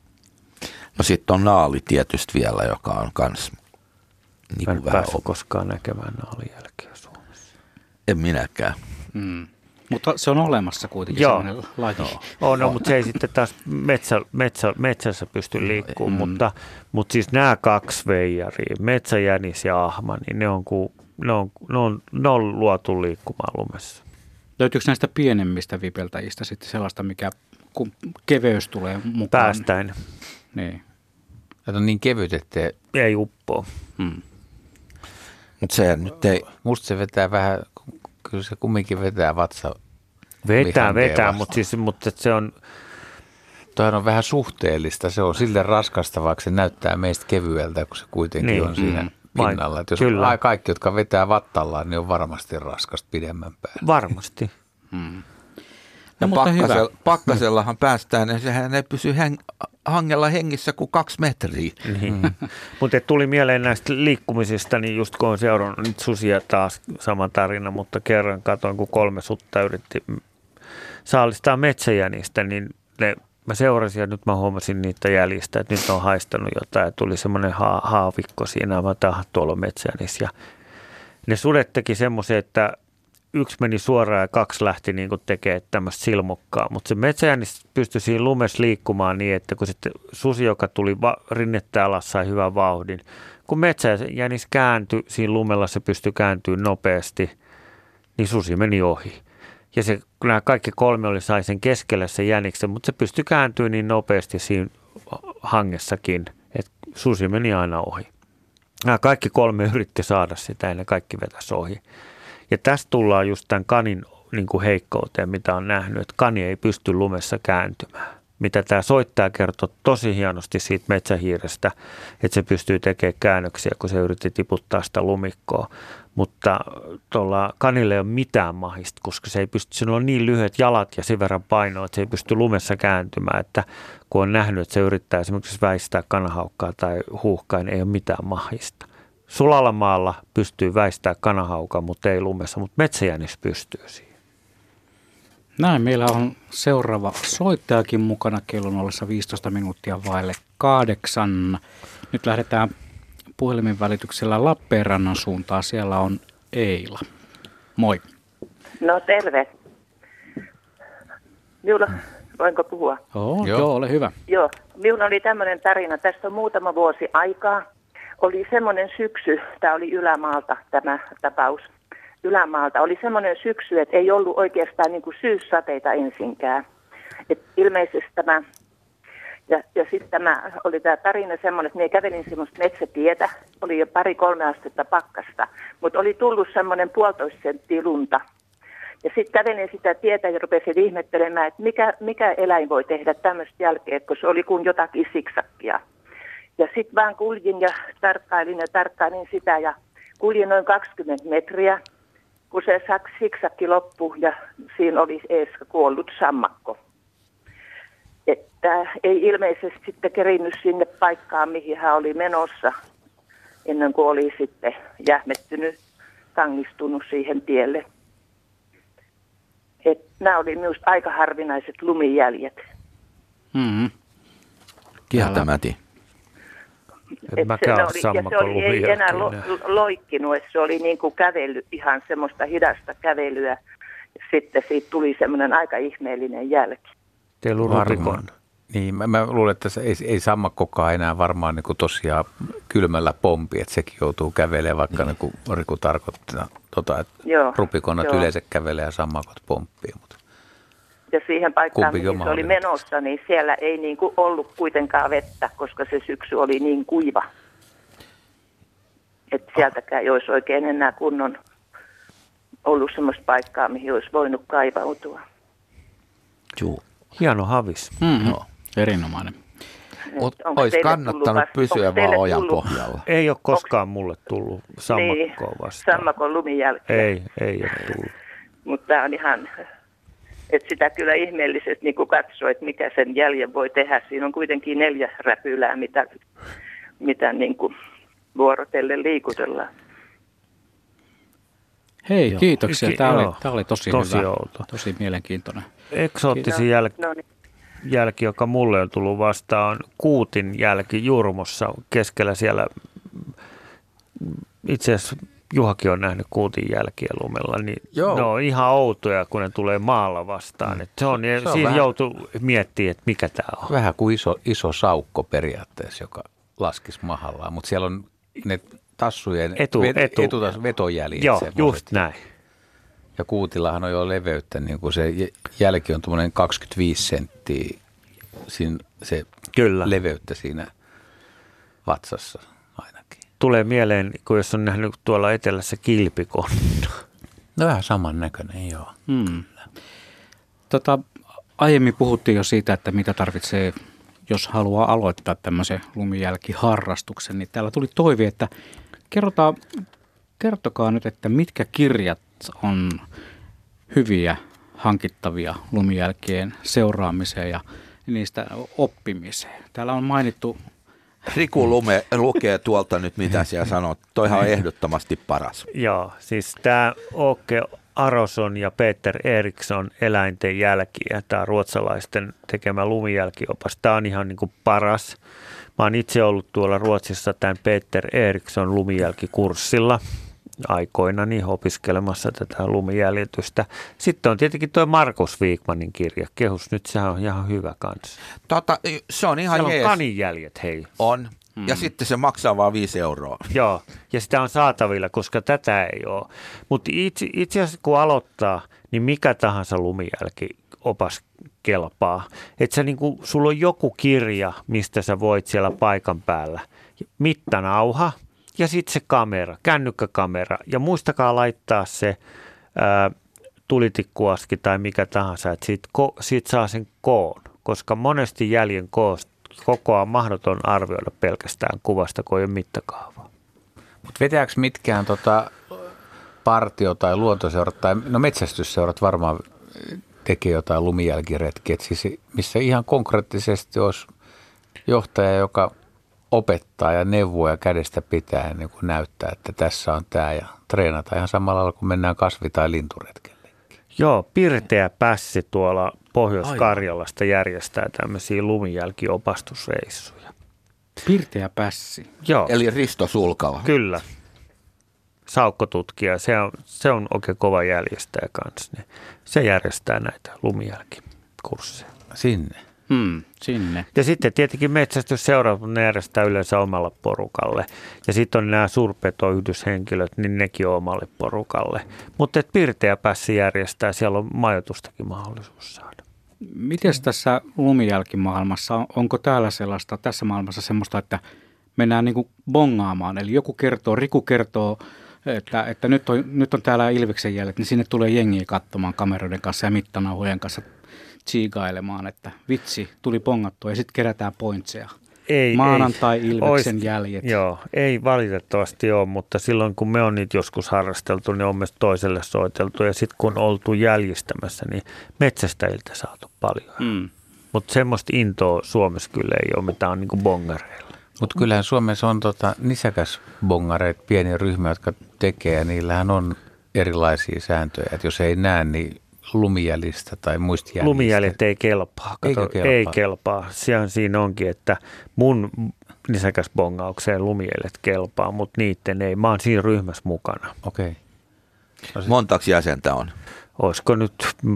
No sitten on naali tietysti vielä, joka on kans
Mä en päässyt koskaan näkemään naalin jälkeä Suomessa.
En minäkään.
Mutta se on olemassa kuitenkin sellainen laji.
No, mutta se ei sitten taas metsässä pysty liikkumaan, mutta siis nämä 2 veijaria, metsäjänis ja ahma, niin ne on luotu liikkumaan lumessa.
Löytyykö näistä pienemmistä vipeltäjistä sitten sellaista, mikä kun keveys tulee mukaan?
Päästäin.
Niin.
Ja on niin kevyt, että
ei uppoa.
Mutta se nyt ei...
Musta se vetää vähän, kyllä se kumminkin vetää vatsa.
Vetää, mutta se on...
Toihan on vähän suhteellista. Se on sille raskasta, vaikka se näyttää meistä kevyeltä, kun se kuitenkin on siinä pinnalla. Että jos kaikki, jotka vetää vattallaan, niin on varmasti raskasta pidemmän päälle.
Varmasti.
Ja pakkasellahan päästään, ja sehän ei pysy hangella hengissä kuin 2 metriä.
Mutta tuli mieleen näistä liikkumisista, niin just kun on seurannut nyt susia taas sama tarina, mutta kerran katoin, kun 3 sutta yritti saalistaa metsäjänistä, niin mä seurasin ja nyt mä huomasin niitä jäljistä, että nyt on haistanut jotain ja tuli semmoinen haavikko siinä, mä tuolla on metsäjänis. Ja ne sudet teki semmoisen, että 1 meni suoraan ja 2 lähti niin tekemään tämmöistä silmukkaa, mutta se metsäjänis pystyi siinä lumessa liikkumaan niin, että kun sitten susi, joka tuli rinnettä alas, sai hyvän vauhdin. Kun metsäjänis kääntyi siinä lumella, se pystyi kääntymään nopeasti, niin susi meni ohi. Ja nämä kaikki 3 sai sen keskellä sen jäniksen, mutta se pystyi kääntymään niin nopeasti siinä hangessakin, että susi meni aina ohi. Nämä kaikki 3 yritti saada sitä ja ne kaikki vetäisi ohi. Ja tästä tullaan just tämän kanin niin kuin heikkouteen, mitä on nähnyt, että kani ei pysty lumessa kääntymään. Mitä tämä soittaja kertoi tosi hienosti siitä metsähiirestä, että se pystyy tekemään käännöksiä, kun se yritti tiputtaa sitä lumikkoa. Mutta tuolla kanille ei ole mitään mahista, koska se ei pysty, sinulla on niin lyhyet jalat ja sen verran painoa, että se ei pysty lumessa kääntymään. Että kun on nähnyt, että se yrittää esimerkiksi väistää kanahaukkaa tai huuhkaa, niin ei ole mitään mahista. Sulalla maalla pystyy väistämään kanahaukan, mutta ei lumessa, mutta metsäjänis pystyy siihen.
Näin, meillä on seuraava soittajakin mukana kellon ollessa 15 minuuttia vaille 8. Nyt lähdetään puhelimen välityksellä Lappeenrannan suuntaan. Siellä on Eila. Moi.
No terve. Voinko puhua?
Joo, ole hyvä.
Joo, minulla oli tämmöinen tarina. Tästä on muutama vuosi aikaa. Oli semmoinen syksy, tämä oli Ylämaalta tämä tapaus. Ylämaalta oli semmoinen syksy, että ei ollut oikeastaan niin kuin syyssateita ensinkään. Et ilmeisesti tämä, ja sitten tämä oli tämä tarina semmoinen, että minä kävelin semmoista metsätietä, oli jo 2-3 astetta pakkasta. Mutta oli tullut semmoinen 1,5 senttiä lunta. Ja sitten kävelin sitä tietä ja rupesin ihmettelemään, että mikä eläin voi tehdä tämmöistä jälkeä, kun se oli kuin jotakin siksakkia. Ja sitten vaan kuljin ja tarkkailin sitä ja kuljin noin 20 metriä, kun se siksakki loppui ja siinä oli ees kuollut sammakko. Että ei ilmeisesti sitten kerinnyt sinne paikkaan, mihin hän oli menossa, ennen kuin oli sitten jähmettynyt, kangistunut siihen tielle. Nämä oli minusta aika harvinaiset lumijäljet.
Mm-hmm.
Kieltämäti.
Se oli ei enää loikkinut, että se oli niin kuin kävely, ihan semmoista hidasta kävelyä. Sitten siitä tuli semmoinen aika ihmeellinen jälki.
Teillä on rupikon.
Niin, mä luulen, että se ei sammakkokaan enää varmaan niin kuin tosiaan kylmällä pompi, että sekin joutuu kävelemään, vaikka niin kuin Riku tarkoittaa, että rupikonnat yleensä kävelee ja sammakot pomppii. Mutta
ja siihen paikkaan, mihin se oli menossa, niin siellä ei niin kuin ollut kuitenkaan vettä, koska se syksy oli niin kuiva. Että sieltäkään ei olisi oikein enää kunnon ollut semmoista paikkaa, mihin olisi voinut kaivautua.
Joo.
Hieno havis.
No, erinomainen.
Olisi kannattanut pysyä vaan ojan pohjalla.
Ei ole koskaan mulle tullut sammakkoa vastaan.
Sammakon lumijälkeä.
Ei ole tullut.
Mutta tämä on ihan, että sitä kyllä ihmeellisesti niin kuin katsoo, että mikä sen jäljen voi tehdä. Siinä on kuitenkin 4 räpylää, mitä niin kuin vuorotellen liikutellaan.
Hei, kiitoksia. Tämä oli tosi hyvä,
outo.
tosi mielenkiintoinen.
Eksoottisin jälki, joka mulle on tullut vastaan, on kuutin jälki Jurmossa keskellä siellä. Itse asiassa Juhakin on nähnyt kuutin jälkiä lumella, niin ne on ihan outoja, kun ne tulee maalla vastaan. Siinä joutuu miettimään, että mikä tämä on.
Vähän kuin iso saukko periaatteessa, joka laskisi mahallaan, mutta siellä on ne tassujen vetojäljet.
Joo, just näin.
Ja kuutillahan on jo leveyttä, niin kuin se jälki on tuommoinen 25 senttiä, se leveyttä siinä vatsassa ainakin.
Tulee mieleen, kun jos on nähnyt tuolla etelässä kilpikonna.
No vähän samannäköinen, joo.
Aiemmin puhuttiin jo siitä, että mitä tarvitsee, jos haluaa aloittaa tämmöisen lumijälkiharrastuksen, niin täällä tuli toive, että kertokaa nyt, että mitkä kirjat on hyviä hankittavia lumijälkien seuraamiseen ja niistä oppimiseen. Täällä on mainittu...
Riku lukee tuolta nyt, mitä siellä sanot. Toihan on ehdottomasti paras.
Joo, siis tämä Åke Aroson ja Peter Eriksson eläinten jälkiä. Tämä ruotsalaisten tekemä lumijälkiopas. Tämä on ihan niin kuin paras. Mä oon itse ollut tuolla Ruotsissa tämän Peter Eriksson lumijälkikurssilla aikoinani opiskelemassa tätä lumijäljitystä. Sitten on tietenkin tuo Markus Wikmanin kirja. Kehus nyt, sehän on ihan hyvä kanssa.
Se on ihan
jees. Siellä on kaninjäljet, hei.
On. Ja sitten se maksaa vaan 5 euroa.
Joo, ja sitä on saatavilla, koska tätä ei ole. Mutta itse asiassa kun aloittaa, niin mikä tahansa lumijälkiopas kelpaa. Että sulla on joku kirja, mistä sä voit siellä paikan päällä. Mittanauha. Ja sitten se kamera, kännykkäkamera. Ja muistakaa laittaa se tulitikkuaski tai mikä tahansa, että siitä saa sen koon. Koska monesti jäljen kokoa on mahdoton arvioida pelkästään kuvasta, kun ei ole mittakaavaa.
Mutta vetääkö mitkään partio- tai luontoseurat tai metsästysseurat varmaan tekee jotain lumijälkiretkiä, siis missä ihan konkreettisesti olisi johtaja, joka opettaa ja neuvoo ja kädestä pitää niin kuin näyttää, että tässä on tämä ja treenata ihan samalla lailla, kun mennään kasvi- tai linturetkelle.
Joo, Pirteä Pässi tuolla Pohjois-Karjalasta järjestää tämmöisiä lumijälkiopastusreissuja.
Pirteä Pässi?
Joo.
Eli Risto Sulkala.
Kyllä. Saukkotutkija, se on oikein kova järjestäjä kanssa. Niin se järjestää näitä lumijälkikursseja.
Sinne.
Ja sitten tietenkin metsästysseura järjestää yleensä omalle porukalle. Ja sitten on nämä suurpetoyhdyshenkilöt, niin nekin on omalle porukalle. Mutta Pirteä Pässi järjestää, siellä on majoitustakin mahdollisuus saada.
Miten tässä lumijälkimaailmassa, onko tässä maailmassa semmoista, että mennään niin kuin bongaamaan? Eli joku kertoo, Riku kertoo että nyt on täällä Ilveksen jäljet, niin sinne tulee jengiä katsomaan kameroiden kanssa ja mittanauhojen kanssa tsiigailemaan, että vitsi, tuli pongattua ja sitten kerätään pointseja. Maanantai Ilveksen jäljet.
Joo, ei valitettavasti ole, mutta silloin kun me on niitä joskus harrasteltu, niin on myös toiselle soiteltu. Ja sitten kun on oltu jäljistämässä, niin metsästäjiltä saatu paljon. Mutta semmoista intoa Suomessa kyllä ei ole, mitä on niin kuin bongareilla.
Mutta kyllähän Suomessa on nisäkäsbongareita, pieni ryhmä, jotka tekee, ja niillähän on erilaisia sääntöjä. Että jos ei näe, niin lumijäljistä tai muista jäljistä.
Lumijäljet ei kelpaa. Ei kelpaa. Siinä onkin, että mun nisäkäsbongaukseen lumijäljet kelpaa, mutta niiden ei. Mä oon siinä ryhmässä mukana.
Okei.
No montaaksi jäsentä on?
Olisiko nyt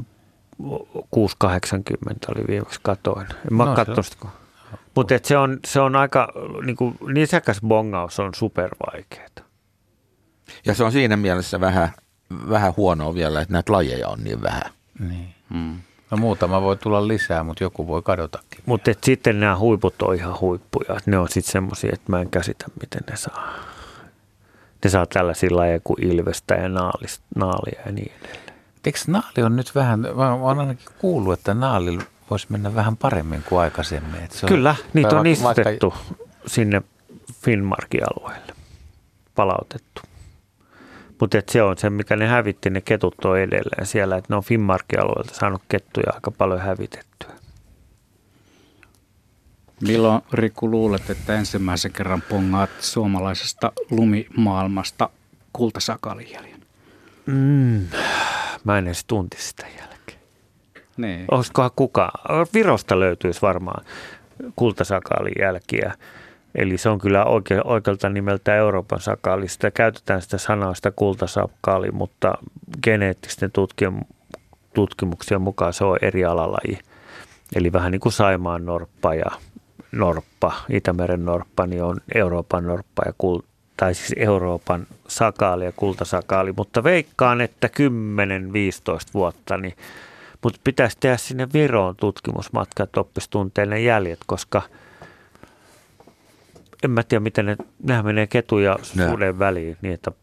680 oli viimeksi katoin. En mä katso sitä. Mutta se on aika, niinku, nisäkäsbongaus on supervaikeaa.
Ja se on siinä mielessä vähän huonoa vielä, että näitä lajeja on niin vähän.
Niin. No muutama voi tulla lisää, mutta joku voi kadotakin.
Mutta sitten nämä huiput on ihan huippuja. Ne on sitten semmoisia, että mä en käsitä, miten ne saa. Ne saa tällaisia lajeja kuin ilvestä ja naalia ja niin edelleen.
Eikö naali on nyt vähän, mä oon ainakin kuullut, että naali voisi mennä vähän paremmin kuin aikaisemmin.
Kyllä, niitä on istutettu sinne Finnmarkin alueelle, palautettu. Mutta se on se, mikä ne hävitti, ne ketut on edelleen siellä, että ne on Finnmarkin alueelta saanut kettuja aika paljon hävitettyä.
Milloin, Riku, luulet, että ensimmäisen kerran pongaat suomalaisesta lumimaailmasta kultasakaalijäljen?
Mä en edes tuntisi sitä jälkeen.
Niin.
Olisikohan kukaan? Virosta löytyisi varmaan kultasakaalijälkiä. Eli se on kyllä oikealta nimeltä Euroopan sakaali. Sitä käytetään sitä sanaa sitä kultasakaali, mutta geneettisten tutkimuksien mukaan se on eri alalaji. Eli vähän niin kuin Saimaan norppa ja norppa, Itämeren norppa, niin on Euroopan norppa ja tai siis Euroopan sakaali ja kultasakaali. Mutta veikkaan, että 10-15 vuotta, niin, mutta pitäisi tehdä sinne Viroon tutkimusmatka, että oppisi tuntea ne jäljet, koska en mä tiedä, miten nehän menee ketun ja suden väliin. Niin että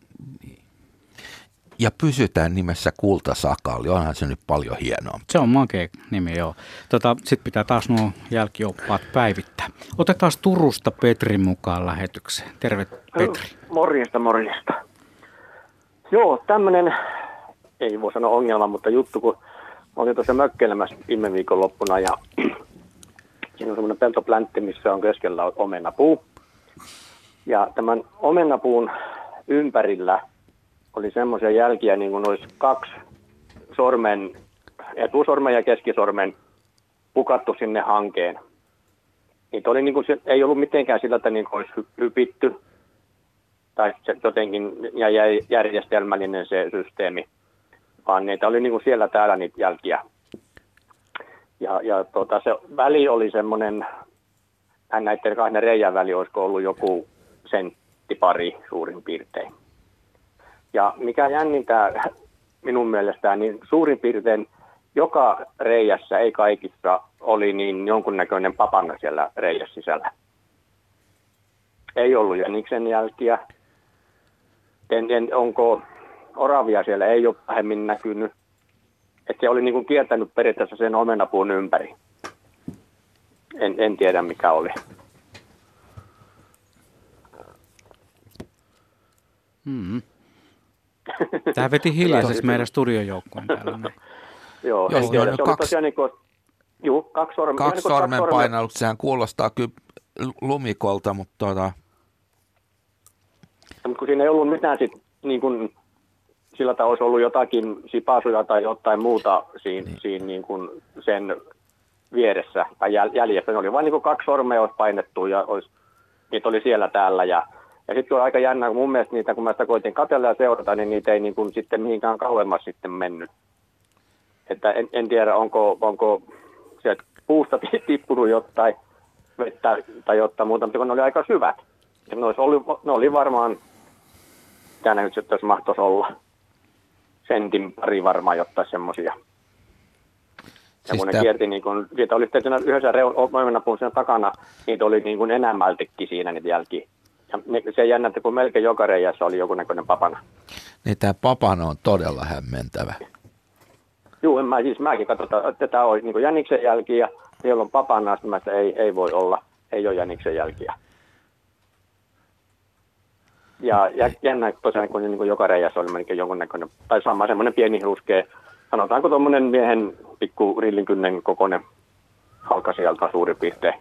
ja pysytään nimessä kultasakaali. Onhan se nyt paljon hienoa.
Se on makea nimi, joo. Sitten pitää taas nuo jälkioppaat päivittää. Otetaan Turusta Petri mukaan lähetykseen. Terve, Petri.
Morjesta. Joo, tämmöinen, ei voi sanoa ongelma, mutta juttu, kun olin tuossa mökkeilemässä viime viikonloppuna ja siinä on semmoinen peltopläntti, missä on keskellä omenapuu. Ja tämän omenapuun ympärillä oli semmoisia jälkiä, niin kuin olisi 2 sormen, etusormen ja keskisormen pukattu sinne hankeen. Niitä oli niin kuin, ei ollut mitenkään sillä, että niin olisi hypitty tai jotenkin järjestelmällinen se systeemi, vaan niitä oli niin kuin siellä täällä niitä jälkiä. Ja se väli oli semmoinen, näiden 2 reijän väli olisiko ollut joku sentti pari suurin piirtein. Ja mikä jännintä minun mielestäni, niin suurin piirtein joka reijässä, ei kaikissa, oli niin jonkunnäköinen papanga siellä reijässä sisällä. Ei ollut jäniksen jälkiä. Onko oravia siellä, ei ole vähemmin näkynyt. Että se oli niin kuin kiertänyt periaatteessa sen omenapuun ympäri. En tiedä mikä oli.
Tämä veti hiljaisesti meidän studiojoukkoon täällä.
Joo,
jos
se
on
oli tosiaan niin kuin, 2 sormen.
2 sormen painallut, sehän kuulostaa kyllä lumikolta, mutta
Mutta kun siinä ei ollut mitään niin kuin, sillä tavalla olisi ollut jotakin sipasuja tai jotain muuta siinä niin kuin sen vieressä tai jäljessä. Ne oli vain niin kuin 2 sormea olisi painettu ja niitä oli siellä täällä. Ja sitten on aika jännä, kun mun mielestä niitä, kun mä sitä koitin katsella ja seurata, niin niitä ei niin kuin sitten mihinkään kauemmas sitten mennyt. Että en tiedä, onko sieltä puusta tippunut jotain vettä tai jotain muuta, mutta ne oli aika syvät. Ne oli varmaan, mitä ne nyt sitten mahtoisi olla, sentin pari varmaan jotain semmoisia. Ja kun ne kierti, niin kun, oli sitten yhdessä omenapuun sen takana, niitä oli niin kuin enemmältikin siinä niitä jälkiä. Ja se jännä, että kun melkein joka reijässä oli joku näköinen papana.
Niin tämä papana on todella hämmentävä.
Joo, mäkin katsotaan, että tämä olisi niin jäniksen jälkiä, siellä on papana, että ei voi olla, ei ole jäniksen jälkiä. Ja jännä tosiaan, kun niin joka reijässä oli melkein jonkunnäköinen, tai sama semmoinen pieni ruskea, sanotaanko tuommoinen miehen pikku rillinkynnen kokoinen halka sieltä suurin piirtein.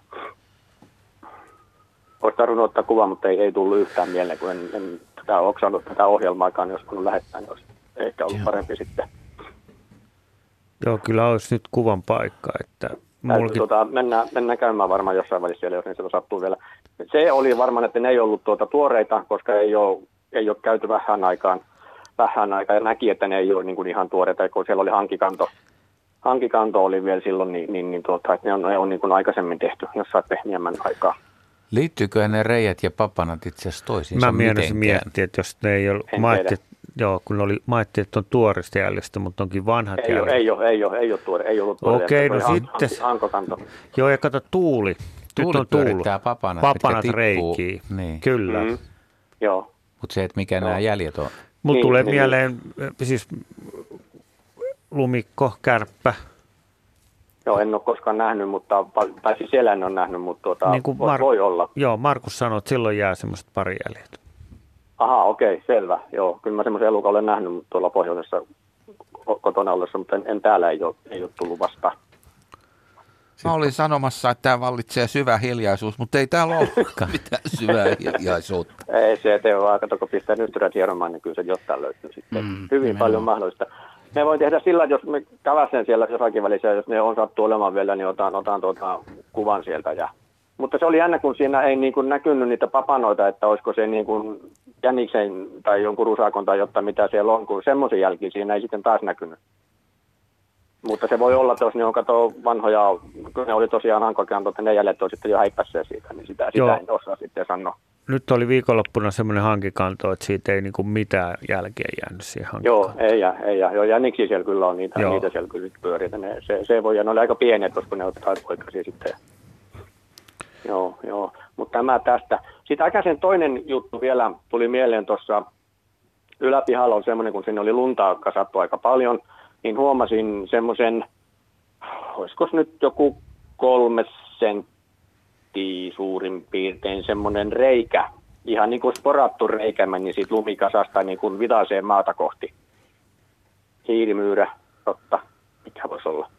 Olisi tarvinnut ottaa kuva, mutta ei tullut yhtään mieleen, kun en tätä oksannut tätä ohjelmaakaan, jos kun lähettää, niin olisi ehkä ollut parempi sitten.
Joo, kyllä olisi nyt kuvan paikka. Että
mennään käymään varmaan jossain välissä siellä, jos niitä sattuu vielä. Se oli varmaan, että ne ei ollut tuoreita, koska ei ole käyty vähän aikaa ja näki, että ne ei ole niin kuin ihan tuoreita, kun siellä oli hankikanto oli vielä silloin, että ne on niin kuin aikaisemmin tehty, jos saatte hieman aikaa.
Liittyykö ne reijät ja papanat itse asiassa toisiinsa mitenkään?
Mä miettiä, että jos ne ei ole, kun maittiin, että on tuorista jäljestä, mutta onkin vanhat jäljet.
Ei ole tuore, ei ollut tuore.
Okei, no sitten.
Hankokanto.
Joo, ja kato tuuli.
Tuuli pyörittää papanat
reikii.
Niin.
Kyllä.
Joo.
Mutta se, että mikä nämä jäljet on.
Mulla tulee mieleen siis lumikko, kärppä.
Joo, en ole koskaan nähnyt, tai siis eläin on nähnyt, mutta niin voi olla.
Joo, Markus sanoi, että silloin jää semmoiset pari jäljet.
Aha, okei, selvä. Joo, kyllä mä semmoisen elukan olen nähnyt tuolla pohjoisessa kotona ollessa, mutta en täällä ei ole tullut vastaan.
Mä olin sanomassa, että tää vallitsee syvä hiljaisuus, mutta ei täällä olekaan mitään syvää hiljaisuutta.
Ei se tee vaan, kato kun pistää nystyrät hieromaan, niin kyllä se jotain löytyy sitten. Hyvin paljon mahdollista. Me voi tehdä sillä, jos me kalasen siellä jossakin välissä, jos ne on sattu olemaan vielä, niin otan kuvan sieltä. Mutta se oli jännä, kun siinä ei niin kuin näkynyt niitä papanoita, että olisiko se niin kuin jäniksen tai jonkun rusakon tai jotain, mitä siellä on, kun semmoisen jälkeen siinä ei sitten taas näkynyt. Mutta se voi olla, että jos ne on vanhoja, kun ne oli tosiaan hankokantot, että ne jäljet on sitten jo häippässeet siitä, niin sitä en osaa sitten sanoa.
Nyt oli viikonloppuna semmoinen hankikanto, että siitä ei niinku mitään jälkeä jäänyt siihen hankikantoon.
Joo, ei. Joo, jäniksiä siellä kyllä on, niitä siellä kyllä pyörii. Se voi, ja ne oli aika pienet, koska ne ottaa poikasia sitten. Joo, mutta tämä tästä. Sitten aikaisen toinen juttu vielä tuli mieleen tuossa yläpihalla on semmoinen, kun siinä oli lunta kasattu aika paljon, niin huomasin semmoisen, olisiko nyt joku 3 senttiä suurin piirtein semmoinen reikä, ihan niin kuin sporattu reikä meni siitä lumikasasta niin kuin vitaiseen maata kohti. Hiirimyyrä, totta, mikä voisi olla.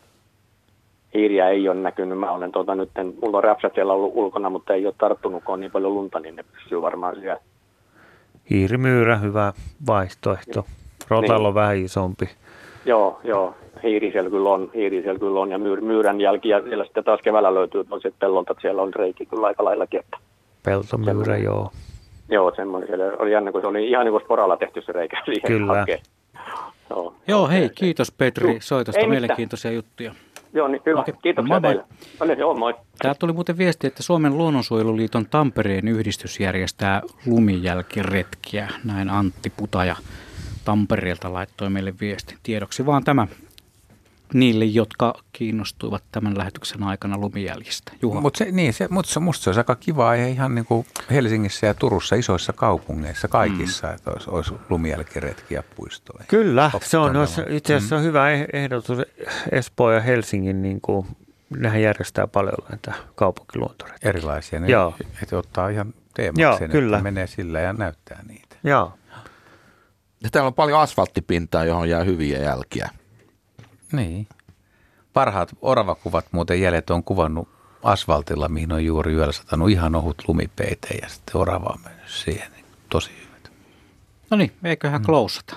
Hiiriä ei ole näkynyt, mä olen mulla on räpsät siellä ollut ulkona, mutta ei ole tarttunut, kun on niin paljon lunta, niin ne pysyy varmaan siellä.
Hiirimyyrä, hyvä vaihtoehto. Rotalla on vähän isompi.
Joo, hiiri siellä kyllä on, ja myyrän jälki, ja siellä sitten taas keväällä löytyy toiset pellolta, että siellä on reikiä kyllä aika laillakin.
Peltomyyrä, joo.
Joo, semmoinen, siellä oli jännä, kun se oli ihan niin kuin sporalla tehty se reikä siihen.
Kyllä.
Hakkeen.
Joo, hei, kiitos Petri soitosta, mielenkiintoisia juttuja.
Joo, niin hyvä. Okay. Kiitoksia teille. Joo, moi.
Täällä tuli muuten viesti, että Suomen luonnonsuojeluliiton Tampereen yhdistys järjestää lumijälkiretkiä. Näin Antti Putaja Tampereelta laittoi meille viestin. Tiedoksi vaan tämä niille, jotka kiinnostuivat tämän lähetyksen aikana lumijäljistä. Juha.
Mutta musta se olisi aika kiva ihan niin kuin Helsingissä ja Turussa, isoissa kaupungeissa, kaikissa, että olisi lumijälkiretkiä puistoja.
Kyllä, se on itse asiassa hyvä ehdotus. Espoo ja Helsingin, niin kuin, nehän järjestää paljon näitä kaupunkiluontoretkiä.
Erilaisia, että ottaa ihan teemakseen, että menee sillä ja näyttää niitä.
Joo.
Ja täällä on paljon asfalttipintaa, johon jää hyviä jälkiä.
Niin. Parhaat oravakuvat muuten jäljet on kuvannut asfaltilla, mihin on juuri yöllä satanut ihan ohut lumipeite ja sitten orava on mennyt siihen. Niin tosi hyvät.
No niin, eiköhän klousata.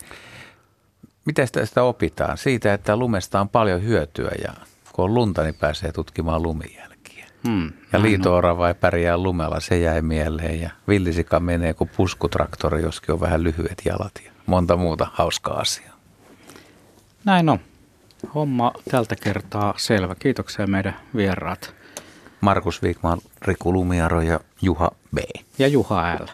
Miten sitä opitaan? Siitä, että lumesta on paljon hyötyä ja kun on lunta, niin pääsee tutkimaan lumijälkiä. Ja liito-orava ei pärjää lumella, se jäi mieleen. Ja villisika menee kuin puskutraktori, joskin on vähän lyhyet jalat ja monta muuta hauskaa asiaa.
Näin on. Homma tältä kertaa selvä. Kiitoksia meidän vieraat.
Markus Wikman, Riku Lumiaro ja Juha B.
Ja Juha L.